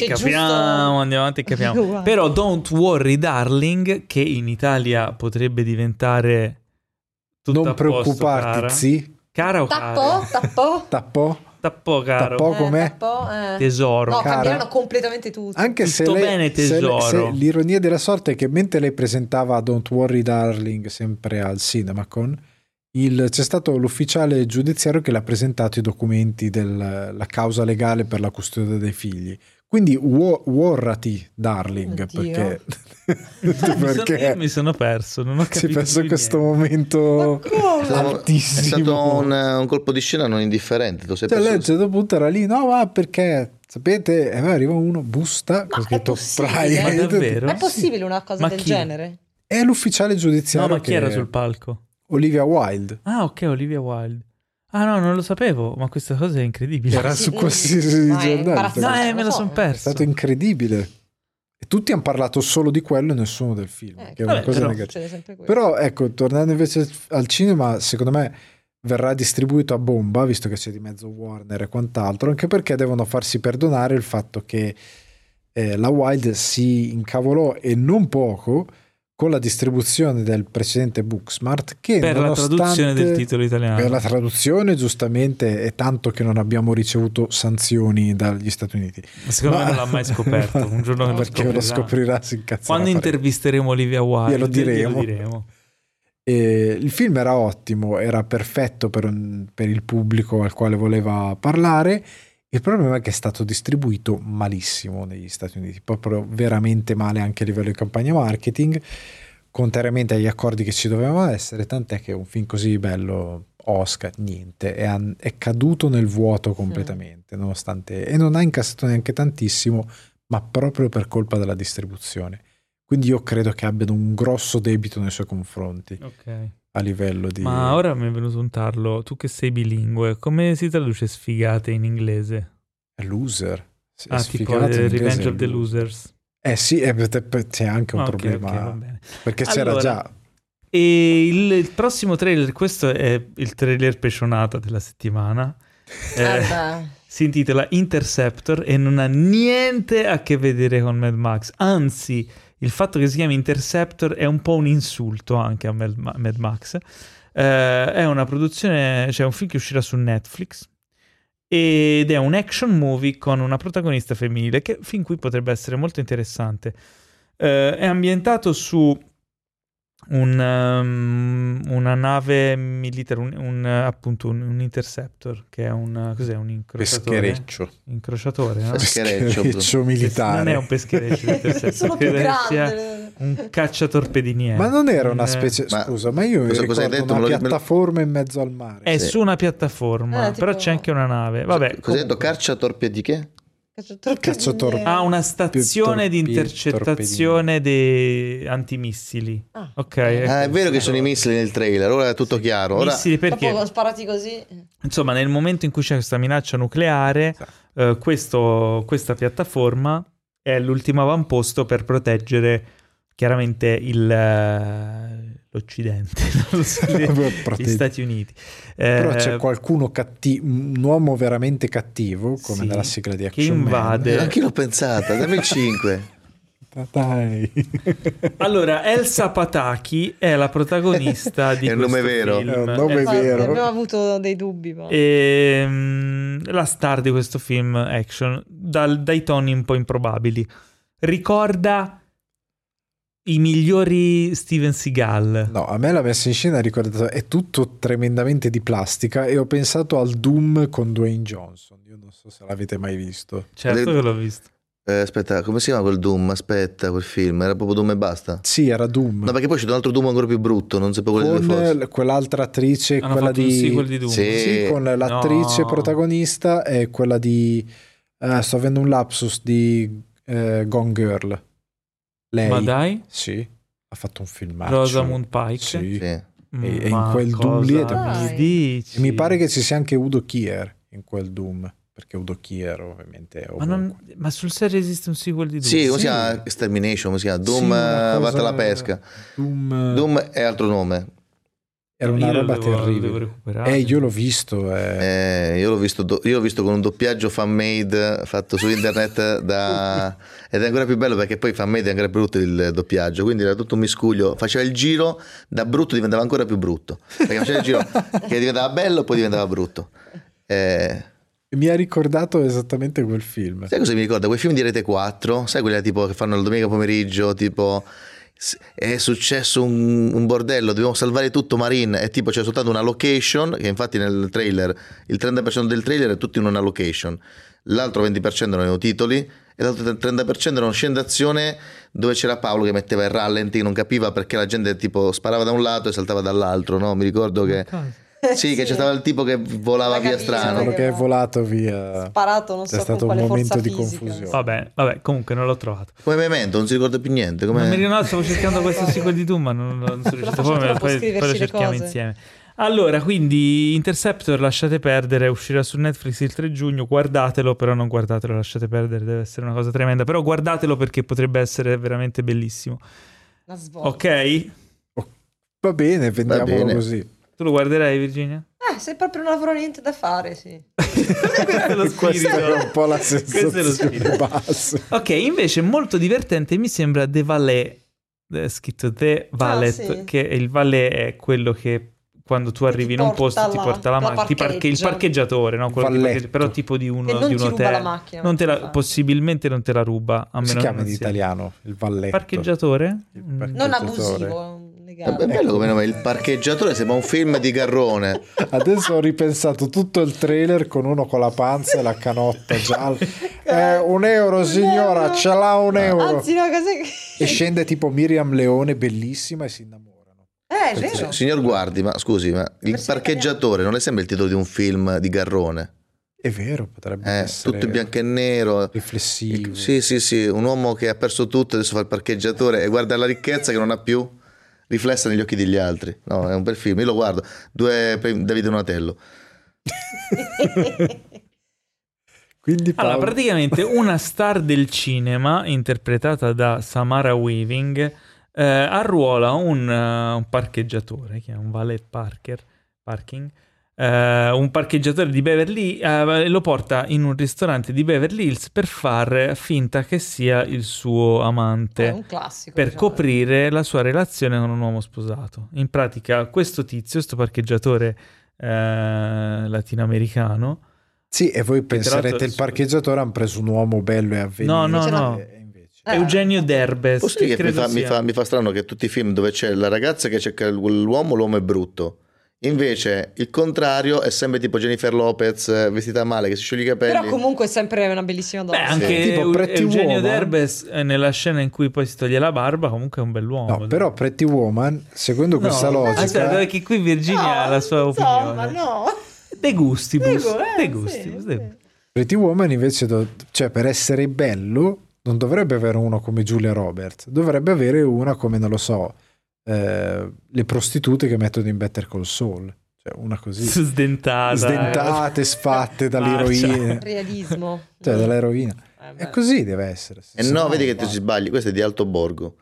e capiamo. Però Don't Worry Darling, che in Italia potrebbe diventare tutto non a posto, preoccuparti, sì. Cara o Tappò? Tappò, caro. Tappò com'è? Tesoro. No, cambieranno completamente tutto. Anche se bene, tesoro. Se l'ironia della sorte è che mentre lei presentava Don't Worry Darling sempre al CinemaCon, c'è stato l'ufficiale giudiziario che l'ha presentato i documenti della causa legale per la custodia dei figli. Quindi worrati Darling. Perché io mi sono perso, non ho capito. Si è perso questo momento altissimo. È stato un colpo di scena non indifferente. Lei a un certo punto era lì, no, ma perché sapete, arriva uno, busta con scritto Pride. Ma davvero? Ma è possibile una cosa del genere? È l'ufficiale giudiziario. No, ma chi era sul palco? Olivia Wilde. Ah, ok, Olivia Wilde. Ah no, non lo sapevo, ma questa cosa è incredibile. Era su qualsiasi giornale. Me lo sono perso. È stato incredibile. E tutti hanno parlato solo di quello e nessuno del film, che è una cosa negativa. Però ecco, tornando invece al cinema, secondo me verrà distribuito a bomba, visto che c'è di mezzo Warner e quant'altro, anche perché devono farsi perdonare il fatto che la Wilde si incavolò, e non poco, con la distribuzione del precedente Booksmart, che per la traduzione del titolo italiano, per la traduzione giustamente, è tanto che non abbiamo ricevuto sanzioni dagli Stati Uniti. Secondo me non l'ha mai scoperto. Un giorno perché lo scoprirà, si incazzerà. Quando intervisteremo Olivia Wilde glielo diremo. Il film era ottimo, era perfetto per il pubblico al quale voleva parlare. Il problema è che è stato distribuito malissimo negli Stati Uniti, proprio veramente male anche a livello di campagna marketing, contrariamente agli accordi che ci dovevano essere, tant'è che un film così bello, Oscar, niente, è caduto nel vuoto completamente, nonostante, e non ha incassato neanche tantissimo, ma proprio per colpa della distribuzione. Quindi io credo che abbiano un grosso debito nei suoi confronti. Ok. A livello di... Ma ora mi è venuto un tarlo, tu che sei bilingue, come si traduce sfigate in inglese? Loser. Tipo Revenge of the Losers. Sì, c'è anche un problema, va bene. Perché c'era già. E il prossimo trailer, questo è il trailer pecionata della settimana, si intitola Interceptor e non ha niente a che vedere con Mad Max, anzi il fatto che si chiami Interceptor è un po' un insulto anche a Mad Max. È una produzione, cioè un film che uscirà su Netflix ed è un action movie con una protagonista femminile che fin qui potrebbe essere molto interessante. È ambientato su una nave militare, appunto un interceptor, che è un incrociatore. Incrociatore, no? Peschereccio militare. Non è un peschereccio, sono più grande. Un cacciatorpediniere. Ma non era una specie, scusa, ma io mi ricordo una piattaforma in mezzo al mare. È su una piattaforma, però c'è anche una nave. Vabbè, cos'è detto? Cacciatorpedi di che? Una stazione di intercettazione dei antimissili. Ok. È vero che sono i missili nel trailer, ora è tutto chiaro. Missili perché? Dopo sparati così. Insomma, nel momento in cui c'è questa minaccia nucleare, questa piattaforma è l'ultimo avamposto per proteggere chiaramente l'Occidente, non lo so, gli Stati Uniti. Però c'è qualcuno un uomo veramente cattivo, come nella sigla di Action che invade. Man. Anche l'ho pensata, dammi 5. Dai. Allora, Elsa Pataki è la protagonista di questo nome vero. film. È un nome vero. Abbiamo avuto dei dubbi. Ma... La star di questo film action, dai toni un po' improbabili. Ricorda i migliori Steven Seagal. No, a me la messa in scena ha ricordato, è tutto tremendamente di plastica, e ho pensato al Doom con Dwayne Johnson. Io non so se l'avete mai visto. Certo che l'ho visto. Aspetta, come si chiama quel Doom? Aspetta, quel film era proprio Doom e basta? Sì, era Doom. No, perché poi c'è un altro Doom ancora più brutto, non sapevo quale fosse. Quell'altra attrice, Hanno quella fatto un sequel di Doom. Sì, con l'attrice protagonista è quella di sto avendo un lapsus di Gone Girl. Lei. Ma dai? Sì, ha fatto un filmaccio. Rosamund Pike. Sì. Sì. E in quel Doom lì E mi pare che ci sia anche Udo Kier in quel Doom, perché Udo Kier ovviamente è ma sul serio esiste un sequel di Doom? Sì, come si chiama? Extermination, come si chiama? Doom vatta alla pesca. Doom è altro nome. Era una roba devo terribile. recuperare. Io l'ho visto. Io l'ho visto con un doppiaggio fan made fatto su internet ed è ancora più bello perché poi fan made è ancora più brutto il doppiaggio, quindi era tutto un miscuglio, faceva il giro, da brutto diventava ancora più brutto, perché faceva il giro che diventava bello poi diventava brutto. Mi ha ricordato esattamente quel film. Sai cosa mi ricorda? Quei film di Rete 4, sai quelli tipo che fanno la domenica pomeriggio, tipo è successo un bordello, dobbiamo salvare tutto Marine, e tipo c'è soltanto una location, che infatti nel trailer il 30% del trailer è tutto in una location, l'altro 20% erano i titoli e l'altro 30% erano scene d'azione dove c'era Paolo che metteva il rallenti, non capiva perché la gente tipo sparava da un lato e saltava dall'altro, no? Mi ricordo che sì, che c'è stato il tipo che volava via strano, quello che è volato via, sparato, non so, è stato un momento di confusione. Vabbè, comunque non l'ho trovato. Come Memento, non si ricorda più niente. Non mi ricordo, stavo cercando questo sequel di Doom, ma non sono riuscito. Poi lo cerchiamo insieme. Allora, quindi Interceptor lasciate perdere, uscirà su Netflix il 3 giugno, guardatelo, però non guardatelo, lasciate perdere, deve essere una cosa tremenda, però guardatelo perché potrebbe essere veramente bellissimo. Ok? Va bene, vendiamolo così. Tu lo guarderai, Virginia? Se proprio non avrò niente da fare, sì. Questa è un po' la sensazione bassa. Ok, invece molto divertente mi sembra The Valet, scritto The Valet, sì. che il valet è quello che quando tu arrivi in un posto ti porta la macchina, il parcheggiatore, no? Però tipo di un hotel. Ruba la macchina. Possibilmente non te la ruba. Come si chiama in italiano? Il valletto. Parcheggiatore? Non abusivo. È bello come nome, il parcheggiatore, sembra un film di Garrone. Adesso ho ripensato tutto il trailer con uno con la panza e la canotta gialla. €1 signora, ce l'ha €1. Anzi, no, e scende tipo Miriam Leone, bellissima, e si innamorano. È vero. Signor guardi, ma scusi, ma il parcheggiatore non è sempre il titolo di un film di Garrone? È vero, potrebbe essere tutto in bianco e nero, riflessivo. Sì, un uomo che ha perso tutto adesso fa il parcheggiatore e guarda la ricchezza che non ha più riflessa negli occhi degli altri. No, è un bel film, io lo guardo. Davide Donatello. Quindi allora, praticamente una star del cinema interpretata da Samara Weaving arruola un parcheggiatore, che è un valet parking, un parcheggiatore di Beverly, lo porta in un ristorante di Beverly Hills per far finta che sia il suo amante, un classico, per coprire la sua relazione con un uomo sposato. In pratica questo parcheggiatore latinoamericano. Sì, e voi penserete il parcheggiatore hanno preso un uomo bello e avvenire. No. Eugenio Derbez. Posso dire che mi fa strano che tutti i film dove c'è la ragazza che cerca l'uomo è brutto. Invece il contrario è sempre tipo Jennifer Lopez vestita male che si scioglie i capelli. Però comunque è sempre una bellissima donna. Anche Eugenio Derbez nella scena in cui poi si toglie la barba comunque è un bell'uomo. No, però Pretty Woman, secondo questa logica, aspetta, perché qui Virginia ha la sua opinione. No. De gustibus. Pretty Woman invece cioè per essere bello non dovrebbe avere uno come Julia Roberts, dovrebbe avere una come, non lo so, le prostitute che mettono in Better Call Saul, cioè una così sdentate, sfatte dall'eroina, realismo, cioè dall'eroina, e così deve essere. No, vedi che ti sbagli, questo è di Alto Borgo.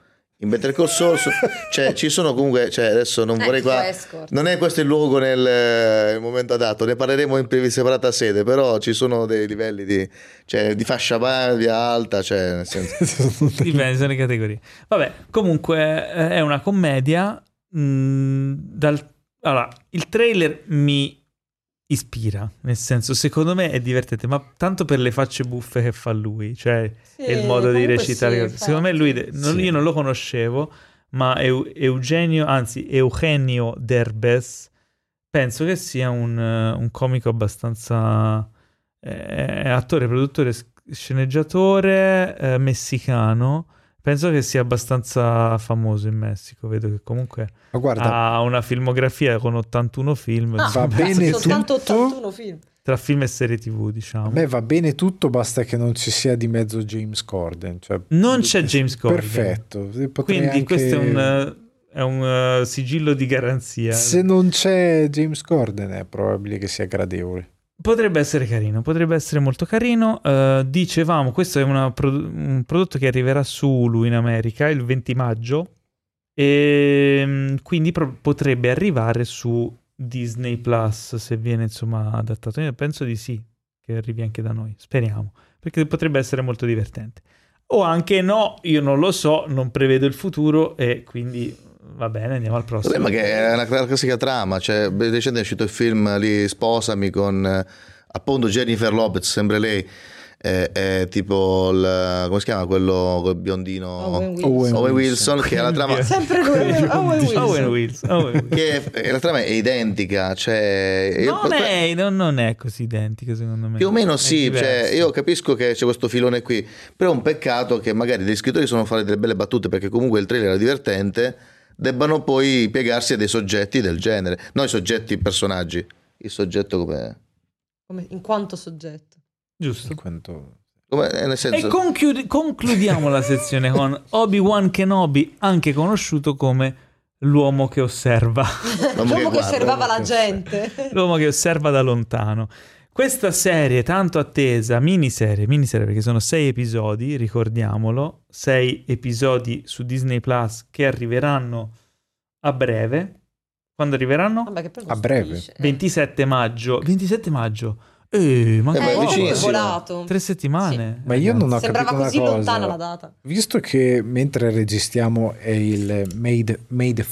in Better Call Saul, cioè ci sono comunque, cioè adesso non vorrei qua, non è questo il luogo nel momento adatto, ne parleremo in separata sede, però ci sono dei livelli di fascia media alta, cioè nel senso dipende, sono le categorie. Vabbè, comunque è una commedia. Allora, il trailer mi ispira, nel senso, secondo me è divertente, ma tanto per le facce buffe che fa lui, cioè è il modo di recitare. Secondo me lui, io non lo conoscevo, ma Eugenio Derbez penso che sia un comico abbastanza attore, produttore, sceneggiatore messicano. Penso che sia abbastanza famoso in Messico, vedo che comunque ha una filmografia con 81 film. Va bene soltanto tutto, 81 film. Tra film e serie TV, diciamo. A me va bene tutto, basta che non ci sia di mezzo James Corden. Cioè, non c'è James Corden. Perfetto. Quindi anche... questo è un sigillo di garanzia. Se non c'è James Corden è probabile che sia gradevole. Potrebbe essere carino, potrebbe essere molto carino. Dicevamo, questo è un prodotto che arriverà su Hulu in America il 20 maggio e quindi potrebbe arrivare su Disney Plus se viene insomma adattato. Io penso di sì, che arrivi anche da noi, speriamo, perché potrebbe essere molto divertente. O anche no, io non lo so, non prevedo il futuro e quindi... Va bene, andiamo al prossimo. Ma che è una classica trama, cioè recente è uscito il film lì Sposami con appunto Jennifer Lopez, sempre lei, è tipo come si chiama quello col biondino Owen Wilson, che è la trama sempre lui, Owen Wilson. Che la trama è identica, cioè non è così identica secondo me. Più o meno sì, cioè, io capisco che c'è questo filone qui, però è un peccato che magari degli scrittori sono fare delle belle battute, perché comunque il trailer era divertente, debbano poi piegarsi a dei soggetti del genere, non i soggetti personaggi, il soggetto come in quanto soggetto, giusto, nel senso... E concludiamo la sezione con Obi-Wan Kenobi, anche conosciuto come l'uomo che osserva, l'uomo che osservava la gente, l'uomo che osserva da lontano. Questa serie tanto attesa, miniserie perché sono 6 episodi, ricordiamolo, 6 episodi su Disney Plus che arriveranno a breve. Quando arriveranno? Vabbè, che a breve. 27 maggio. 27 maggio. Ma è volato. 3 settimane. Sì. Ma io non ho sembrava capito così una cosa. lontana la data. Visto che mentre registriamo è il May the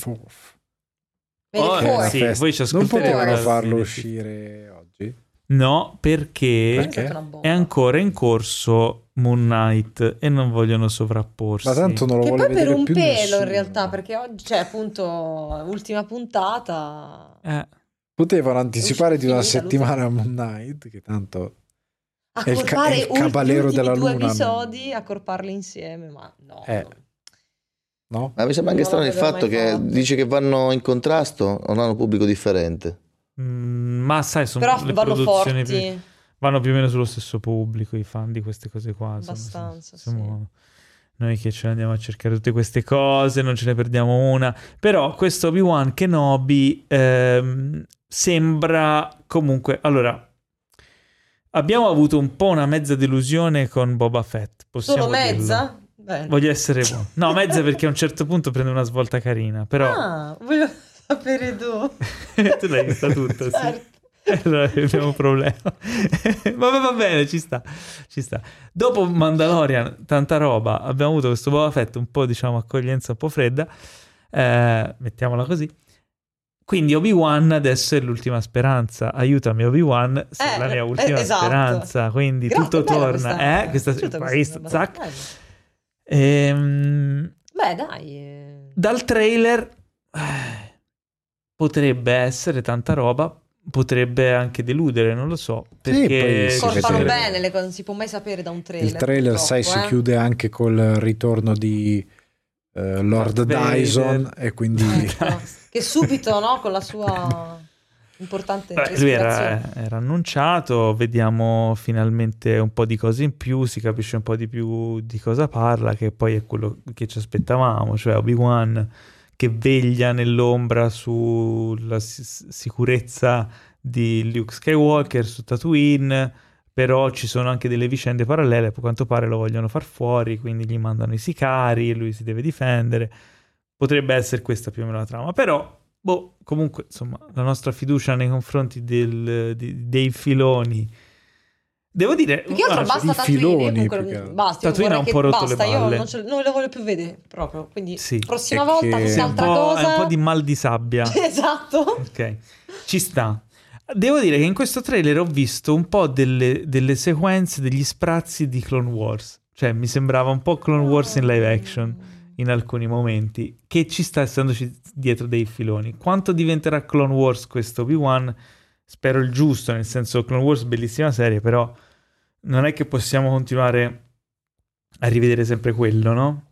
4th. Sì, voi ci non potevano farlo uscire oggi? No, perché è ancora in corso Moon Knight e non vogliono sovrapporsi. Ma tanto non lo vuole vedere per un più pelo nessuno. In realtà, perché oggi c'è appunto ultima puntata. Potevano anticipare di una settimana Moon Knight, che tanto è il cavaliere della luna. 2 episodi, accorparli insieme, ma no. No? Ma mi sembra anche strano il fatto che dice che vanno in contrasto o non hanno pubblico differente. Ma sai, sono però le vanno produzioni forti. Vanno più o meno sullo stesso pubblico, i fan di queste cose qua. Abbastanza, siamo noi che ce ne andiamo a cercare tutte queste cose, non ce ne perdiamo una. Però questo Obi-Wan Kenobi sembra comunque... Allora, abbiamo avuto un po' una mezza delusione con Boba Fett. Solo mezza? Voglio essere buono. No, mezza perché a un certo punto prende una svolta carina, però... voglio sapere tu. Tu l'hai vista tutta, sì. Allora abbiamo un problema. Va bene, ci sta. Dopo Mandalorian, tanta roba, abbiamo avuto questo Boba Fett un po', diciamo, accoglienza un po' fredda, mettiamola così. Quindi Obi-Wan adesso è l'ultima speranza. Aiutami Obi-Wan, sei la mia ultima speranza. Quindi tutto torna. Questa zac. Beh, dai. Dal trailer potrebbe essere tanta roba, potrebbe anche deludere, non lo so, perché fanno bene le cose, non si può mai sapere da un trailer. Il trailer, sai, si chiude anche col ritorno di Lord Dyson e quindi che subito, no, con la sua importante lui era annunciato, vediamo finalmente un po' di cose in più, si capisce un po' di più di cosa parla, che poi è quello che ci aspettavamo, cioè Obi-Wan che veglia nell'ombra sulla sicurezza di Luke Skywalker su Tatooine, però ci sono anche delle vicende parallele, a quanto pare lo vogliono far fuori, quindi gli mandano i sicari e lui si deve difendere. Potrebbe essere questa più o meno la trama, però comunque insomma la nostra fiducia nei confronti dei filoni, devo dire, più che altro basta Tatooine, basta, Tatooine ha un po' rotto le balle, io non lo voglio più vedere proprio, quindi prossima volta quest'altra cosa è un po' di mal di sabbia. Esatto, ok, ci sta. Devo dire che in questo trailer ho visto un po' delle sequenze, degli sprazzi di Clone Wars, cioè mi sembrava un po' Clone Wars in live action in alcuni momenti, che ci sta essendoci dietro dei filoni. Quanto diventerà Clone Wars questo Obi-Wan? Spero il giusto, nel senso, Clone Wars bellissima serie, però non è che possiamo continuare a rivedere sempre quello, no?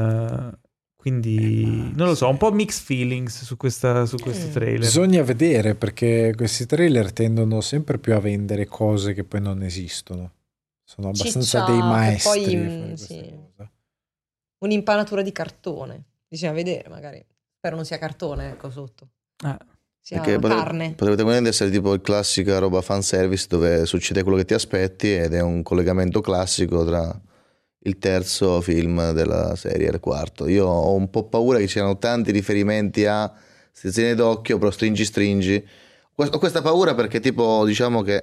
Quindi non lo so, un po' mixed feelings su questo trailer. Bisogna vedere, perché questi trailer tendono sempre più a vendere cose che poi non esistono. Sono abbastanza dei maestri. Poi, un'impanatura di cartone, bisogna vedere, magari spero non sia cartone, ecco, sotto sia carne. Potrebbe essere tipo il classica roba fanservice dove succede quello che ti aspetti ed è un collegamento classico tra il terzo film della serie e il quarto. Io ho un po' paura che ci siano tanti riferimenti a Strizzine d'occhio, però stringi. Ho questa paura perché tipo diciamo che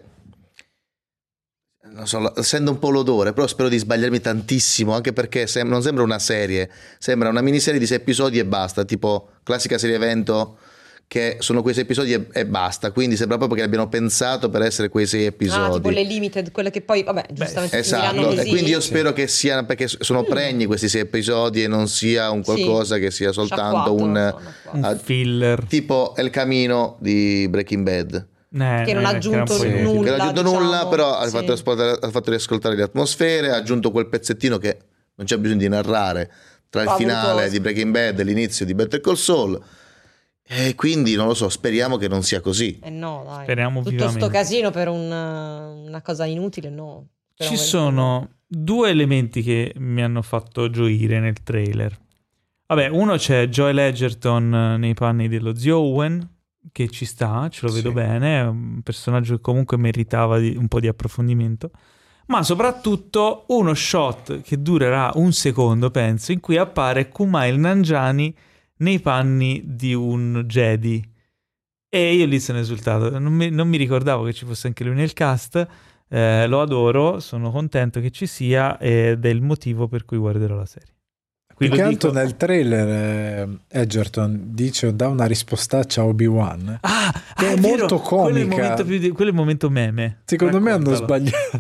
non so, sento un po' l'odore, però spero di sbagliarmi tantissimo, anche perché non sembra una serie, sembra una miniserie di 6 episodi e basta, tipo classica serie evento che sono quei 6 episodi e basta, quindi sembra proprio che abbiano pensato per essere quei 6 episodi. Tipo le limited, quelle che poi giustamente esatto, così. E quindi io spero che sia, perché sono pregni questi 6 episodi e non sia un qualcosa che sia soltanto un filler, tipo El Camino di Breaking Bad. Che non ha aggiunto nulla, però ha fatto riascoltare le atmosfere, ha aggiunto quel pezzettino che non c'è bisogno di narrare tra il finale di Breaking Bad e l'inizio di Better Call Saul, e quindi non lo so, speriamo che non sia così. No, dai. Speriamo tutto vivamente. sto casino per una cosa inutile, no. Ci sono due elementi che mi hanno fatto gioire nel trailer. Vabbè, uno, c'è Joel Edgerton nei panni dello zio Owen, che ci sta, ce lo vedo bene, è un personaggio che comunque meritava un po' di approfondimento, ma soprattutto uno shot che durerà un secondo, penso, in cui appare Kumail Nanjiani nei panni di un Jedi, e io lì sono esultato, non mi ricordavo che ci fosse anche lui nel cast. Lo adoro, sono contento che ci sia ed è il motivo per cui guarderò la serie. Più che altro nel trailer Edgerton dà una rispostaccia a Obi-Wan che è molto comica. Quello è il momento meme. Secondo me hanno sbagliato.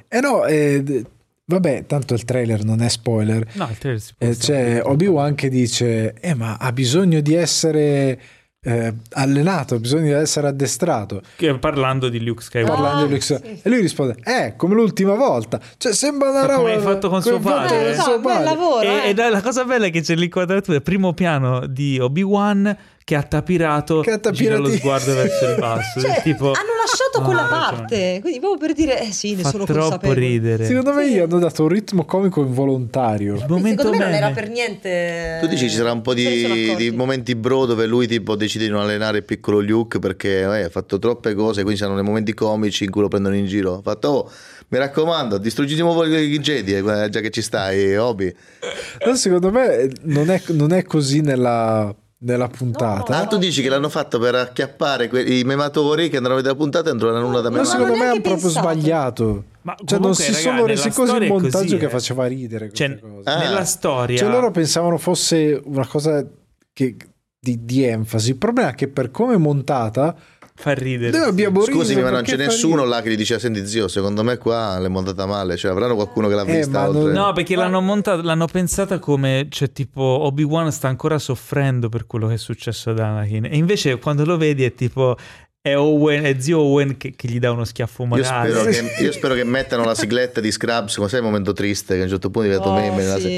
Vabbè, tanto il trailer non è spoiler. No, il trailer si può c'è Obi-Wan che dice ma ha bisogno di essere allenato, bisogna di essere addestrato, parlando di Luke Skywalker, e lui risponde come l'ultima volta, cioè sembra una roba come hai fatto con suo padre, e la cosa bella è che c'è l'inquadratura, primo piano di Obi-Wan che ha tapirato gira lo sguardo verso il basso, tipo hanno lasciato quella parte, quindi proprio per dire ne sono troppo consapevole. Ridere. Secondo me gli hanno dato un ritmo comico involontario. Secondo me non era per niente. Tu dici ci sarà un po' di momenti bro dove lui tipo decide di non allenare il piccolo Luke perché ha fatto troppe cose, quindi ci saranno dei momenti comici in cui lo prendono in giro. Ha fatto mi raccomando, distruggimo i Jedi, già che ci stai, Obi. No, secondo me non è così nella puntata. Tu dici che l'hanno fatto per acchiappare i mematori che andranno a vedere la puntata e non trovano nulla da memare? Secondo me hanno proprio sbagliato. Ma cioè non si sono resi così il montaggio che faceva ridere nella storia. Cioè loro pensavano fosse una cosa di enfasi. Il problema è che per come è montata fa ridere. Scusami, ma non c'è nessuno là che gli dice senti zio, secondo me qua l'è montata male, cioè avranno qualcuno che l'ha vista oltre. No, perché l'hanno pensata come, cioè tipo Obi-Wan sta ancora soffrendo per quello che è successo ad Anakin, e invece quando lo vedi è tipo è zio Owen che gli dà uno schiaffo morale. Io spero che mettano la sigletta di Scrubs, come sai il momento triste che a un certo punto diventa meme.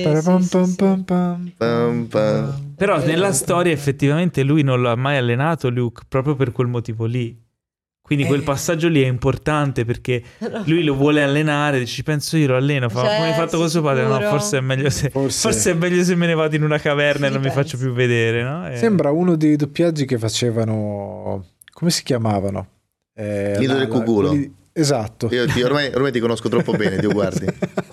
Però nella storia effettivamente lui non l'ha mai allenato Luke proprio per quel motivo lì. Quindi quel passaggio lì è importante perché lui lo vuole allenare, dice penso io lo alleno, come hai fatto con suo padre? No, forse è meglio se me ne vado in una caverna e non mi faccio più vedere, no? Sembra uno dei doppiaggi che facevano, come si chiamavano? Nido del Cuculo. Esatto. Io ormai ti conosco troppo bene, Dio guardi.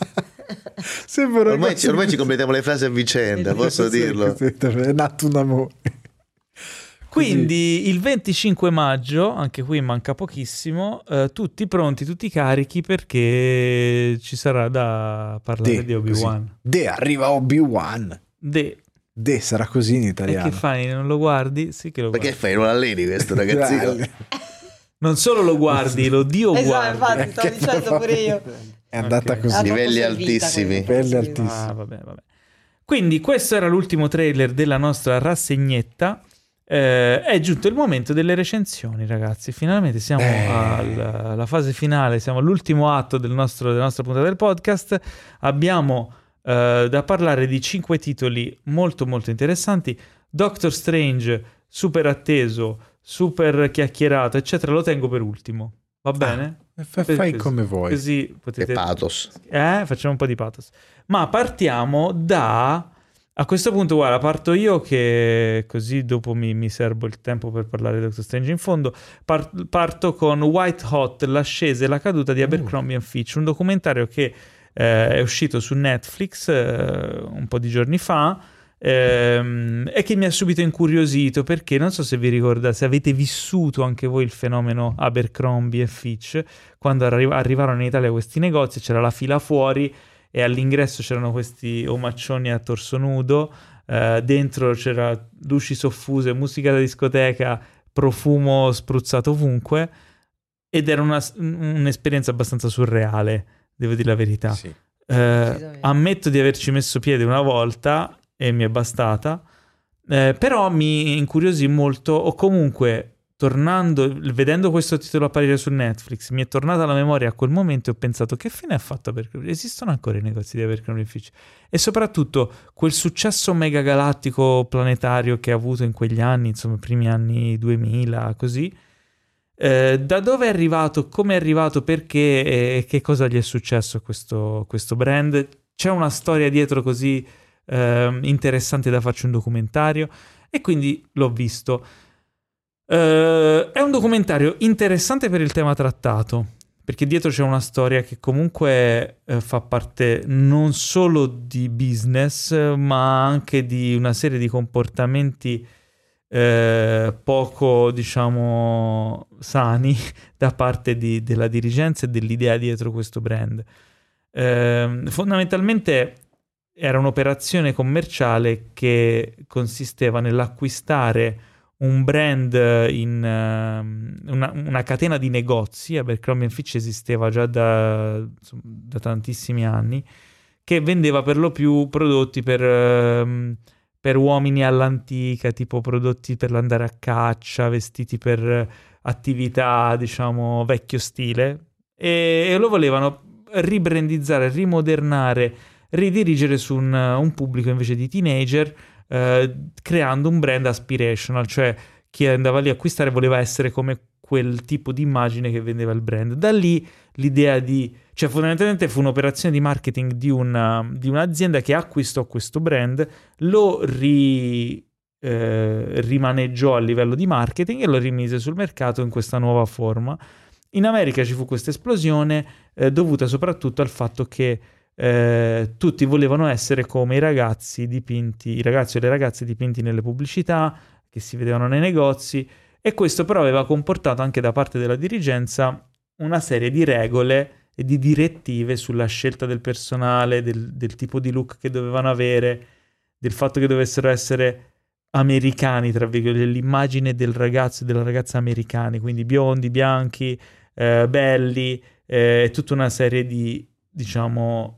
Ormai ci completiamo le frasi a vicenda, posso dirlo. È nato un amore. Quindi il 25 maggio, anche qui manca pochissimo, tutti pronti, tutti carichi, perché ci sarà da parlare di Obi-Wan. Arriva Obi-Wan. Sarà così in italiano. E che fai? Non lo guardi? Sì che lo guardi. Perché fai? Non alleni questo ragazzino? Non solo lo guardi, lo Dio guardi. Infatti, stavo dicendo pure io. È andata così. Livelli altissimi. Vabbè. Quindi questo era l'ultimo trailer della nostra rassegnetta. È giunto il momento delle recensioni, ragazzi. Finalmente siamo alla fase finale, siamo all'ultimo atto della nostra puntata del podcast. Abbiamo da parlare di 5 titoli molto molto interessanti. Doctor Strange, super atteso, super chiacchierato, eccetera, lo tengo per ultimo. Va bene? Fai come vuoi. Così potete... E pathos. Facciamo un po' di pathos. Ma partiamo da... A questo punto, guarda, parto io, che così dopo mi serbo il tempo per parlare di Doctor Strange in fondo. Parto con White Hot, l'ascesa e la caduta di Abercrombie & Fitch, un documentario che è uscito su Netflix un po' di giorni fa e che mi ha subito incuriosito, perché non so se vi ricordate, se avete vissuto anche voi il fenomeno Abercrombie & Fitch, quando arrivarono in Italia questi negozi, c'era la fila fuori e all'ingresso c'erano questi omaccioni a torso nudo, dentro c'era luci soffuse, musica da discoteca, profumo spruzzato ovunque, ed era un'esperienza abbastanza surreale, devo dire la verità. Sì. Ammetto di averci messo piede una volta e mi è bastata, però mi incuriosì molto, o comunque vedendo questo titolo apparire su Netflix, mi è tornata alla memoria a quel momento e ho pensato: che fine ha fatto Abercrombie? Esistono ancora i negozi di Abercrombie & Fitch? E soprattutto quel successo mega galattico planetario che ha avuto in quegli anni, insomma, primi anni 2000, così. Da dove è arrivato, come è arrivato, perché e che cosa gli è successo a questo brand? C'è una storia dietro così interessante da farci un documentario, e quindi l'ho visto. È un documentario interessante per il tema trattato, perché dietro c'è una storia che comunque fa parte non solo di business, ma anche di una serie di comportamenti poco, diciamo, sani da parte della dirigenza e dell'idea dietro questo brand. Fondamentalmente era un'operazione commerciale che consisteva nell'acquistare un brand in una catena di negozi. Abercrombie & Fitch esisteva già da tantissimi anni, che vendeva per lo più prodotti per uomini all'antica, tipo prodotti per l'andare a caccia, vestiti per attività, diciamo, vecchio stile, e lo volevano ribrandizzare, rimodernare, ridirigere su un pubblico invece di teenager, creando un brand aspirational, cioè chi andava lì a acquistare voleva essere come quel tipo di immagine che vendeva il brand. Da lì l'idea cioè fondamentalmente fu un'operazione di marketing di un'azienda che acquistò questo brand, lo rimaneggiò a livello di marketing e lo rimise sul mercato in questa nuova forma. In America ci fu questa esplosione dovuta soprattutto al fatto che tutti volevano essere come i ragazzi e le ragazze dipinti nelle pubblicità che si vedevano nei negozi, e questo però aveva comportato anche da parte della dirigenza una serie di regole e di direttive sulla scelta del personale, del tipo di look che dovevano avere, del fatto che dovessero essere americani, tra virgolette, l'immagine del ragazzo e della ragazza americani, quindi biondi, bianchi, belli, tutta una serie di, diciamo,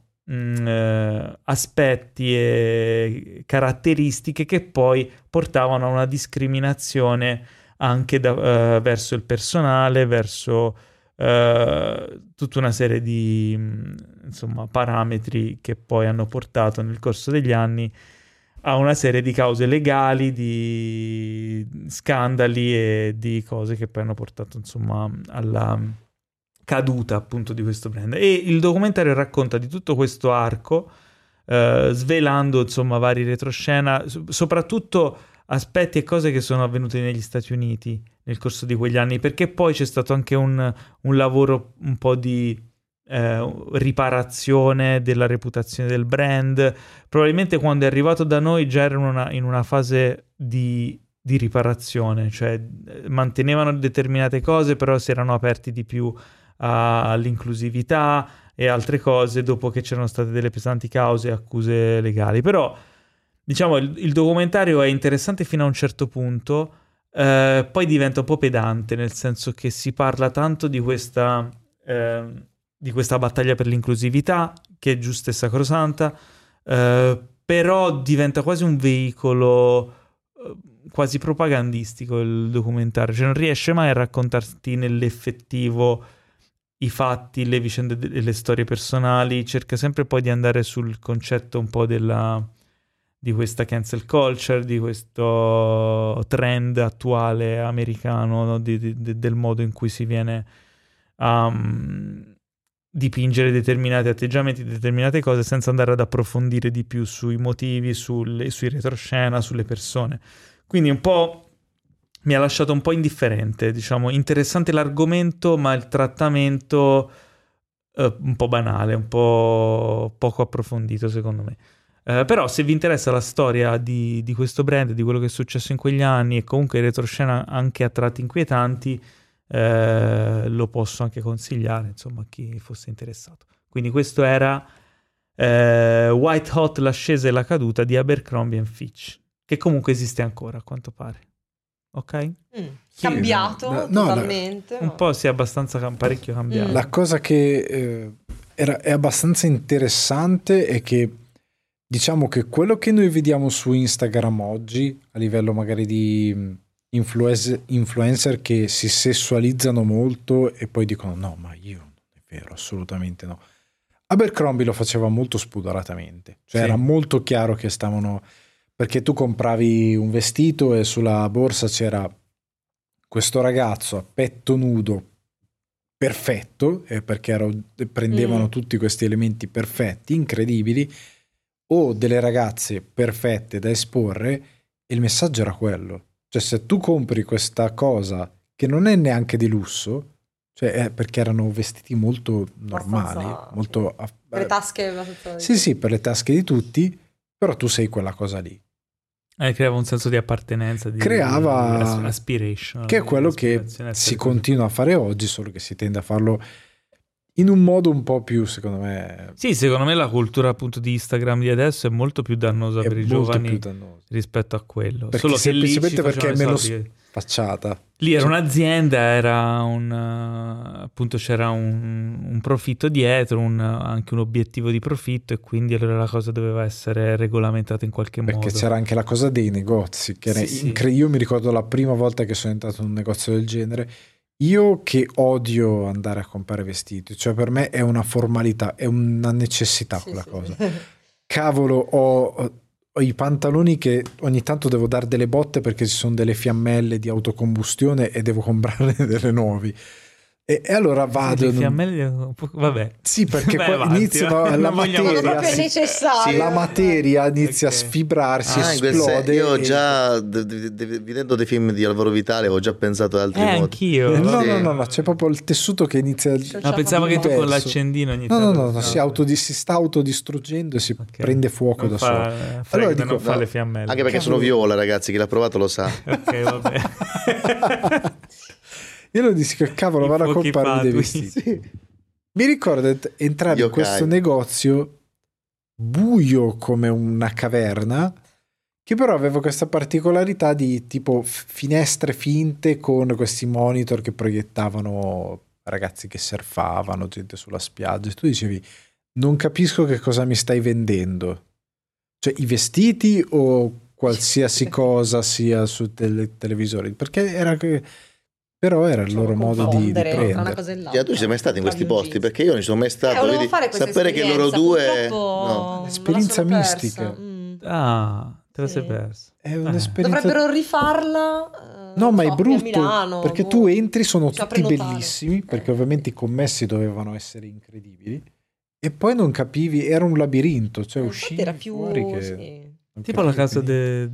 aspetti e caratteristiche che poi portavano a una discriminazione anche verso il personale, verso tutta una serie di insomma parametri che poi hanno portato nel corso degli anni a una serie di cause legali, di scandali e di cose che poi hanno portato insomma alla caduta appunto di questo brand. E il documentario racconta di tutto questo arco, svelando insomma vari retroscena, soprattutto aspetti e cose che sono avvenute negli Stati Uniti nel corso di quegli anni, perché poi c'è stato anche un lavoro un po' di riparazione della reputazione del brand. Probabilmente quando è arrivato da noi già era in una fase di riparazione, cioè mantenevano determinate cose, però si erano aperti di più all'inclusività e altre cose dopo che c'erano state delle pesanti cause e accuse legali. Però diciamo il documentario è interessante fino a un certo punto, poi diventa un po' pedante, nel senso che si parla tanto di questa battaglia per l'inclusività, che è giusta e sacrosanta, però diventa quasi un veicolo quasi propagandistico il documentario, cioè non riesce mai a raccontarti nell'effettivo i fatti, le vicende e le storie personali, cerca sempre poi di andare sul concetto un po' di questa cancel culture, di questo trend attuale americano, no? Del modo in cui si viene a dipingere determinati atteggiamenti, determinate cose, senza andare ad approfondire di più sui motivi, sui retroscena, sulle persone. Quindi un po' mi ha lasciato un po' indifferente, diciamo, interessante l'argomento, ma il trattamento un po' banale, un po' poco approfondito secondo me. Però se vi interessa la storia di questo brand, di quello che è successo in quegli anni e comunque retroscena anche a tratti inquietanti, lo posso anche consigliare, insomma, a chi fosse interessato. Quindi questo era White Hot, l'ascesa e la caduta di Abercrombie & Fitch, che comunque esiste ancora a quanto pare. Ok? Cambiato totalmente. Un po' sì, abbastanza parecchio cambiato. La cosa che è abbastanza interessante è che diciamo che quello che noi vediamo su Instagram oggi, a livello magari di influencer che si sessualizzano molto e poi dicono no, ma io non è vero, assolutamente no. Abercrombie lo faceva molto spudoratamente, cioè era molto chiaro che stavano, perché tu compravi un vestito e sulla borsa c'era questo ragazzo a petto nudo perfetto, perché prendevano tutti questi elementi perfetti, incredibili, o delle ragazze perfette da esporre, e il messaggio era quello. Cioè se tu compri questa cosa che non è neanche di lusso, cioè è perché erano vestiti molto normali, molto per le tasche, sì, per le tasche di tutti, però tu sei quella cosa lì. Creava un senso di appartenenza, di aspiration, che è quello che si continua a fare oggi, solo che si tende a farlo in un modo un po' più, secondo me. Sì, secondo me la cultura appunto di Instagram di adesso è molto più dannosa per i giovani rispetto a quello. Perché solo che semplicemente lì perché è meno facciata. Lì era un'azienda, era appunto c'era un profitto dietro, anche un obiettivo di profitto, e quindi allora la cosa doveva essere regolamentata in qualche modo. Perché c'era anche la cosa dei negozi, che era io mi ricordo la prima volta che sono entrato in un negozio del genere. Io che odio andare a comprare vestiti, cioè per me è una formalità, è una necessità quella cosa. Cavolo, ho i pantaloni che ogni tanto devo dare delle botte perché ci sono delle fiammelle di autocombustione e devo comprarne delle nuovi. E allora vado. Vabbè. Sì, perché poi iniziano la materia inizia a sfibrarsi, esplode. Io già vedendo dei film di Alvaro Vitale ho già pensato ad altri modi. Anch'io. No, c'è proprio il tessuto che inizia. Pensavo che tu con l'accendino ogni tanto. No, si sta autodistruggendo e si prende fuoco da solo. Allora dico, fa le fiammelle. Anche perché sono viola, ragazzi, chi l'ha provato lo sa. Ok, vabbè. Io lo dissi che cavolo vado a comprare dei vestiti. Mi ricordo entrare in questo negozio buio come una caverna, che però aveva questa particolarità di tipo finestre finte con questi monitor che proiettavano ragazzi che surfavano, gente sulla spiaggia, e tu dicevi non capisco che cosa mi stai vendendo, cioè i vestiti o qualsiasi cosa sia su televisori, perché era che però era il loro modo di prendere. Una cosa e l'altra. Tu ci sei mai stato in questi posti? Perché io non ci sono mai stato. Vedi, sapere che loro due esperienza mistica. Te la sei persa. È un'esperienza. Dovrebbero rifarla. No, ma è brutto Milano, perché tu entri, sono tutti bellissimi, perché ovviamente i commessi dovevano essere incredibili, e poi non capivi, era un labirinto, cioè uscivi era più fuori che tipo la casa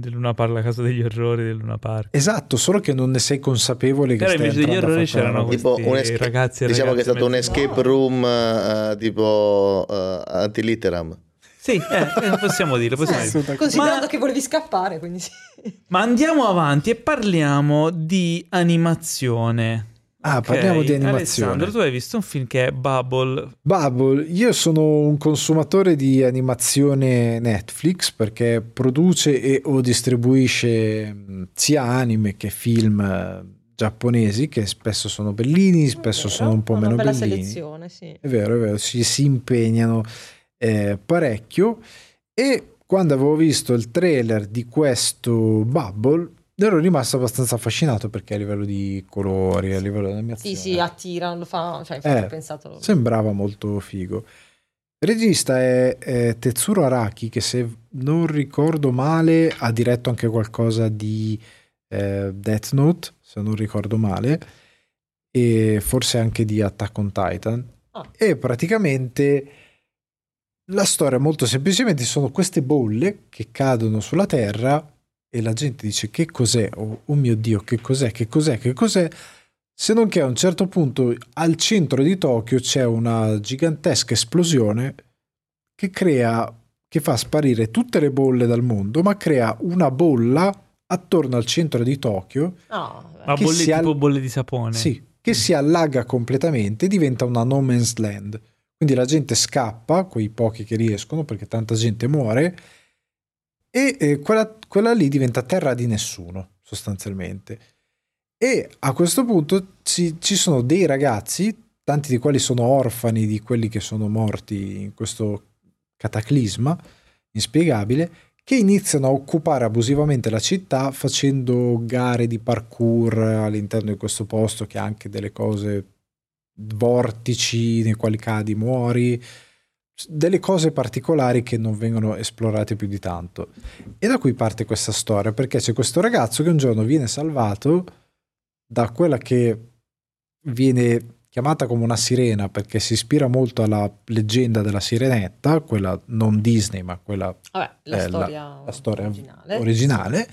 Luna Park, la casa degli orrori del Luna Park. Esatto, solo che non ne sei consapevole che stai invece degli orrori c'erano tipo ragazzi. Diciamo che è stato un escape room tipo antilitteram. Sì, possiamo dire. Considerando che volevi scappare, quindi sì. Ma andiamo avanti e parliamo di animazione. Parliamo di animazione. Alessandro, tu hai visto un film che è Bubble. Bubble, io sono un consumatore di animazione Netflix perché produce e o distribuisce sia anime che film giapponesi che spesso sono bellini, spesso sono un po' meno bellini. È una bella selezione, sì. È vero, si impegnano parecchio, e quando avevo visto il trailer di questo Bubble ero rimasto abbastanza affascinato perché a livello di colori, a livello di animazione sì, attira, lo fa, cioè ho pensato sembrava molto figo. Il regista è Tetsuro Araki, che se non ricordo male ha diretto anche qualcosa di Death Note, se non ricordo male, e forse anche di Attack on Titan. E praticamente la storia molto semplicemente sono queste bolle che cadono sulla terra e la gente dice che cos'è, oh mio Dio, che cos'è, se non che a un certo punto al centro di Tokyo c'è una gigantesca esplosione che fa sparire tutte le bolle dal mondo, ma crea una bolla attorno al centro di Tokyo, ma bolle tipo bolle di sapone, sì, che si allaga completamente e diventa una no man's land. Quindi la gente scappa, quei pochi che riescono, perché tanta gente muore, e quella lì diventa terra di nessuno, sostanzialmente. E a questo punto ci sono dei ragazzi, tanti di quali sono orfani di quelli che sono morti in questo cataclisma inspiegabile, che iniziano a occupare abusivamente la città facendo gare di parkour all'interno di questo posto che ha anche delle cose, vortici nei quali cadi, muori, delle cose particolari che non vengono esplorate più di tanto. E da qui parte questa storia, perché c'è questo ragazzo che un giorno viene salvato da quella che viene chiamata come una sirena, perché si ispira molto alla leggenda della Sirenetta, quella non Disney ma quella la storia originale,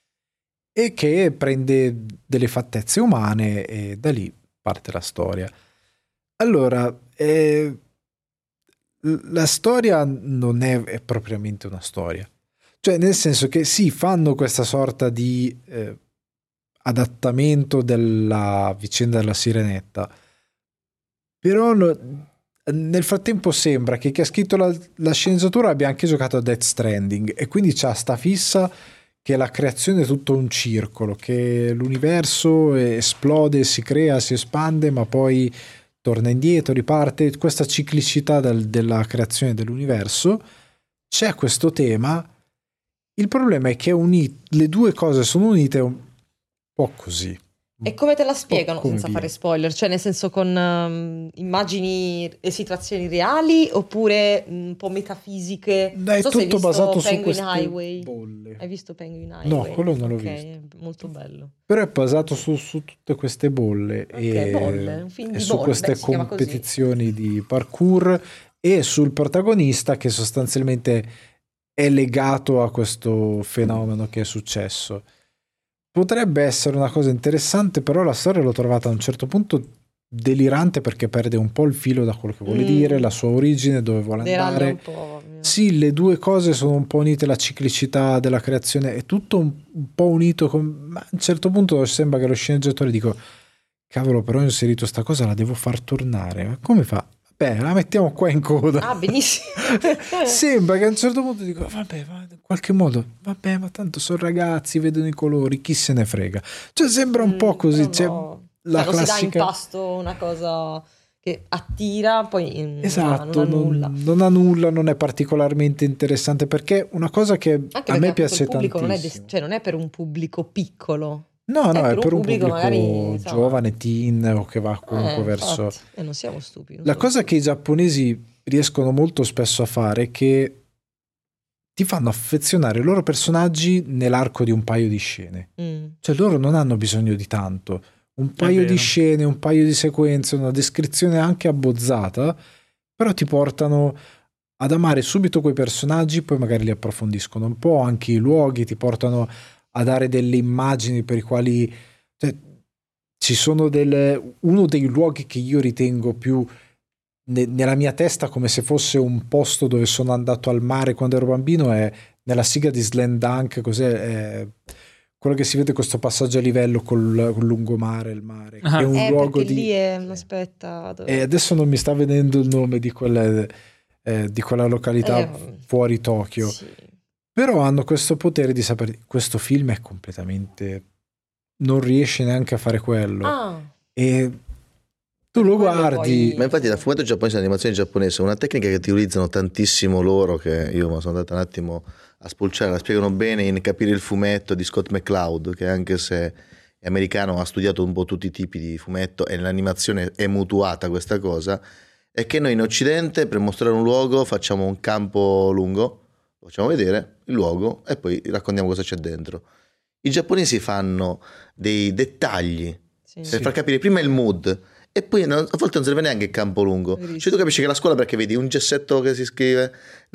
e che prende delle fattezze umane, e da lì parte la storia. Allora, la storia non è propriamente una storia, cioè nel senso che sì, fanno questa sorta di adattamento della vicenda della Sirenetta, però nel frattempo sembra che chi ha scritto la sceneggiatura abbia anche giocato a Death Stranding, e quindi c'ha sta fissa che la creazione è tutto un circolo, che l'universo esplode, si crea, si espande, ma poi torna indietro, riparte, questa ciclicità della creazione dell'universo. C'è questo tema, il problema è che le due cose sono unite un po' così. E come te la spiegano senza fare spoiler? Cioè nel senso con immagini e situazioni reali oppure un po' metafisiche? È tutto basato su queste Highway. bolle. Hai visto Penguin Highway? No, quello non l'ho visto. Molto bello. Però è basato su tutte queste bolle, bolle, un film di su bolle. Queste competizioni di parkour, e sul protagonista che sostanzialmente è legato a questo fenomeno che è successo. Potrebbe essere una cosa interessante, però la storia l'ho trovata a un certo punto delirante, perché perde un po' il filo da quello che vuole dire, la sua origine, dove vuole andare. Sì, le due cose sono un po' unite, la ciclicità della creazione è tutto un po' unito, ma a un certo punto sembra che lo sceneggiatore dico, cavolo, però ho inserito sta cosa, la devo far tornare, ma come fa? Beh, la mettiamo qua in coda. Benissimo. Sembra che a un certo punto dico, vabbè, in qualche modo, vabbè, ma tanto sono ragazzi, vedono i colori, chi se ne frega. Cioè sembra un po' così, c'è la classica... si dà in pasto una cosa che attira, poi esatto, non ha nulla, non è particolarmente interessante, perché una cosa che anche a me piace tantissimo. Non è per un pubblico piccolo. No, è per un pubblico magari, giovane, teen, o che va comunque verso... E non siamo stupidi. La cosa che i giapponesi riescono molto spesso a fare è che ti fanno affezionare i loro personaggi nell'arco di un paio di scene. Cioè loro non hanno bisogno di tanto. Un paio di scene, un paio di sequenze, una descrizione anche abbozzata, però ti portano ad amare subito quei personaggi, poi magari li approfondiscono un po', anche i luoghi ti portano a dare delle immagini per i quali ci sono uno dei luoghi che io ritengo più nella mia testa come se fosse un posto dove sono andato al mare quando ero bambino, è nella sigla di Slam Dunk, cos'è? Quello che si vede questo passaggio a livello col lungomare, il mare, che è un luogo di... lì è... aspetta... E adesso non mi sta venendo il nome di quella località fuori Tokyo. Sì. Però hanno questo potere di sapere... Questo film è completamente... non riesce neanche a fare quello. E tu lo guardi... Ma infatti dal fumetto giapponese, l'animazione giapponese è una tecnica che utilizzano tantissimo loro, che io sono andato un attimo a spulciare, la spiegano bene in Capire il fumetto di Scott McCloud, che anche se è americano ha studiato un po' tutti i tipi di fumetto e nell'animazione è mutuata questa cosa, è che noi in Occidente per mostrare un luogo facciamo un campo lungo, facciamo vedere il luogo e poi raccontiamo cosa c'è dentro. I giapponesi fanno dei dettagli per far capire prima il mood e poi a volte non serve neanche il campo lungo. Cioè tu capisci che la scuola perché vedi un gessetto che si scrive,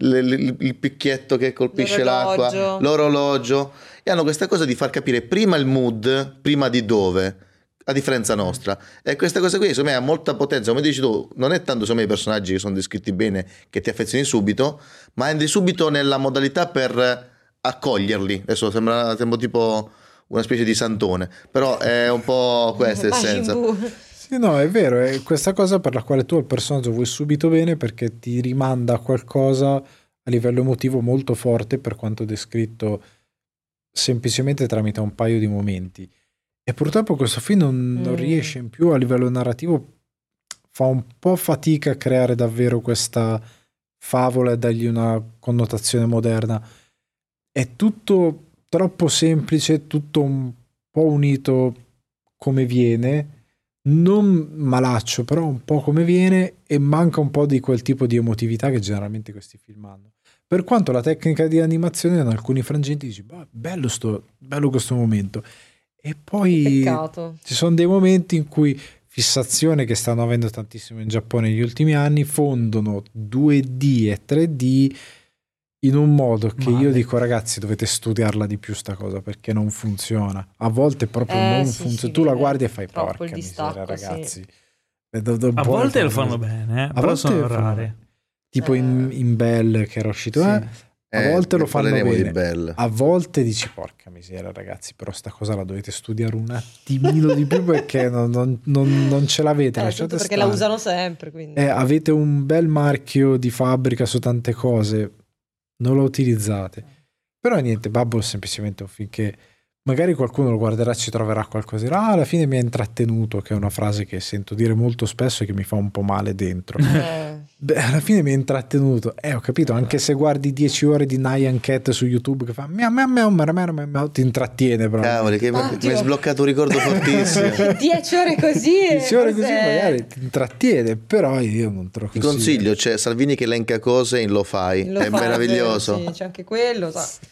il picchietto che colpisce l'acqua, l'orologio, e hanno questa cosa di far capire prima il mood, prima di dove, a differenza nostra. E questa cosa qui secondo me ha molta potenza, come dici tu, non è tanto secondo me i personaggi che sono descritti bene che ti affezioni subito, ma entri subito nella modalità per accoglierli. Adesso sembra tipo una specie di santone, però è un po' questa l'essenza. Sì, no, è vero, è questa cosa per la quale tu al personaggio vuoi subito bene perché ti rimanda a qualcosa a livello emotivo molto forte, per quanto descritto semplicemente tramite un paio di momenti. E purtroppo questo film non riesce in più a livello narrativo, fa un po' fatica a creare davvero questa favola e dargli una connotazione moderna. È tutto troppo semplice, tutto un po' unito come viene, non malaccio, però un po' come viene, e manca un po' di quel tipo di emotività che generalmente questi film hanno. Per quanto la tecnica di animazione in alcuni frangenti dici bello questo momento, e poi peccato. Ci sono dei momenti in cui, fissazione che stanno avendo tantissimo in Giappone negli ultimi anni, fondono 2D e 3D in un modo che io dico ragazzi dovete studiarla di più sta cosa, perché non funziona, a volte proprio non funziona, tu la guardi e fai porca miseria ragazzi, a volte lo fanno bene, però sono rare, tipo in Belle che era uscito a volte lo fanno bene, a volte dici porca miseria ragazzi, però sta cosa la dovete studiare un attimino di più perché non ce l'avete, lasciate perché stare. la usano sempre, quindi. Avete un bel marchio di fabbrica su tante cose, non lo utilizzate. Però niente, Bubble è semplicemente un film che magari qualcuno lo guarderà, ci troverà qualcosa, alla fine mi ha intrattenuto, che è una frase che sento dire molto spesso e che mi fa un po' male dentro. Alla fine mi ha intrattenuto, ho capito, anche se guardi 10 ore di Nyan Cat su YouTube che fa ti intrattiene proprio. Cavoli, che mi hai sbloccato un ricordo fortissimo. 10 ore così 10 ore così magari ti intrattiene, però io non te lo consiglio. Ti consiglio, c'è Salvini che elenca cose in Lo-Fi, è meraviglioso. Sì, c'è anche quello,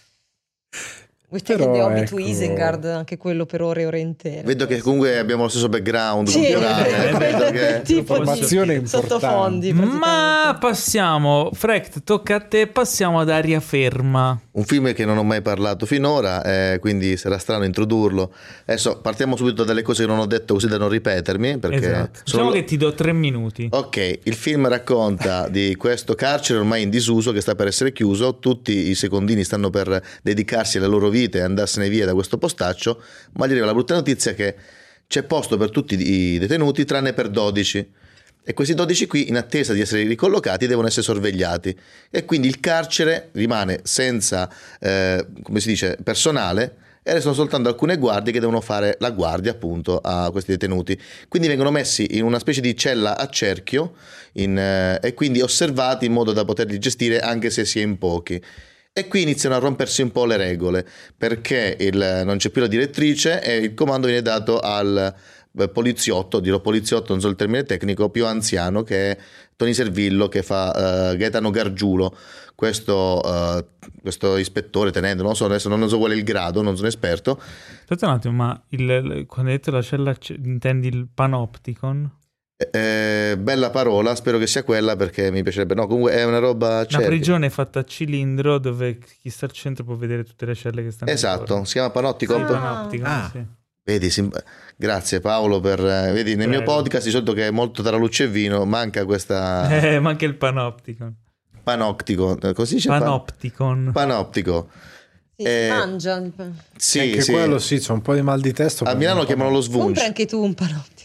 We're taking the Hobby to Isengard, anche quello per ore e ore intere. Vedo che comunque abbiamo lo stesso background culturale, che tipo di sottofondi. Ma passiamo, Frecht, tocca a te, passiamo ad Aria Ferma. Un film che non ho mai parlato finora, quindi sarà strano introdurlo. Adesso partiamo subito dalle cose che non ho detto, così da non ripetermi, perché diciamo che ti do 3 minuti. Ok, il film racconta di questo carcere ormai in disuso che sta per essere chiuso, tutti i secondini stanno per dedicarsi alla loro vita e andarsene via da questo postaccio, ma gli arriva la brutta notizia che c'è posto per tutti i detenuti tranne per 12, e questi 12 qui, in attesa di essere ricollocati, devono essere sorvegliati, e quindi il carcere rimane senza come si dice, personale, e restano soltanto alcune guardie che devono fare la guardia appunto a questi detenuti, quindi vengono messi in una specie di cella a cerchio e quindi osservati in modo da poterli gestire anche se si è in pochi. E qui iniziano a rompersi un po' le regole, perché non c'è più la direttrice e il comando viene dato al poliziotto, dirò poliziotto, non so il termine tecnico, più anziano, che è Tony Servillo, che fa Gaetano Gargiulo, questo ispettore, tenente, non so adesso, non so qual è il grado, non sono esperto. Aspetta un attimo, ma quando hai detto la cella intendi il panopticon? Bella parola, spero che sia quella perché mi piacerebbe. No, comunque è una roba. Una prigione fatta a cilindro dove chi sta al centro può vedere tutte le celle che stanno. Esatto, si chiama Panopticon. Sì, Panopticon, sì. Vedi, grazie Paolo vedi nel mio podcast di solito che è molto tra luce e vino, manca questa. Manca il Panopticon. Panopticon, così c'è Panoptico. Sì, si mangia. Sì, anche quello sì, c'è un po' di mal di testa. A Milano chiamano lo svunch. Compra anche tu un Panoptico.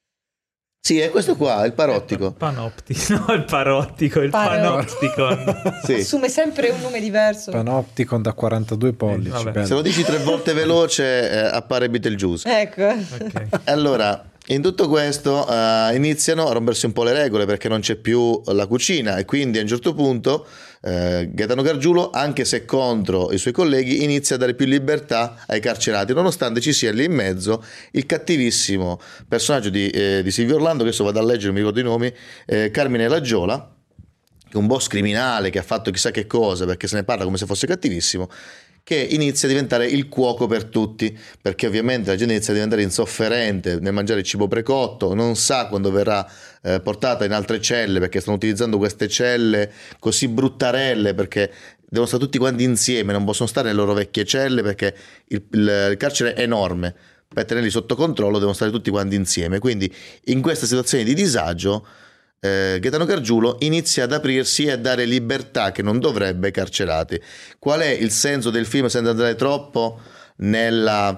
Sì, è questo qua, il Parottico. Panoptico, no, il Parottico, il Panopticon. Sì. Assume sempre un nome diverso. Panopticon da 42 pollici. Se lo dici 3 volte veloce appare Beetlejuice. Ecco. Okay. Allora, in tutto questo iniziano a rompersi un po' le regole perché non c'è più la cucina e quindi a un certo punto Gaetano Gargiulo, anche se contro i suoi colleghi, inizia a dare più libertà ai carcerati, nonostante ci sia lì in mezzo il cattivissimo personaggio di Silvio Orlando, che adesso vado a leggere, non mi ricordo i nomi, Carmine Laggiola, che è un boss criminale che ha fatto chissà che cosa, perché se ne parla come se fosse cattivissimo, che inizia a diventare il cuoco per tutti, perché ovviamente la gente inizia a diventare insofferente nel mangiare il cibo precotto, non sa quando verrà portata in altre celle, perché stanno utilizzando queste celle così bruttarelle, perché devono stare tutti quanti insieme, non possono stare nelle loro vecchie celle, perché il carcere è enorme, per tenerli sotto controllo devono stare tutti quanti insieme, quindi in questa situazione di disagio Gaetano Gargiulo inizia ad aprirsi e a dare libertà che non dovrebbe ai carcerati. Qual è il senso del film senza andare troppo nella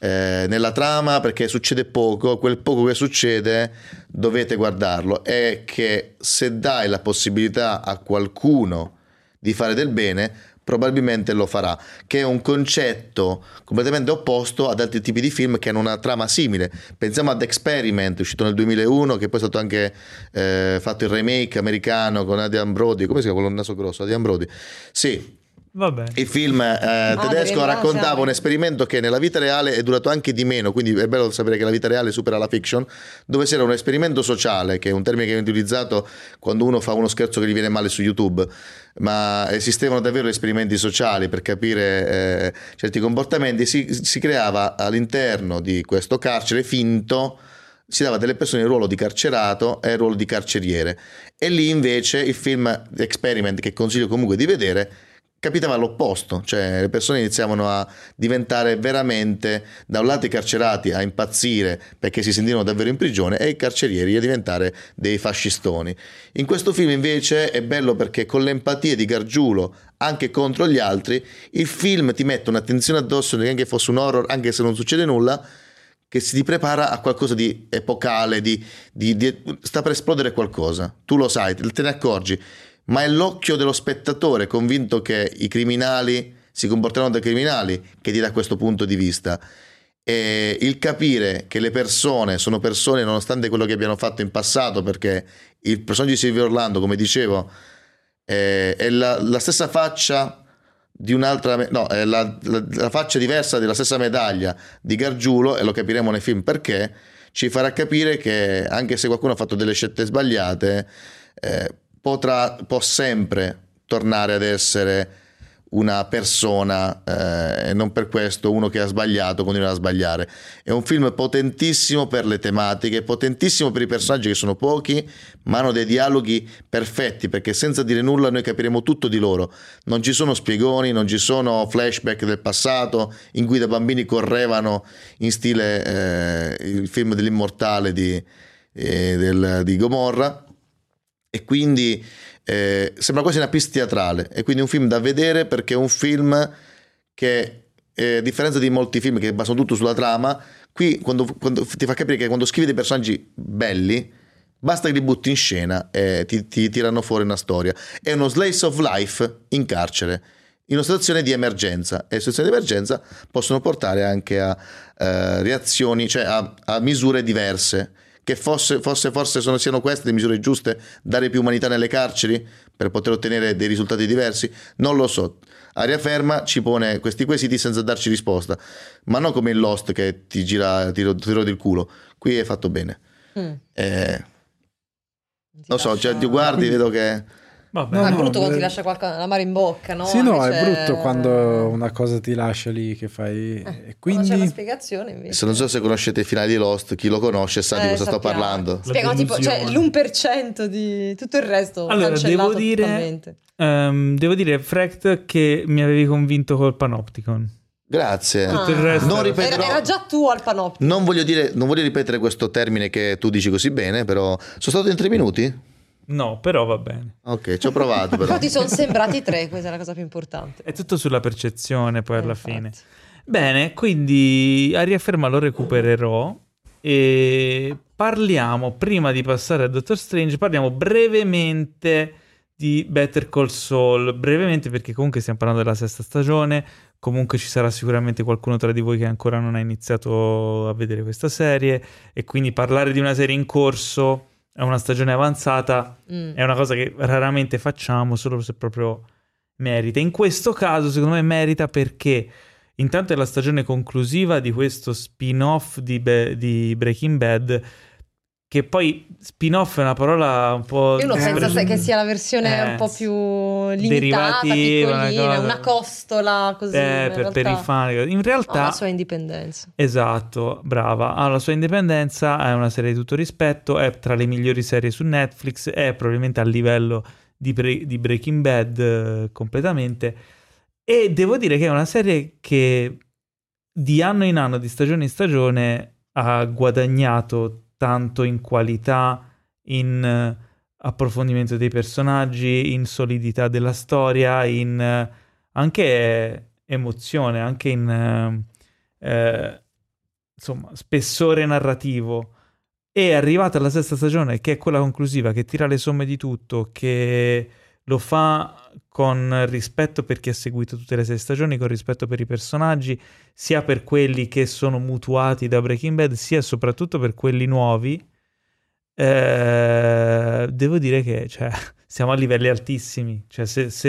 trama? Perché succede poco, quel poco che succede dovete guardarlo. È che se dai la possibilità a qualcuno di fare del bene, probabilmente lo farà, che è un concetto completamente opposto ad altri tipi di film che hanno una trama simile. Pensiamo ad Experiment, uscito nel 2001, che poi è stato anche fatto il remake americano con Adrian Brody, come si chiama quello naso grosso? Adrian Brody, sì. Vabbè. Il film tedesco raccontava un esperimento che nella vita reale è durato anche di meno, quindi è bello sapere che la vita reale supera la fiction, dove c'era un esperimento sociale, che è un termine che viene utilizzato quando uno fa uno scherzo che gli viene male su YouTube, ma esistevano davvero esperimenti sociali per capire certi comportamenti. Si creava all'interno di questo carcere finto, si dava delle persone il ruolo di carcerato e il ruolo di carceriere, e lì invece il film Experiment, che consiglio comunque di vedere, capitava all'opposto, cioè le persone iniziavano a diventare veramente, da un lato i carcerati a impazzire perché si sentivano davvero in prigione, e i carcerieri a diventare dei fascistoni. In questo film invece è bello perché con l'empatia di Gargiulo anche contro gli altri, il film ti mette un'attenzione addosso, neanche fosse un horror, anche se non succede nulla, che si ti prepara a qualcosa di epocale, sta per esplodere qualcosa, tu lo sai, te ne accorgi, ma è l'occhio dello spettatore convinto che i criminali si comporteranno da criminali che ti dà questo punto di vista, e il capire che le persone sono persone nonostante quello che abbiano fatto in passato, perché il personaggio di Silvio Orlando, come dicevo, è la stessa faccia di un'altra, no, è la faccia diversa della stessa medaglia di Gargiulo, e lo capiremo nei film perché. Ci farà capire che anche se qualcuno ha fatto delle scelte sbagliate, può sempre tornare ad essere una persona, e non per questo uno che ha sbagliato continua a sbagliare. È un film potentissimo per le tematiche, potentissimo per i personaggi che sono pochi, ma hanno dei dialoghi perfetti, perché senza dire nulla noi capiremo tutto di loro. Non ci sono spiegoni, non ci sono flashback del passato in cui da bambini correvano in stile il film dell'Immortale di Gomorra, e quindi sembra quasi una pista teatrale, e quindi un film da vedere, perché è un film che, a differenza di molti film che basano tutto sulla trama, qui quando ti fa capire che quando scrivi dei personaggi belli basta che li butti in scena e ti tirano fuori una storia. È uno slice of life in carcere, in una situazione di emergenza, e situazioni di emergenza possono portare anche a reazioni, cioè a misure diverse, che forse siano queste le misure giuste, dare più umanità nelle carceri per poter ottenere dei risultati diversi, non lo so. Aria Ferma ci pone questi quesiti senza darci risposta, ma non come in Lost che ti rodi il culo. Qui è fatto bene. Non so, cioè ti guardi, vedo che Vabbè, no, è brutto quando ti lascia l'amaro in bocca, no? Sì, no, invece... è brutto quando una cosa ti lascia lì che fai... e quindi... c'è una spiegazione invece. Se non so se conoscete i finali di Lost, chi lo conosce sa di cosa sto parlando. Spiegano tipo, cioè l'1% di tutto il resto. Allora, devo dire, Frecht, che mi avevi convinto col Panopticon. Grazie. Tutto il resto non ripeterò, era già tu al Panopticon. Non voglio ripetere questo termine che tu dici così bene, però sono stato in 3 minuti? No, però va bene. Ok, ci ho provato però. Però ti sono sembrati 3, questa è la cosa più importante. È tutto sulla percezione poi alla fine. Bene, quindi a riafferma lo recupererò e parliamo, prima di passare a Doctor Strange, parliamo brevemente di Better Call Saul, brevemente perché comunque stiamo parlando della 6ª stagione, comunque ci sarà sicuramente qualcuno tra di voi che ancora non ha iniziato a vedere questa serie e quindi parlare di una serie in corso è una stagione avanzata, è una cosa che raramente facciamo, solo se proprio merita. In questo caso, secondo me, merita perché intanto è la stagione conclusiva di questo spin-off di Breaking Bad, che poi spin-off è una parola un po'... Io penso che sia la versione un po' più limitata, piccolina, una costola così. Per i fan. In realtà... ha la sua indipendenza. Esatto, brava. Ha la sua indipendenza, è una serie di tutto rispetto, è tra le migliori serie su Netflix, è probabilmente a livello di Breaking Bad completamente. E devo dire che è una serie che di anno in anno, di stagione in stagione, ha guadagnato tanto in qualità, in approfondimento dei personaggi, in solidità della storia, in anche emozione, anche in insomma spessore narrativo. È arrivata alla 6ª stagione, che è quella conclusiva, che tira le somme di tutto, che lo fa con rispetto per chi ha seguito tutte le 6 stagioni, con rispetto per i personaggi, sia per quelli che sono mutuati da Breaking Bad, sia soprattutto per quelli nuovi. Devo dire che siamo a livelli altissimi. Cioè,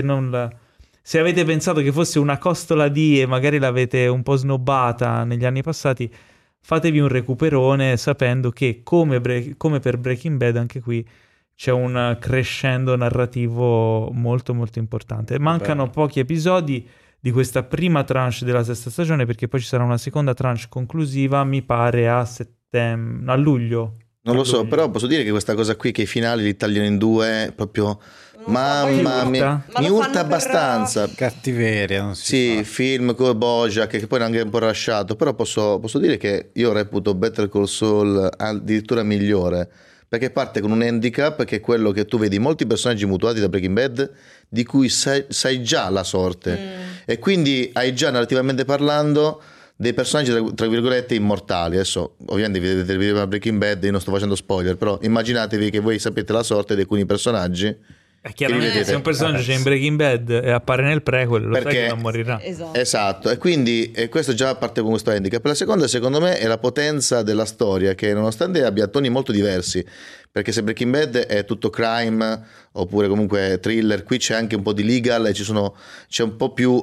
se avete pensato che fosse una costola di e magari l'avete un po' snobbata negli anni passati, fatevi un recuperone sapendo che come per Breaking Bad anche qui c'è un crescendo narrativo molto molto importante. Mancano pochi episodi di questa prima tranche della 6ª stagione, perché poi ci sarà una seconda tranche conclusiva, mi pare a luglio. Non lo so, però posso dire che questa cosa qui, che i finali li tagliano in 2, proprio... Mamma mia, mi urta abbastanza. Cattiveria, non si sì, fa. film con Bojack che poi è anche un po' lasciato, però posso dire che io reputo Better Call Saul addirittura migliore, perché parte con un handicap che è quello che tu vedi molti personaggi mutuati da Breaking Bad di cui sai già la sorte e quindi hai già narrativamente parlando dei personaggi tra virgolette immortali. Adesso ovviamente vedete il video di Breaking Bad, io non sto facendo spoiler, però immaginatevi che voi sapete la sorte di alcuni personaggi. Chiaramente se un personaggio c'è in Breaking Bad e appare nel prequel, lo sai che non morirà. Esatto, e quindi questo già parte con questo handicap. La seconda, secondo me, è la potenza della storia, che nonostante abbia toni molto diversi, perché se Breaking Bad è tutto crime oppure comunque thriller, qui c'è anche un po' di legal e c'è un po' più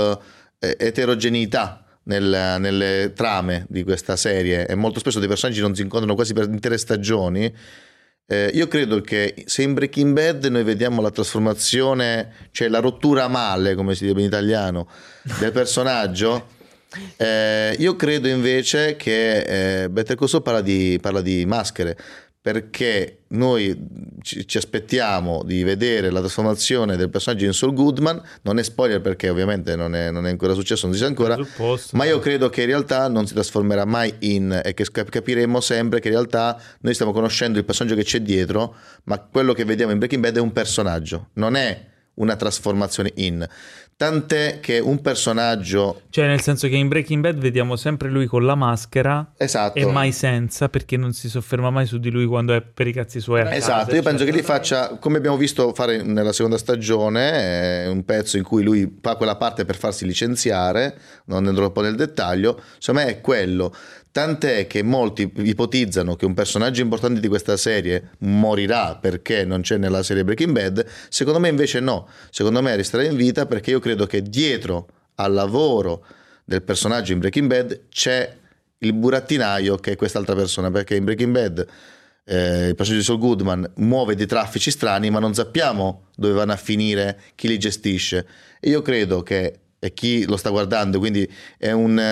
eterogeneità nelle trame di questa serie, e molto spesso dei personaggi non si incontrano quasi per intere stagioni. Io credo che se in Breaking Bad noi vediamo la trasformazione, cioè la rottura a male, come si dice in italiano, del personaggio, io credo invece che Better Call Saul parla di maschere, perché noi ci aspettiamo di vedere la trasformazione del personaggio in Saul Goodman. Non è spoiler perché ovviamente non è ancora successo, non si sa ancora, ma io credo che in realtà non si trasformerà mai e che capiremo sempre che in realtà noi stiamo conoscendo il personaggio che c'è dietro, ma quello che vediamo in Breaking Bad è un personaggio, non è una trasformazione tant'è che un personaggio, cioè nel senso che in Breaking Bad vediamo sempre lui con la maschera, esatto, e mai senza, perché non si sofferma mai su di lui quando è per i cazzi suoi. Esatto, io penso che li faccia come abbiamo visto fare nella seconda stagione, un pezzo in cui lui fa quella parte per farsi licenziare, non andrò un po' nel dettaglio, insomma è quello. Tant'è che molti ipotizzano che un personaggio importante di questa serie morirà perché non c'è nella serie Breaking Bad. Secondo me invece no, secondo me resterà in vita, perché io credo che dietro al lavoro del personaggio in Breaking Bad c'è il burattinaio che è quest'altra persona, perché in Breaking Bad il personaggio di Saul Goodman muove dei traffici strani, ma non sappiamo dove vanno a finire, chi li gestisce. E io credo che, e chi lo sta guardando, quindi è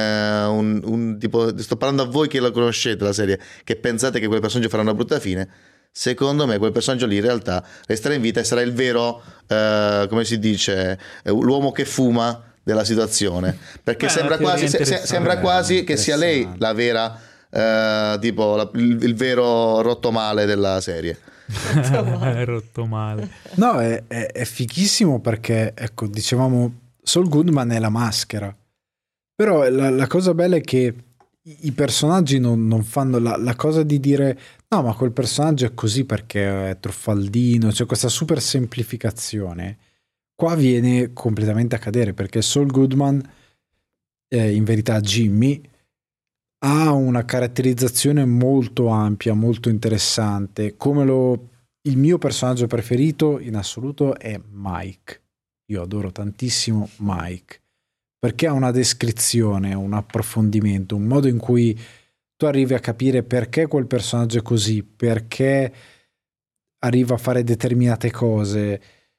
un tipo, sto parlando a voi che la conoscete la serie, che pensate che quel personaggio farà una brutta fine. Secondo me quel personaggio lì in realtà resterà in vita e sarà il vero, come si dice, l'uomo che fuma della situazione, perché sembra quasi che sia lei la vera, tipo il vero rotto male della serie. Rotto male. No, è fighissimo perché, ecco, dicevamo Saul Goodman è la maschera, però la cosa bella è che i personaggi non fanno la cosa di dire no, ma quel personaggio è così perché è truffaldino, c'è questa super semplificazione. Qua viene completamente a cadere, perché Saul Goodman, in verità Jimmy, ha una caratterizzazione molto ampia, molto interessante. Il mio personaggio preferito in assoluto è Mike. Io adoro tantissimo Mike, perché ha una descrizione, un approfondimento, un modo in cui tu arrivi a capire perché quel personaggio è così, perché arriva a fare determinate cose,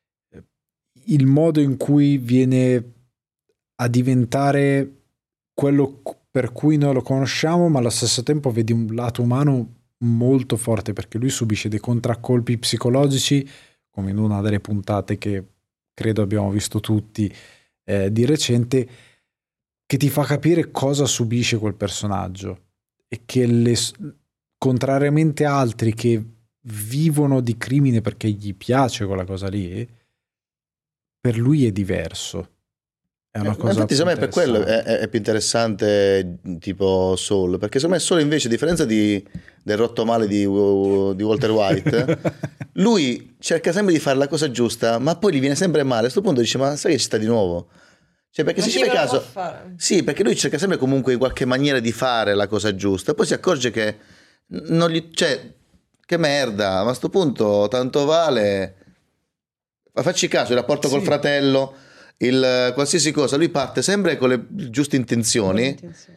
il modo in cui viene a diventare quello per cui noi lo conosciamo, ma allo stesso tempo vedi un lato umano molto forte, perché lui subisce dei contraccolpi psicologici, come in una delle puntate che credo abbiamo visto tutti di recente, che ti fa capire cosa subisce quel personaggio, e che contrariamente a altri che vivono di crimine perché gli piace quella cosa lì, per lui è diverso. È una cosa infatti secondo me per quello è più interessante tipo Saul, perché secondo me Saul invece, a differenza del rotto male di Walter White, lui cerca sempre di fare la cosa giusta, ma poi gli viene sempre male. A questo punto dice ma sai che ci sta di nuovo? Cioè, perché se ci fai caso, sì, perché lui cerca sempre comunque in qualche maniera di fare la cosa giusta, poi si accorge che non gli, cioè, che merda, ma a sto punto tanto vale, ma facci caso, il rapporto col fratello, qualsiasi cosa, lui parte sempre con le giuste intenzioni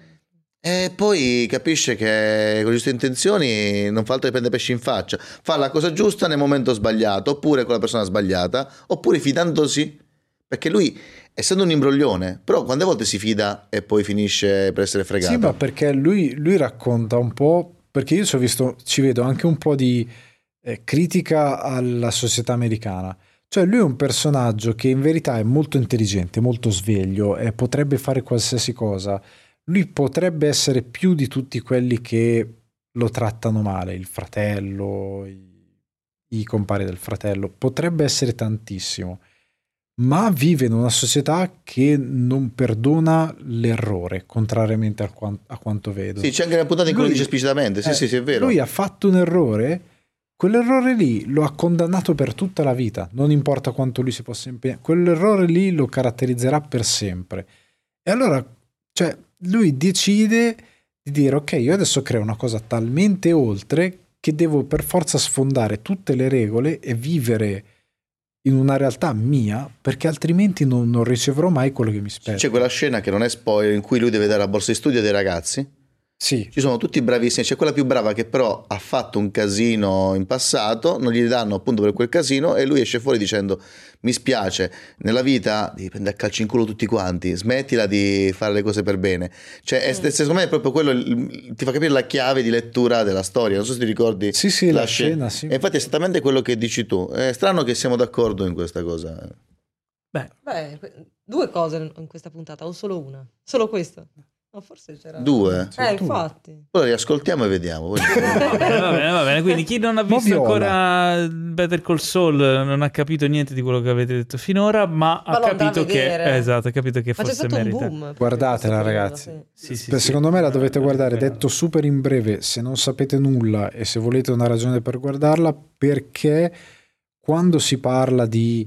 e poi capisce che con le giuste intenzioni non fa altro che prendere pesci in faccia, fa la cosa giusta nel momento sbagliato, oppure con la persona sbagliata, oppure fidandosi, perché lui, essendo un imbroglione, però quante volte si fida e poi finisce per essere fregato? Sì, ma perché lui racconta un po', perché io ci vedo anche un po' di critica alla società americana. Cioè lui è un personaggio che in verità è molto intelligente, molto sveglio e potrebbe fare qualsiasi cosa. Lui potrebbe essere più di tutti quelli che lo trattano male, il fratello, i compari del fratello, potrebbe essere tantissimo. Ma vive in una società che non perdona l'errore, contrariamente a quanto vedo. Sì, c'è anche una puntata in cui lo dice esplicitamente, sì, è vero. Lui ha fatto un errore, quell'errore lì lo ha condannato per tutta la vita, non importa quanto lui si possa impegnare, quell'errore lì lo caratterizzerà per sempre. E allora, cioè, lui decide di dire, ok, io adesso creo una cosa talmente oltre che devo per forza sfondare tutte le regole e vivere in una realtà mia, perché altrimenti non riceverò mai quello che mi spetta. C'è quella scena che non è spoiler in cui lui deve dare la borsa di studio dei ragazzi. Sì. Ci sono tutti bravissimi, c'è quella più brava che però ha fatto un casino in passato, non gli danno appunto per quel casino e lui esce fuori dicendo mi spiace, nella vita devi prendere a calci in culo tutti quanti, smettila di fare le cose per bene. Cioè secondo me è proprio quello, ti fa capire la chiave di lettura della storia, non so se ti ricordi. Sì, la scena, sì. E infatti è esattamente quello che dici tu, è strano che siamo d'accordo in questa cosa. Beh, due cose in questa puntata o solo una? Solo questa? No, forse c'era due. Infatti. Poi riascoltiamo e vediamo. Va bene. Quindi chi non ha visto ancora Better Call Saul non ha capito niente di quello che avete detto finora, ma ha capito che esatto, ha capito che forse merita. Un boom, guardatela, ragazzi. Sì, secondo me la dovete guardare, detto super in breve, se non sapete nulla e se volete una ragione per guardarla, perché quando si parla di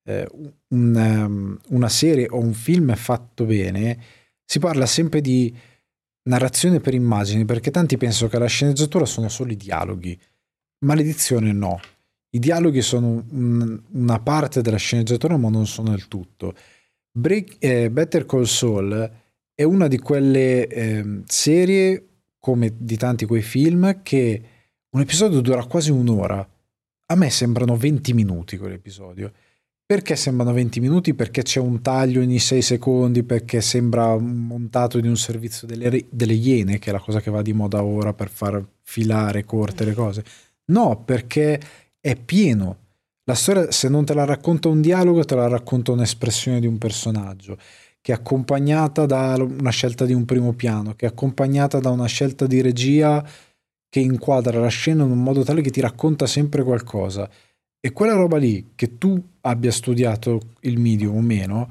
una serie o un film fatto bene, si parla sempre di narrazione per immagini, perché tanti pensano che la sceneggiatura sono solo i dialoghi. Maledizione, no. I dialoghi sono una parte della sceneggiatura, ma non sono il tutto. Better Call Saul è una di quelle serie, come di tanti quei film, che un episodio dura quasi un'ora. A me sembrano 20 minuti quell'episodio. Perché sembrano 20 minuti? Perché c'è un taglio ogni 6 secondi, perché sembra un montato di un servizio delle Iene, che è la cosa che va di moda ora per far filare corte le cose. No, perché è pieno. La storia, se non te la racconta un dialogo, te la racconta un'espressione di un personaggio, che è accompagnata da una scelta di un primo piano, che è accompagnata da una scelta di regia che inquadra la scena in un modo tale che ti racconta sempre qualcosa. E quella roba lì, che tu abbia studiato il medium o meno,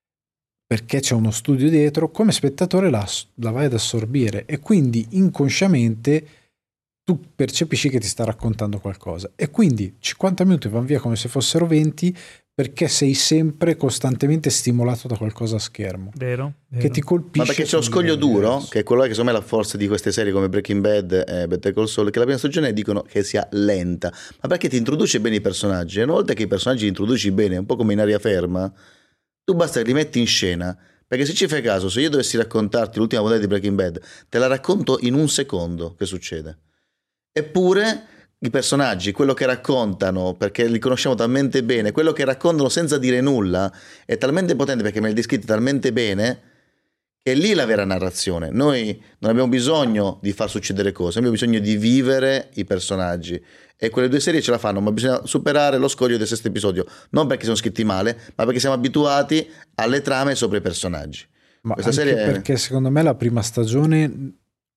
perché c'è uno studio dietro, come spettatore la vai ad assorbire, e quindi inconsciamente tu percepisci che ti sta raccontando qualcosa, e quindi 50 minuti vanno via come se fossero 20, perché sei sempre costantemente stimolato da qualcosa a schermo. Vero. Che ti colpisce. Ma perché c'è lo scoglio duro, che è quello che secondo me è la forza di queste serie come Breaking Bad e Better Call Saul, che la prima stagione dicono che sia lenta, ma perché ti introduce bene i personaggi, e una volta che i personaggi li introduci bene, un po' come in Aria Ferma, tu basta che li metti in scena, perché se ci fai caso, se io dovessi raccontarti l'ultima puntata di Breaking Bad, te la racconto in un secondo che succede. Eppure i personaggi, quello che raccontano, perché li conosciamo talmente bene, quello che raccontano senza dire nulla è talmente potente, perché me li descritti talmente bene, che è lì la vera narrazione. Noi non abbiamo bisogno di far succedere cose, abbiamo bisogno di vivere i personaggi, e quelle due serie ce la fanno, ma bisogna superare lo scoglio del sesto episodio, non perché sono scritti male, ma perché siamo abituati alle trame sopra i personaggi. Ma questa serie perché secondo me la prima stagione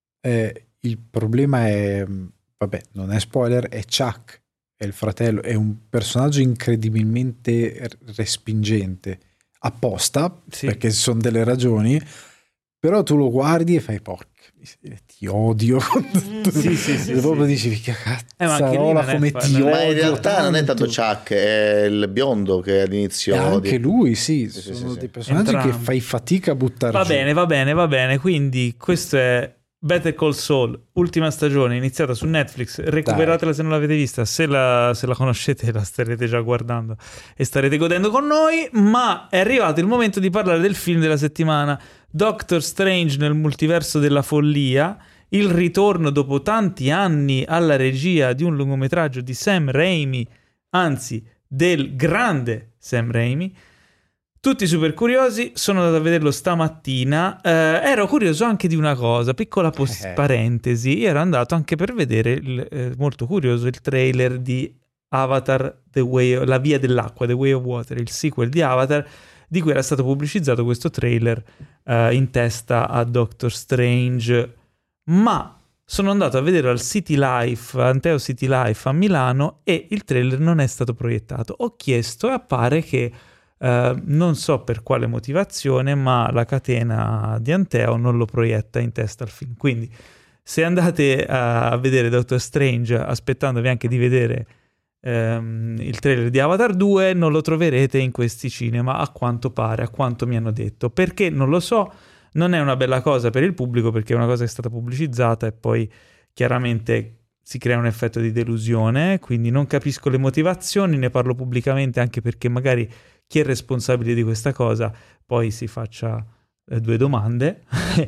il problema è, vabbè, non è spoiler, è Chuck, è il fratello, è un personaggio incredibilmente respingente, apposta, sì, perché ci sono delle ragioni, però tu lo guardi e fai porca, ti odio. Sì, proprio dici che cazzarola, come ti odio. Ma in realtà non è tanto Chuck, è il biondo che all'inizio è anche lui, sono dei personaggi che fai fatica a buttare giù. Va bene, quindi questo è Better Call Saul, ultima stagione, iniziata su Netflix, recuperatela se non l'avete vista, se la conoscete la starete già guardando e starete godendo con noi, ma è arrivato il momento di parlare del film della settimana, Doctor Strange nel multiverso della follia, il ritorno dopo tanti anni alla regia di un lungometraggio di Sam Raimi, anzi del grande Sam Raimi. Tutti super curiosi, sono andato a vederlo stamattina, ero curioso anche di una cosa, piccola parentesi, ero andato anche per vedere, molto curioso, il trailer di Avatar, La via dell'acqua, The Way of Water, il sequel di Avatar, di cui era stato pubblicizzato questo trailer in testa a Doctor Strange, ma sono andato a vederlo al City Life, Anteo City Life a Milano, e il trailer non è stato proiettato. Ho chiesto e appare che non so per quale motivazione, ma la catena di Anteo non lo proietta in testa al film. Quindi se andate a vedere Doctor Strange aspettandovi anche di vedere il trailer di Avatar 2, non lo troverete in questi cinema, a quanto pare, a quanto mi hanno detto. Perché non lo so, non è una bella cosa per il pubblico, perché è una cosa che è stata pubblicizzata e poi chiaramente si crea un effetto di delusione, quindi non capisco le motivazioni, ne parlo pubblicamente anche perché magari chi è responsabile di questa cosa poi si faccia due domande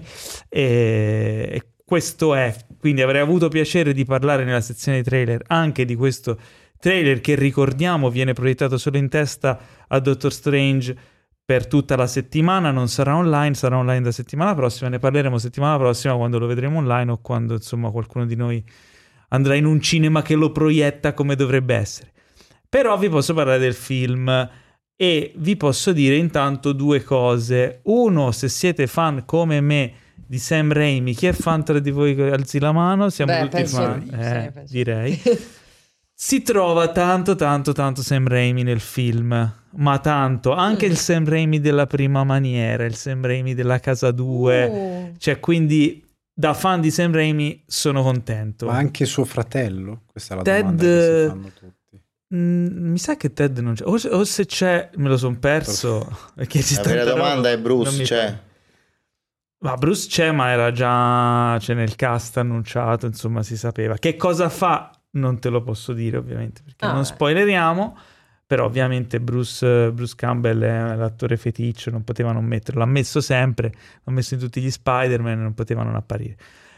e questo è, quindi avrei avuto piacere di parlare nella sezione di trailer anche di questo trailer che, ricordiamo, viene proiettato solo in testa a Doctor Strange per tutta la settimana, non sarà online da settimana prossima, ne parleremo settimana prossima quando lo vedremo online o quando insomma qualcuno di noi andrà in un cinema che lo proietta come dovrebbe essere. Però vi posso parlare del film e vi posso dire intanto due cose. Uno, se siete fan come me di Sam Raimi, chi è fan tra di voi alzi la mano? Siamo tutti fan, direi. Si trova tanto Sam Raimi nel film, ma tanto, anche il Sam Raimi della prima maniera, il Sam Raimi della casa 2, cioè quindi da fan di Sam Raimi sono contento. Ma anche suo fratello? Questa è la domanda che si fanno tutti. Mi sa che Ted non c'è, o se c'è me lo son perso. Perché la vera domanda è Bruce c'è? Ma Bruce c'è, ma era già nel cast annunciato, insomma si sapeva. Che cosa fa? Non te lo posso dire ovviamente perché non spoileriamo, però ovviamente Bruce Campbell è l'attore feticcio, non poteva non metterlo, l'ha messo sempre, l'ha messo in tutti gli Spider-Man, non poteva non apparire.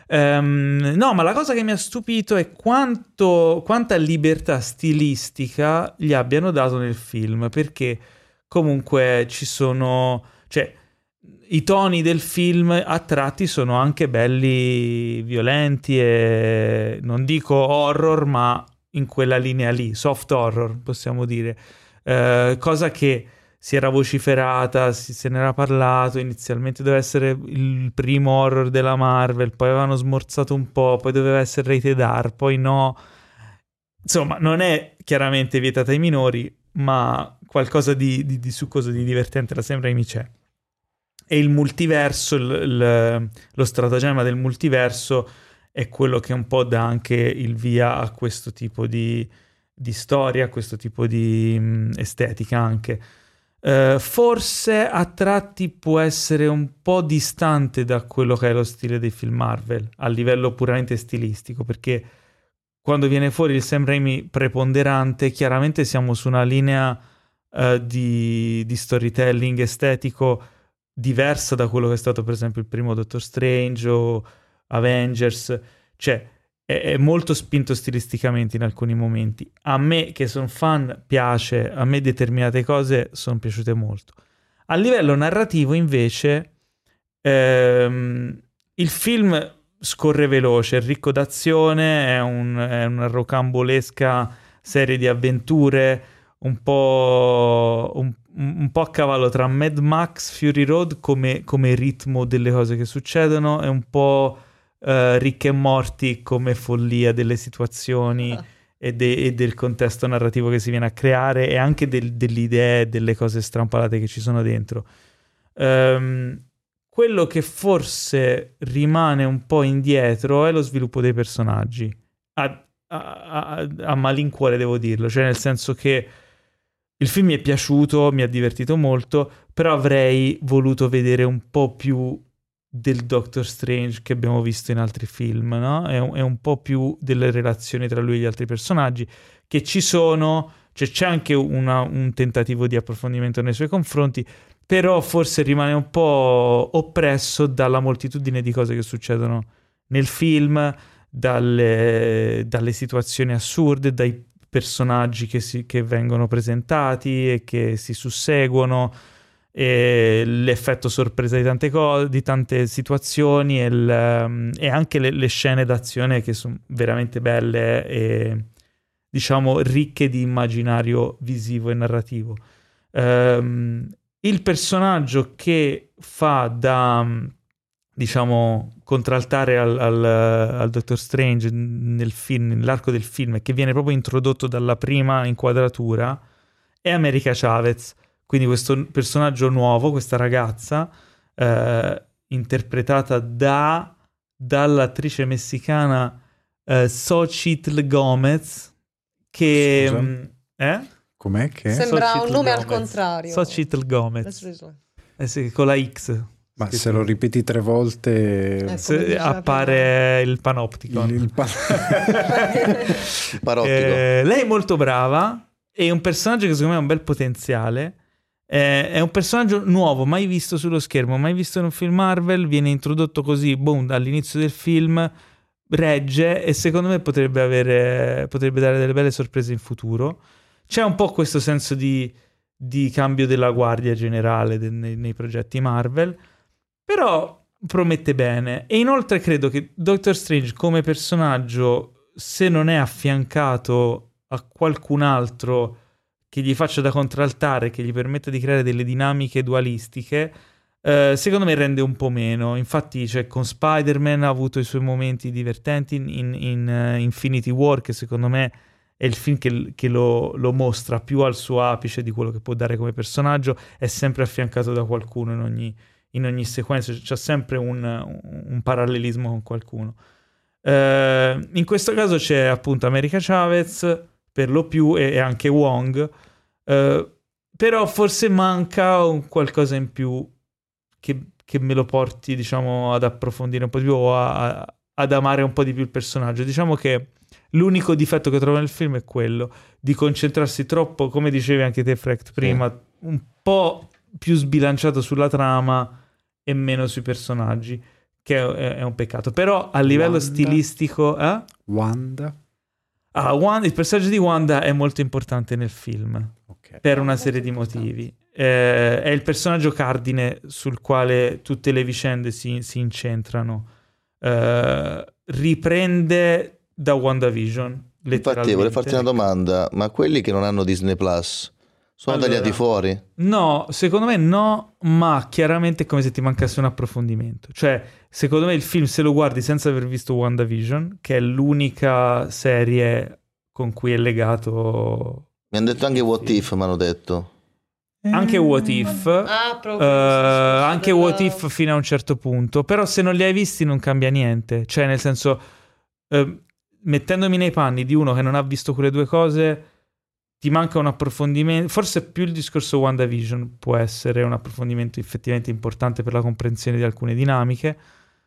No, ma la cosa che mi ha stupito è quanta libertà stilistica gli abbiano dato nel film, perché comunque ci sono, cioè i toni del film a tratti sono anche belli violenti e non dico horror, ma in quella linea lì, soft horror possiamo dire, cosa che si era vociferata, se ne era parlato, inizialmente doveva essere il primo horror della Marvel, poi avevano smorzato un po', poi doveva essere rated R, poi no. Insomma, non è chiaramente vietata ai minori, ma qualcosa di succoso, di divertente, la Sam Raimi c'è. E il multiverso, lo stratagemma del multiverso è quello che un po' dà anche il via a questo tipo di storia, a questo tipo di estetica anche. Forse a tratti può essere un po' distante da quello che è lo stile dei film Marvel a livello puramente stilistico, perché quando viene fuori il Sam Raimi preponderante, chiaramente siamo su una linea di storytelling estetico diversa da quello che è stato per esempio il primo Doctor Strange o Avengers, cioè è molto spinto stilisticamente in alcuni momenti. A me, che sono fan, piace, a me determinate cose sono piaciute molto. A livello narrativo, invece, il film scorre veloce, è ricco d'azione, è una rocambolesca serie di avventure, un po' a cavallo tra Mad Max, Fury Road come ritmo delle cose che succedono, è un po' Rick e Morty come follia delle situazioni e del contesto narrativo che si viene a creare e anche delle idee, delle cose strampalate che ci sono dentro. Quello che forse rimane un po' indietro è lo sviluppo dei personaggi, a malincuore devo dirlo, cioè nel senso che il film mi è piaciuto, mi ha divertito molto, però avrei voluto vedere un po' più del Doctor Strange che abbiamo visto in altri film, no? È un po' più delle relazioni tra lui e gli altri personaggi che ci sono, cioè c'è anche un tentativo di approfondimento nei suoi confronti, però forse rimane un po' oppresso dalla moltitudine di cose che succedono nel film, dalle situazioni assurde, dai personaggi che vengono presentati e che si susseguono, e l'effetto sorpresa di tante cose, di tante situazioni e anche le scene d'azione che sono veramente belle e diciamo ricche di immaginario visivo e narrativo. Il personaggio che fa da diciamo contraltare al Doctor Strange nel film, nell'arco del film, che viene proprio introdotto dalla prima inquadratura, è America Chavez. Quindi questo personaggio nuovo, questa ragazza interpretata dall'attrice messicana Xochitl Gomez, che com'è che? Sembra Xochitl un nome Gomez. al contrario. Xochitl Gomez. Sì, con la X. Ma se lo ripeti 3 volte appare il panopticon. Il Parottico. Lei è molto brava, è un personaggio che secondo me ha un bel potenziale. È un personaggio nuovo, mai visto sullo schermo, mai visto in un film Marvel, viene introdotto così, boom, all'inizio del film, regge e secondo me potrebbe dare delle belle sorprese in futuro. C'è un po' questo senso di cambio della guardia generale nei progetti Marvel, però promette bene. E inoltre credo che Doctor Strange come personaggio, se non è affiancato a qualcun altro che gli faccia da contraltare, che gli permetta di creare delle dinamiche dualistiche, secondo me rende un po' meno. Infatti con Spider-Man ha avuto i suoi momenti divertenti in Infinity War, che secondo me è il film che lo mostra più al suo apice di quello che può dare come personaggio. È sempre affiancato da qualcuno in ogni sequenza, c'è sempre un parallelismo con qualcuno. In questo caso c'è appunto America Chavez per lo più e anche Wong, però forse manca un qualcosa in più che me lo porti, diciamo, ad approfondire un po' di più o ad amare un po' di più il personaggio. Diciamo che l'unico difetto che trovo nel film è quello di concentrarsi troppo, come dicevi anche te Frecht prima, un po' più sbilanciato sulla trama e meno sui personaggi, che è un peccato. Però a livello stilistico... Wanda, il personaggio di Wanda è molto importante nel film, per una serie di motivi. È il personaggio cardine sul quale tutte le vicende si incentrano. Riprende da WandaVision. Infatti vorrei farti una domanda, ma quelli che non hanno Disney Plus sono tagliati fuori? No, secondo me no, ma chiaramente è come se ti mancasse un approfondimento. Cioè, secondo me il film, se lo guardi senza aver visto WandaVision, che è l'unica serie con cui è legato... Mi hanno detto anche What If, mi hanno detto. Anche What If, anche What If fino a un certo punto, però se non li hai visti non cambia niente, cioè nel senso, mettendomi nei panni di uno che non ha visto quelle due cose, ti manca un approfondimento. Forse più il discorso WandaVision può essere un approfondimento effettivamente importante per la comprensione di alcune dinamiche,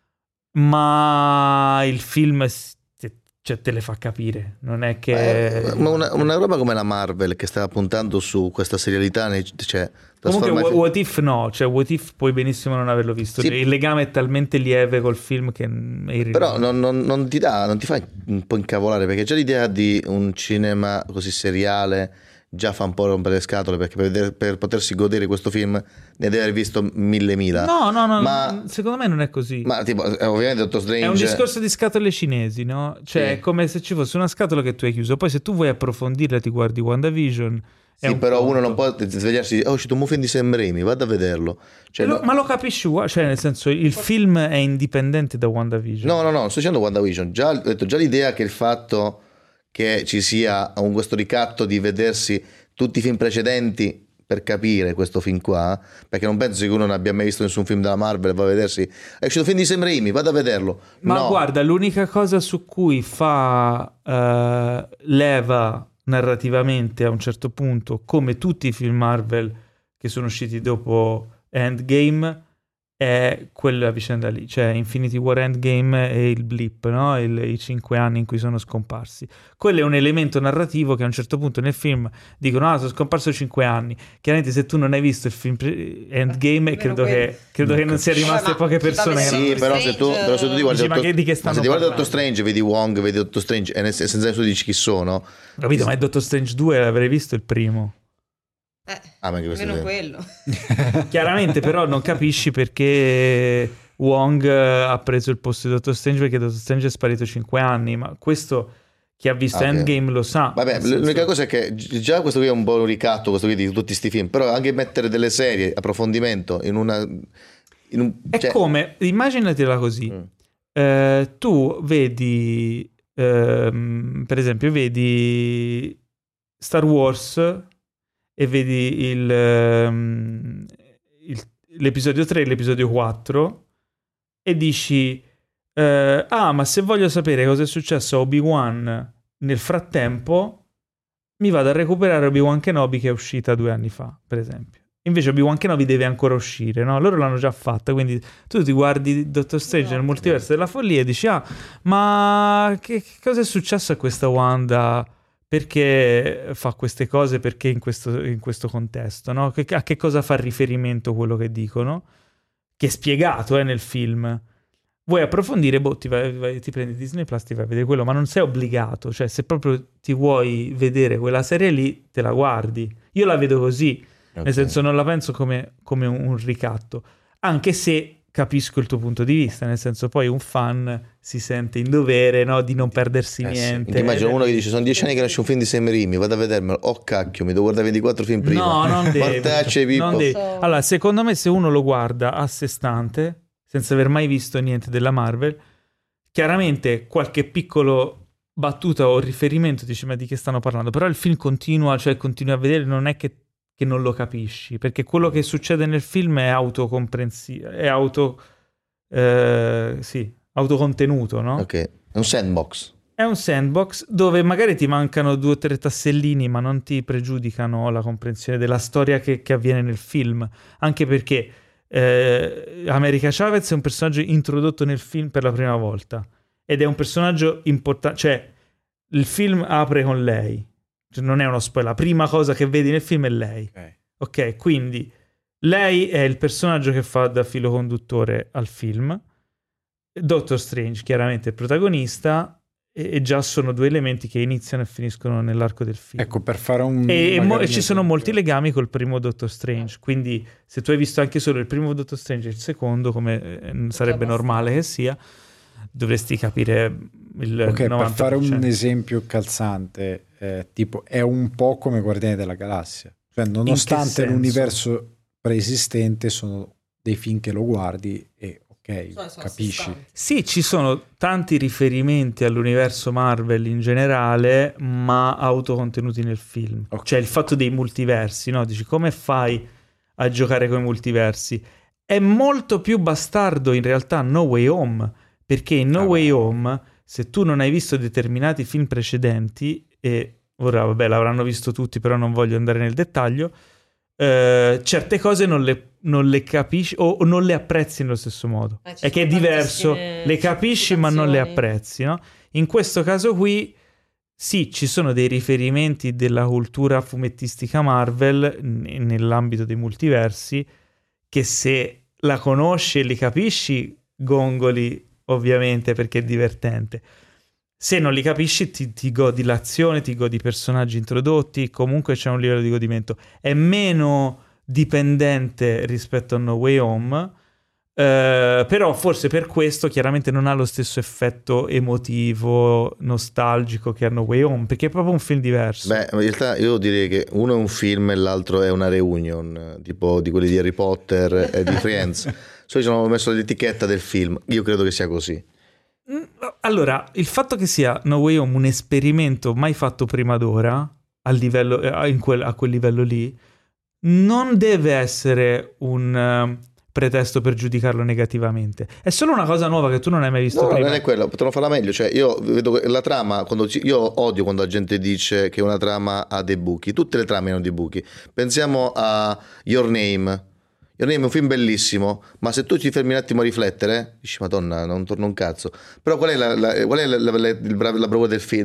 ma il film te le fa capire, non è che... Ma una roba come la Marvel che stava puntando su questa serialità, cioè... Comunque What If no, cioè What If puoi benissimo non averlo visto, sì. Il legame è talmente lieve col film che è irrilevante. Però non ti fa un po' incavolare, perché già l'idea di un cinema così seriale già fa un po' rompere le scatole, perché per potersi godere questo film ne deve aver visto 1000. No, ma secondo me non è così. Ma tipo, ovviamente Doctor Strange è un discorso di scatole cinesi, no? Cioè sì. È come se ci fosse una scatola che tu hai chiuso, poi se tu vuoi approfondirla ti guardi WandaVision. Sì, però uno non può svegliarsi, è uscito un film di Sam Raimi, vado a vederlo. Cioè, ma lo capisci uguale, cioè nel senso il film è indipendente da WandaVision. No, sto dicendo WandaVision. Già l'idea che il fatto che ci sia questo ricatto di vedersi tutti i film precedenti per capire questo film qua, perché non penso che uno non abbia mai visto nessun film della Marvel, va a vedersi, è uscito un film di Sam Raimi, vado a vederlo. Ma no. Guarda, l'unica cosa su cui fa leva narrativamente a un certo punto, come tutti i film Marvel che sono usciti dopo Endgame, è quella vicenda lì, cioè Infinity War Endgame e il blip, no? I 5 anni in cui sono scomparsi. Quello è un elemento narrativo che a un certo punto nel film dicono sono scomparso 5 anni. Chiaramente se tu non hai visto il film Endgame credo che non sia rimaste poche persone. Sì, però se tu ti guardi Doctor Strange, vedi Wong, vedi Doctor Strange e senza nessuno dici chi sono. Capito, ma è Doctor Strange 2 l'avrei visto il primo. Meno quello. Chiaramente però non capisci perché Wong ha preso il posto di Doctor Strange, perché Doctor Strange è sparito 5 anni, ma questo chi ha visto Endgame lo sa. Vabbè, l'unica cosa è che già questo qui è un po' un ricatto, questo qui di tutti sti film, però anche mettere delle serie, approfondimento è come, immaginatela così, tu vedi per esempio vedi Star Wars e vedi l'episodio 3 e l'episodio 4 e dici ma se voglio sapere cosa è successo a Obi-Wan nel frattempo mi vado a recuperare Obi-Wan Kenobi che è uscita 2 anni fa, per esempio. Invece Obi-Wan Kenobi deve ancora uscire, no? Loro l'hanno già fatta, quindi tu ti guardi Doctor Strange nel multiverso della follia e dici ma che cosa è successo a questa Wanda? Perché fa queste cose, perché in questo contesto, no? A che cosa fa riferimento quello che dicono, che è spiegato nel film. Vuoi approfondire, ti prendi Disney Plus, ti vai a vedere quello, ma non sei obbligato, cioè se proprio ti vuoi vedere quella serie lì, te la guardi. Io la vedo così, nel senso non la penso come un ricatto, anche se capisco il tuo punto di vista, nel senso poi un fan si sente in dovere, no, di non perdersi niente. Ti immagino uno che dice sono 10 anni che nasce un film di Sam Raimi, vado a vedermelo, cacchio, mi devo guardare 24 film prima. No, non devi. Allora, secondo me se uno lo guarda a sé stante, senza aver mai visto niente della Marvel, chiaramente qualche piccolo battuta o riferimento dice ma di che stanno parlando, però il film continua, cioè continui a vedere, non è che non lo capisci, perché quello che succede nel film è autocomprensivo, è autocontenuto, no? Ok, è un sandbox. È un sandbox dove magari ti mancano 2 o 3 tassellini, ma non ti pregiudicano la comprensione della storia che avviene nel film, anche perché America Chavez è un personaggio introdotto nel film per la prima volta ed è un personaggio importante, cioè il film apre con lei. Non è uno spoiler, la prima cosa che vedi nel film è lei. Ok, quindi lei è il personaggio che fa da filo conduttore al film. Doctor Strange chiaramente è il protagonista, e già sono due elementi che iniziano e finiscono nell'arco del film. Ecco, per fare un... E ci sono molti legami col primo Doctor Strange, quindi se tu hai visto anche solo il primo Doctor Strange e il secondo, come sarebbe normale che sia, dovresti capire il 90%. Per fare un esempio calzante, tipo è un po' come Guardiani della Galassia, cioè nonostante l'universo preesistente sono dei film che lo guardi e capisci. Sì, ci sono tanti riferimenti all'universo Marvel in generale, ma autocontenuti nel film. Cioè il fatto dei multiversi, no? Dici, come fai a giocare con i multiversi? È molto più bastardo in realtà No Way Home, perché in No Way Home, se tu non hai visto determinati film precedenti, e ora vabbè l'avranno visto tutti, però non voglio andare nel dettaglio, certe cose non le capisci o non le apprezzi nello stesso modo. È che è diverso, le capisci ma non le apprezzi, no? In questo caso qui sì, ci sono dei riferimenti della cultura fumettistica Marvel nell'ambito dei multiversi che se la conosci e li capisci gongoli ovviamente perché è divertente. Se non li capisci ti godi l'azione, ti godi i personaggi introdotti, comunque c'è un livello di godimento. È meno dipendente rispetto a No Way Home, però forse per questo chiaramente non ha lo stesso effetto emotivo, nostalgico che ha No Way Home, perché è proprio un film diverso. Beh, in realtà io direi che uno è un film e l'altro è una reunion, tipo di quelli di Harry Potter e di Friends. Ci hanno messo l'etichetta del film, io credo che sia così. Allora, il fatto che sia No Way Home un esperimento mai fatto prima d'ora a quel livello lì non deve essere un pretesto per giudicarlo negativamente. È solo una cosa nuova che tu non hai mai visto prima. Non è quello, potremmo farla meglio. Cioè, io vedo che la trama, io odio quando la gente dice che una trama ha dei buchi. Tutte le trame hanno dei buchi. Pensiamo a Your Name. Your Name è un film bellissimo, ma se tu ti fermi un attimo a riflettere, dici Madonna, non torna un cazzo. Però qual è la bravura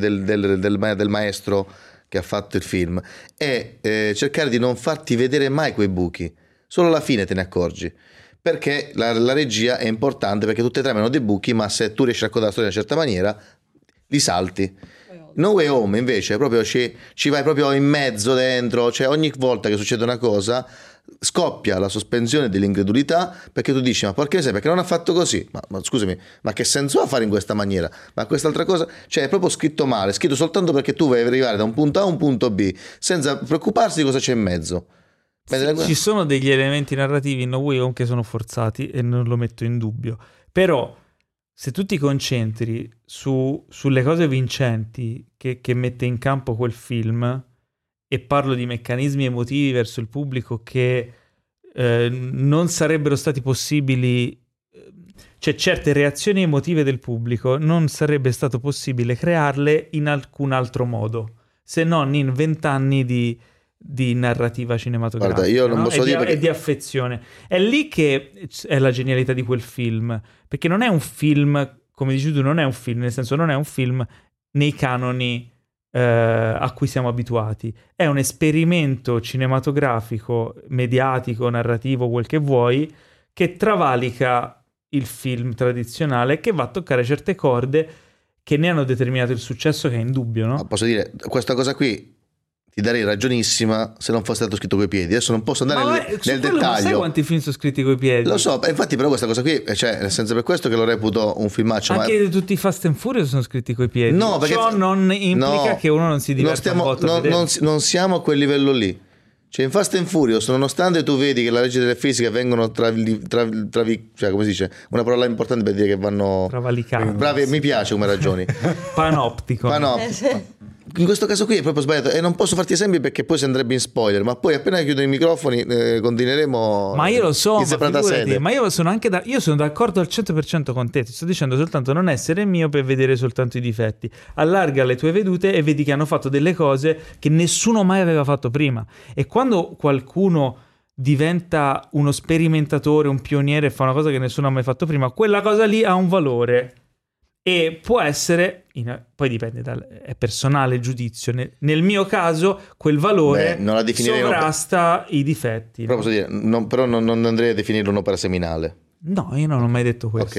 del maestro che ha fatto il film? È cercare di non farti vedere mai quei buchi. Solo alla fine te ne accorgi. Perché la regia è importante, perché tutte e tre hanno dei buchi, ma se tu riesci a raccontare la storia in una certa maniera, li salti. No Way Home invece proprio ci vai proprio in mezzo dentro, cioè ogni volta che succede una cosa scoppia la sospensione dell'incredulità, perché tu dici ma perché non ha fatto così, ma scusami, ma che senso ha fare in questa maniera, ma quest'altra cosa, cioè è proprio scritto male, scritto soltanto perché tu vuoi arrivare da un punto A a un punto B senza preoccuparsi di cosa c'è in mezzo. Ci sono degli elementi narrativi in No Way Home che sono forzati e non lo metto in dubbio, però se tu ti concentri sulle cose vincenti che mette in campo quel film, e parlo di meccanismi emotivi verso il pubblico che non sarebbero stati possibili, cioè certe reazioni emotive del pubblico non sarebbe stato possibile crearle in alcun altro modo, se non in 20 anni di narrativa cinematografica. Guarda, io non posso dire perché... e di affezione. È lì che è la genialità di quel film, perché non è un film, come dici tu, non è un film, nel senso non è un film nei canoni a cui siamo abituati. È un esperimento cinematografico, mediatico, narrativo, quel che vuoi, che travalica il film tradizionale, che va a toccare certe corde che ne hanno determinato il successo che è indubbio, no? Posso dire, questa cosa qui ti darei ragionissima se non fosse stato scritto coi piedi. Adesso non posso andare nel dettaglio. Non sai quanti film sono scritti coi piedi? Lo so, infatti, però questa cosa qui, cioè, nel senso, per questo che lo reputo un filmaccio. Anche tutti i Fast and Furious sono scritti coi piedi. No, perché ciò non implica che uno non si diverta non siamo a quel livello lì. Cioè, in Fast and Furious, nonostante tu vedi che la legge delle fisiche vengono cioè, come si dice, una parola importante per dire che vanno travalicate. Bravi, mi piace come ragioni. Panoptico. In questo caso qui è proprio sbagliato e non posso farti esempi perché poi si andrebbe in spoiler, ma poi appena chiudo i microfoni continueremo. Ma io lo so, ma io sono io sono d'accordo al 100% con te. Ti sto dicendo soltanto non essere mio per vedere soltanto i difetti. Allarga le tue vedute e vedi che hanno fatto delle cose che nessuno mai aveva fatto prima. E quando qualcuno diventa uno sperimentatore, un pioniere e fa una cosa che nessuno ha mai fatto prima, quella cosa lì ha un valore. E può essere, poi dipende è personale il giudizio. Nel mio caso, quel valore sovrasta i difetti. Però posso dire, però non andrei a definirlo un'opera seminale. No, io non ho mai detto questo. Okay.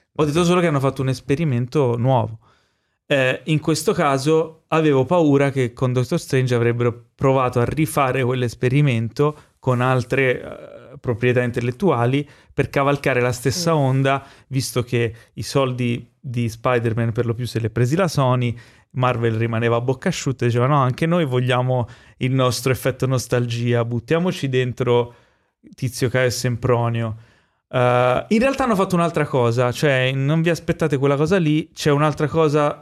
Ho detto solo che hanno fatto un esperimento nuovo. In questo caso avevo paura che con Doctor Strange avrebbero provato a rifare quell'esperimento con altre proprietà intellettuali per cavalcare la stessa onda, visto che i soldi di Spider-Man per lo più se li ha presi la Sony, Marvel rimaneva a bocca asciutta e diceva no, anche noi vogliamo il nostro effetto nostalgia, buttiamoci dentro Tizio Caio e Sempronio. In realtà hanno fatto un'altra cosa, cioè non vi aspettate quella cosa lì, c'è un'altra cosa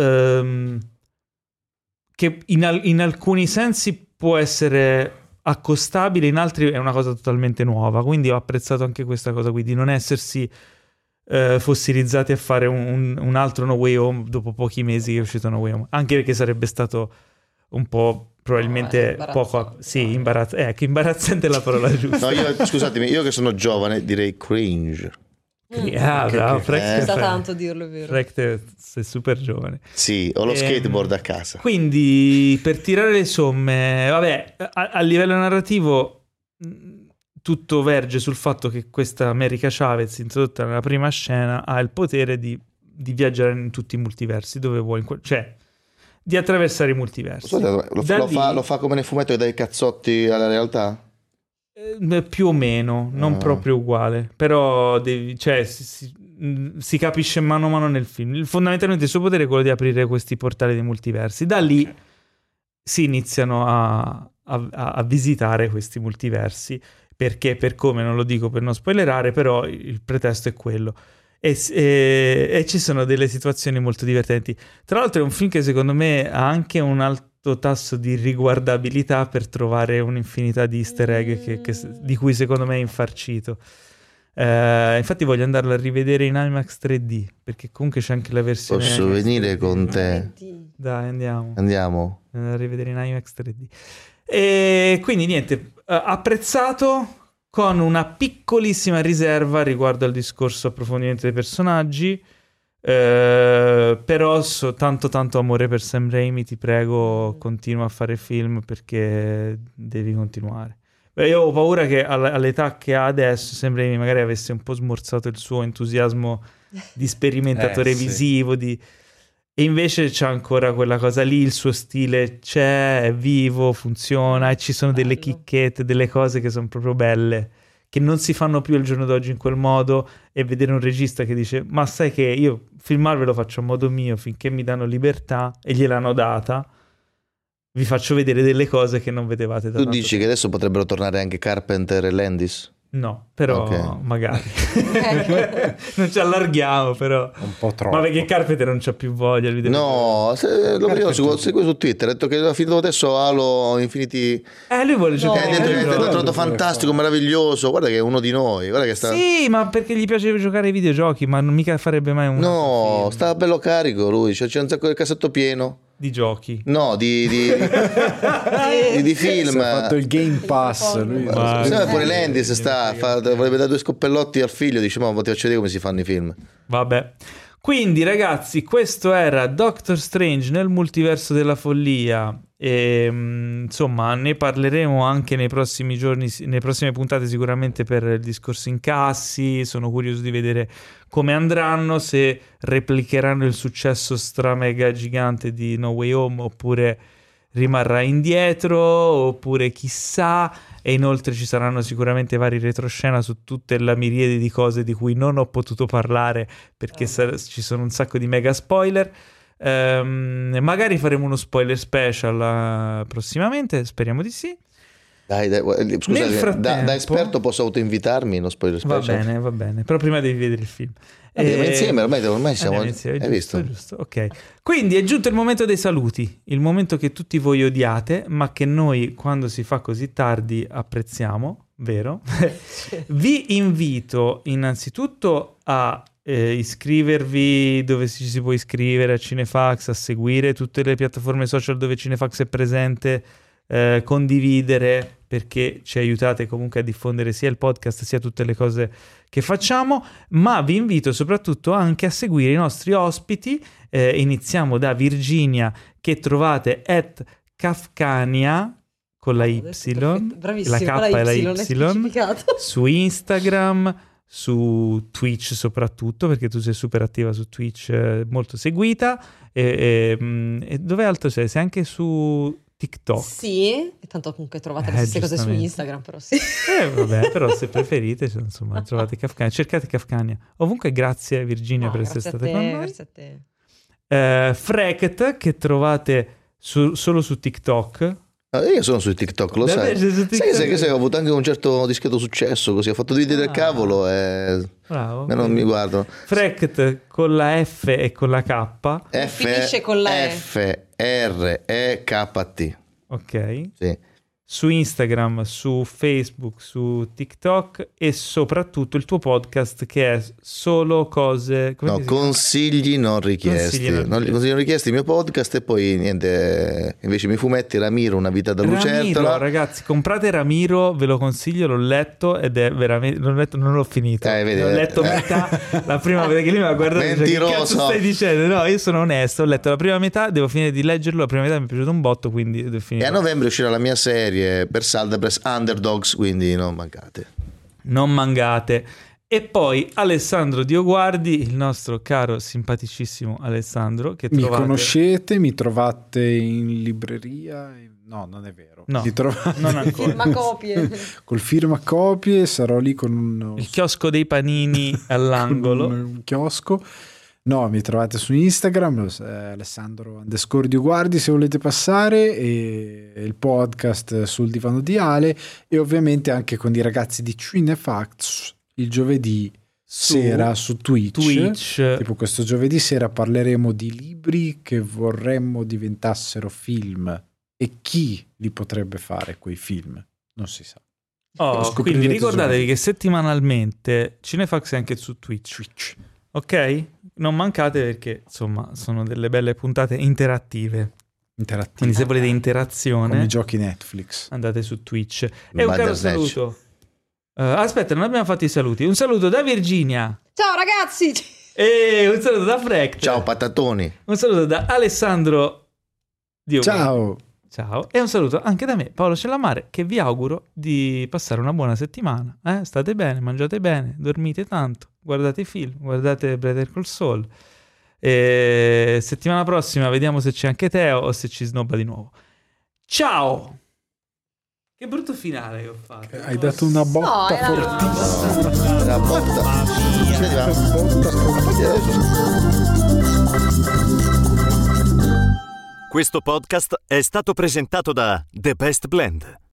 che in alcuni sensi può essere accostabile, in altri è una cosa totalmente nuova, quindi ho apprezzato anche questa cosa qui di non essersi fossilizzati a fare un altro No Way Home dopo pochi mesi che è uscito No Way Home, anche perché sarebbe stato un po' probabilmente poco imbarazzante, imbarazzante è la parola giusta. No, scusatemi, io che sono giovane direi cringe. Bravo, Frank sta tanto dirlo, è vero. Frank, sei super giovane. Sì, ho lo skateboard a casa. Quindi per tirare le somme, vabbè, a livello narrativo tutto verge sul fatto che questa America Chavez, introdotta nella prima scena, ha il potere di viaggiare in tutti i multiversi dove vuoi, cioè di attraversare i multiversi. Lo fa come nel fumetto che dà i cazzotti alla realtà? Più o meno, non proprio uguale, però si capisce mano a mano nel film. Fondamentalmente il suo potere è quello di aprire questi portali dei multiversi. Da lì si iniziano a visitare questi multiversi, perché per come non lo dico per non spoilerare, però il pretesto è quello. E ci sono delle situazioni molto divertenti. Tra l'altro è un film che secondo me ha anche un alto tasso di riguardabilità per trovare un'infinità di easter egg di cui secondo me è infarcito. Infatti voglio andarlo a rivedere in IMAX 3D, perché comunque c'è anche la versione Posso venire con te? Dai, andiamo a rivedere in IMAX 3D. E quindi niente, apprezzato, con una piccolissima riserva riguardo al discorso approfondimento dei personaggi. Però tanto amore per Sam Raimi, ti prego, continua a fare film perché devi continuare. Io ho paura che all'età che ha adesso Sam Raimi magari avesse un po' smorzato il suo entusiasmo di sperimentatore visivo, e invece c'è ancora quella cosa lì, il suo stile c'è, è vivo, funziona, e ci sono delle chicchette, delle cose che sono proprio belle, che non si fanno più al giorno d'oggi in quel modo. E vedere un regista che dice ma sai che io filmarvi lo faccio a modo mio finché mi danno libertà, e gliel'hanno data, vi faccio vedere delle cose che non vedevate da Tu dici che adesso potrebbero tornare anche Carpenter e Landis? No, però magari non ci allarghiamo, però un po' troppo. Ma perché Carpenter non c'ha più voglia di vedere. No, lo seguo su Twitter, ha detto che finito adesso Halo Infinity lui vuole giocare, è trovato fantastico, meraviglioso, guarda che è uno di noi, guarda che sta... Sì, ma perché gli piace giocare ai videogiochi, ma non mica farebbe mai un No, sta bello carico lui, c'è un sacco del cassetto pieno di giochi. No, di film. Ha fatto il Game Pass lui. Pure Landis vorrebbe dare 2 scoppellotti al figlio, dice ma ti faccio vedere come si fanno i film. Vabbè. Quindi ragazzi, questo era Doctor Strange nel multiverso della follia, e insomma ne parleremo anche nei prossimi giorni, nelle prossime puntate sicuramente, per il discorso incassi. Sono curioso di vedere come andranno, se replicheranno il successo stramega gigante di No Way Home oppure rimarrà indietro, oppure chissà. E inoltre ci saranno sicuramente vari retroscena su tutte la miriade di cose di cui non ho potuto parlare perché ci sono un sacco di mega spoiler. Magari faremo uno spoiler special prossimamente, speriamo di sì. Dai, scusate, da esperto posso autoinvitarmi in spoiler special? Va bene, però prima devi vedere il film. Insieme, ormai siamo insieme, hai visto? Giusto, ok. Quindi è giunto il momento dei saluti, il momento che tutti voi odiate, ma che noi quando si fa così tardi apprezziamo, vero? Vi invito innanzitutto a iscrivervi dove ci si può iscrivere, a Cinefax, a seguire tutte le piattaforme social dove Cinefax è presente, condividere, perché ci aiutate comunque a diffondere sia il podcast sia tutte le cose che facciamo. Ma vi invito soprattutto anche a seguire i nostri ospiti. Iniziamo da Virginia, che trovate @Kafkania con la Y, bravissimo, la K e la Y, su Instagram, su Twitch soprattutto, perché tu sei super attiva su Twitch, molto seguita, e dove altro sei? Sei anche su TikTok. Sì, e tanto comunque trovate le stesse cose su Instagram, però sì. Vabbè, però se preferite, insomma, trovate Kafkania, cercate Kafkania. Ovunque, grazie Virginia per essere stata con noi. Grazie a te. Freket, che trovate solo su TikTok. Io sono su TikTok, lo sai. Sai che ho avuto anche un certo discreto successo, così ho fatto due video del cavolo e bravo, non mi guardano. Freket con la F e con la K. Finisce con la F-R-E-K-T. Ok. Sì. Su Instagram, su Facebook, su TikTok e soprattutto il tuo podcast che è solo cose... consigli non richiesti. Consigli non richiesti, il mio podcast, e poi niente, invece i miei fumetti, Ramiro, Una vita da lucertola. Ramiro, ragazzi, comprate Ramiro, ve lo consiglio, l'ho letto ed è veramente... non l'ho finito. L'ho letto metà, la prima metà che lui mi ha guardato e dice, che cazzo stai dicendo? No, io sono onesto, ho letto la prima metà, devo finire di leggerlo, la prima metà mi è piaciuto un botto, quindi devo finire. E a novembre uscirà la mia serie per Saldapress Underdogs, quindi non mancate. E poi Alessandro Dioguardi, il nostro caro simpaticissimo Alessandro, che mi conoscete, mi trovate in libreria. No, non è vero. No, non ancora. Firmacopie. Col firmacopie sarò lì con il chiosco dei panini all'angolo. Un chiosco. No, mi trovate su Instagram, Alessandro_Dioguardi se volete passare, e il podcast sul divano di Ale, e ovviamente anche con i ragazzi di Cinefacts il giovedì sera su Twitch. Tipo questo giovedì sera parleremo di libri che vorremmo diventassero film e chi li potrebbe fare quei film, non si sa. Quindi ricordatevi che settimanalmente Cinefax è anche su Twitch. Ok? Non mancate, perché insomma sono delle belle puntate interattive. Quindi se volete interazione, come i giochi Netflix, andate su Twitch. E un caro saluto. Aspetta, non abbiamo fatto i saluti. Un saluto da Virginia. Ciao ragazzi. E un saluto da Frekt. Ciao patatoni. Un saluto da Alessandro Ciao. Ciao. E un saluto anche da me, Paolo Cellamare, che vi auguro di passare una buona settimana. State bene, mangiate bene, dormite tanto, guardate i film, guardate Better Call Saul. E settimana prossima vediamo se c'è anche Teo o se ci snobba di nuovo. Ciao! Che brutto finale che ho fatto. Hai dato una botta fortissima. Una botta. Questo podcast è stato presentato da The Best Blend,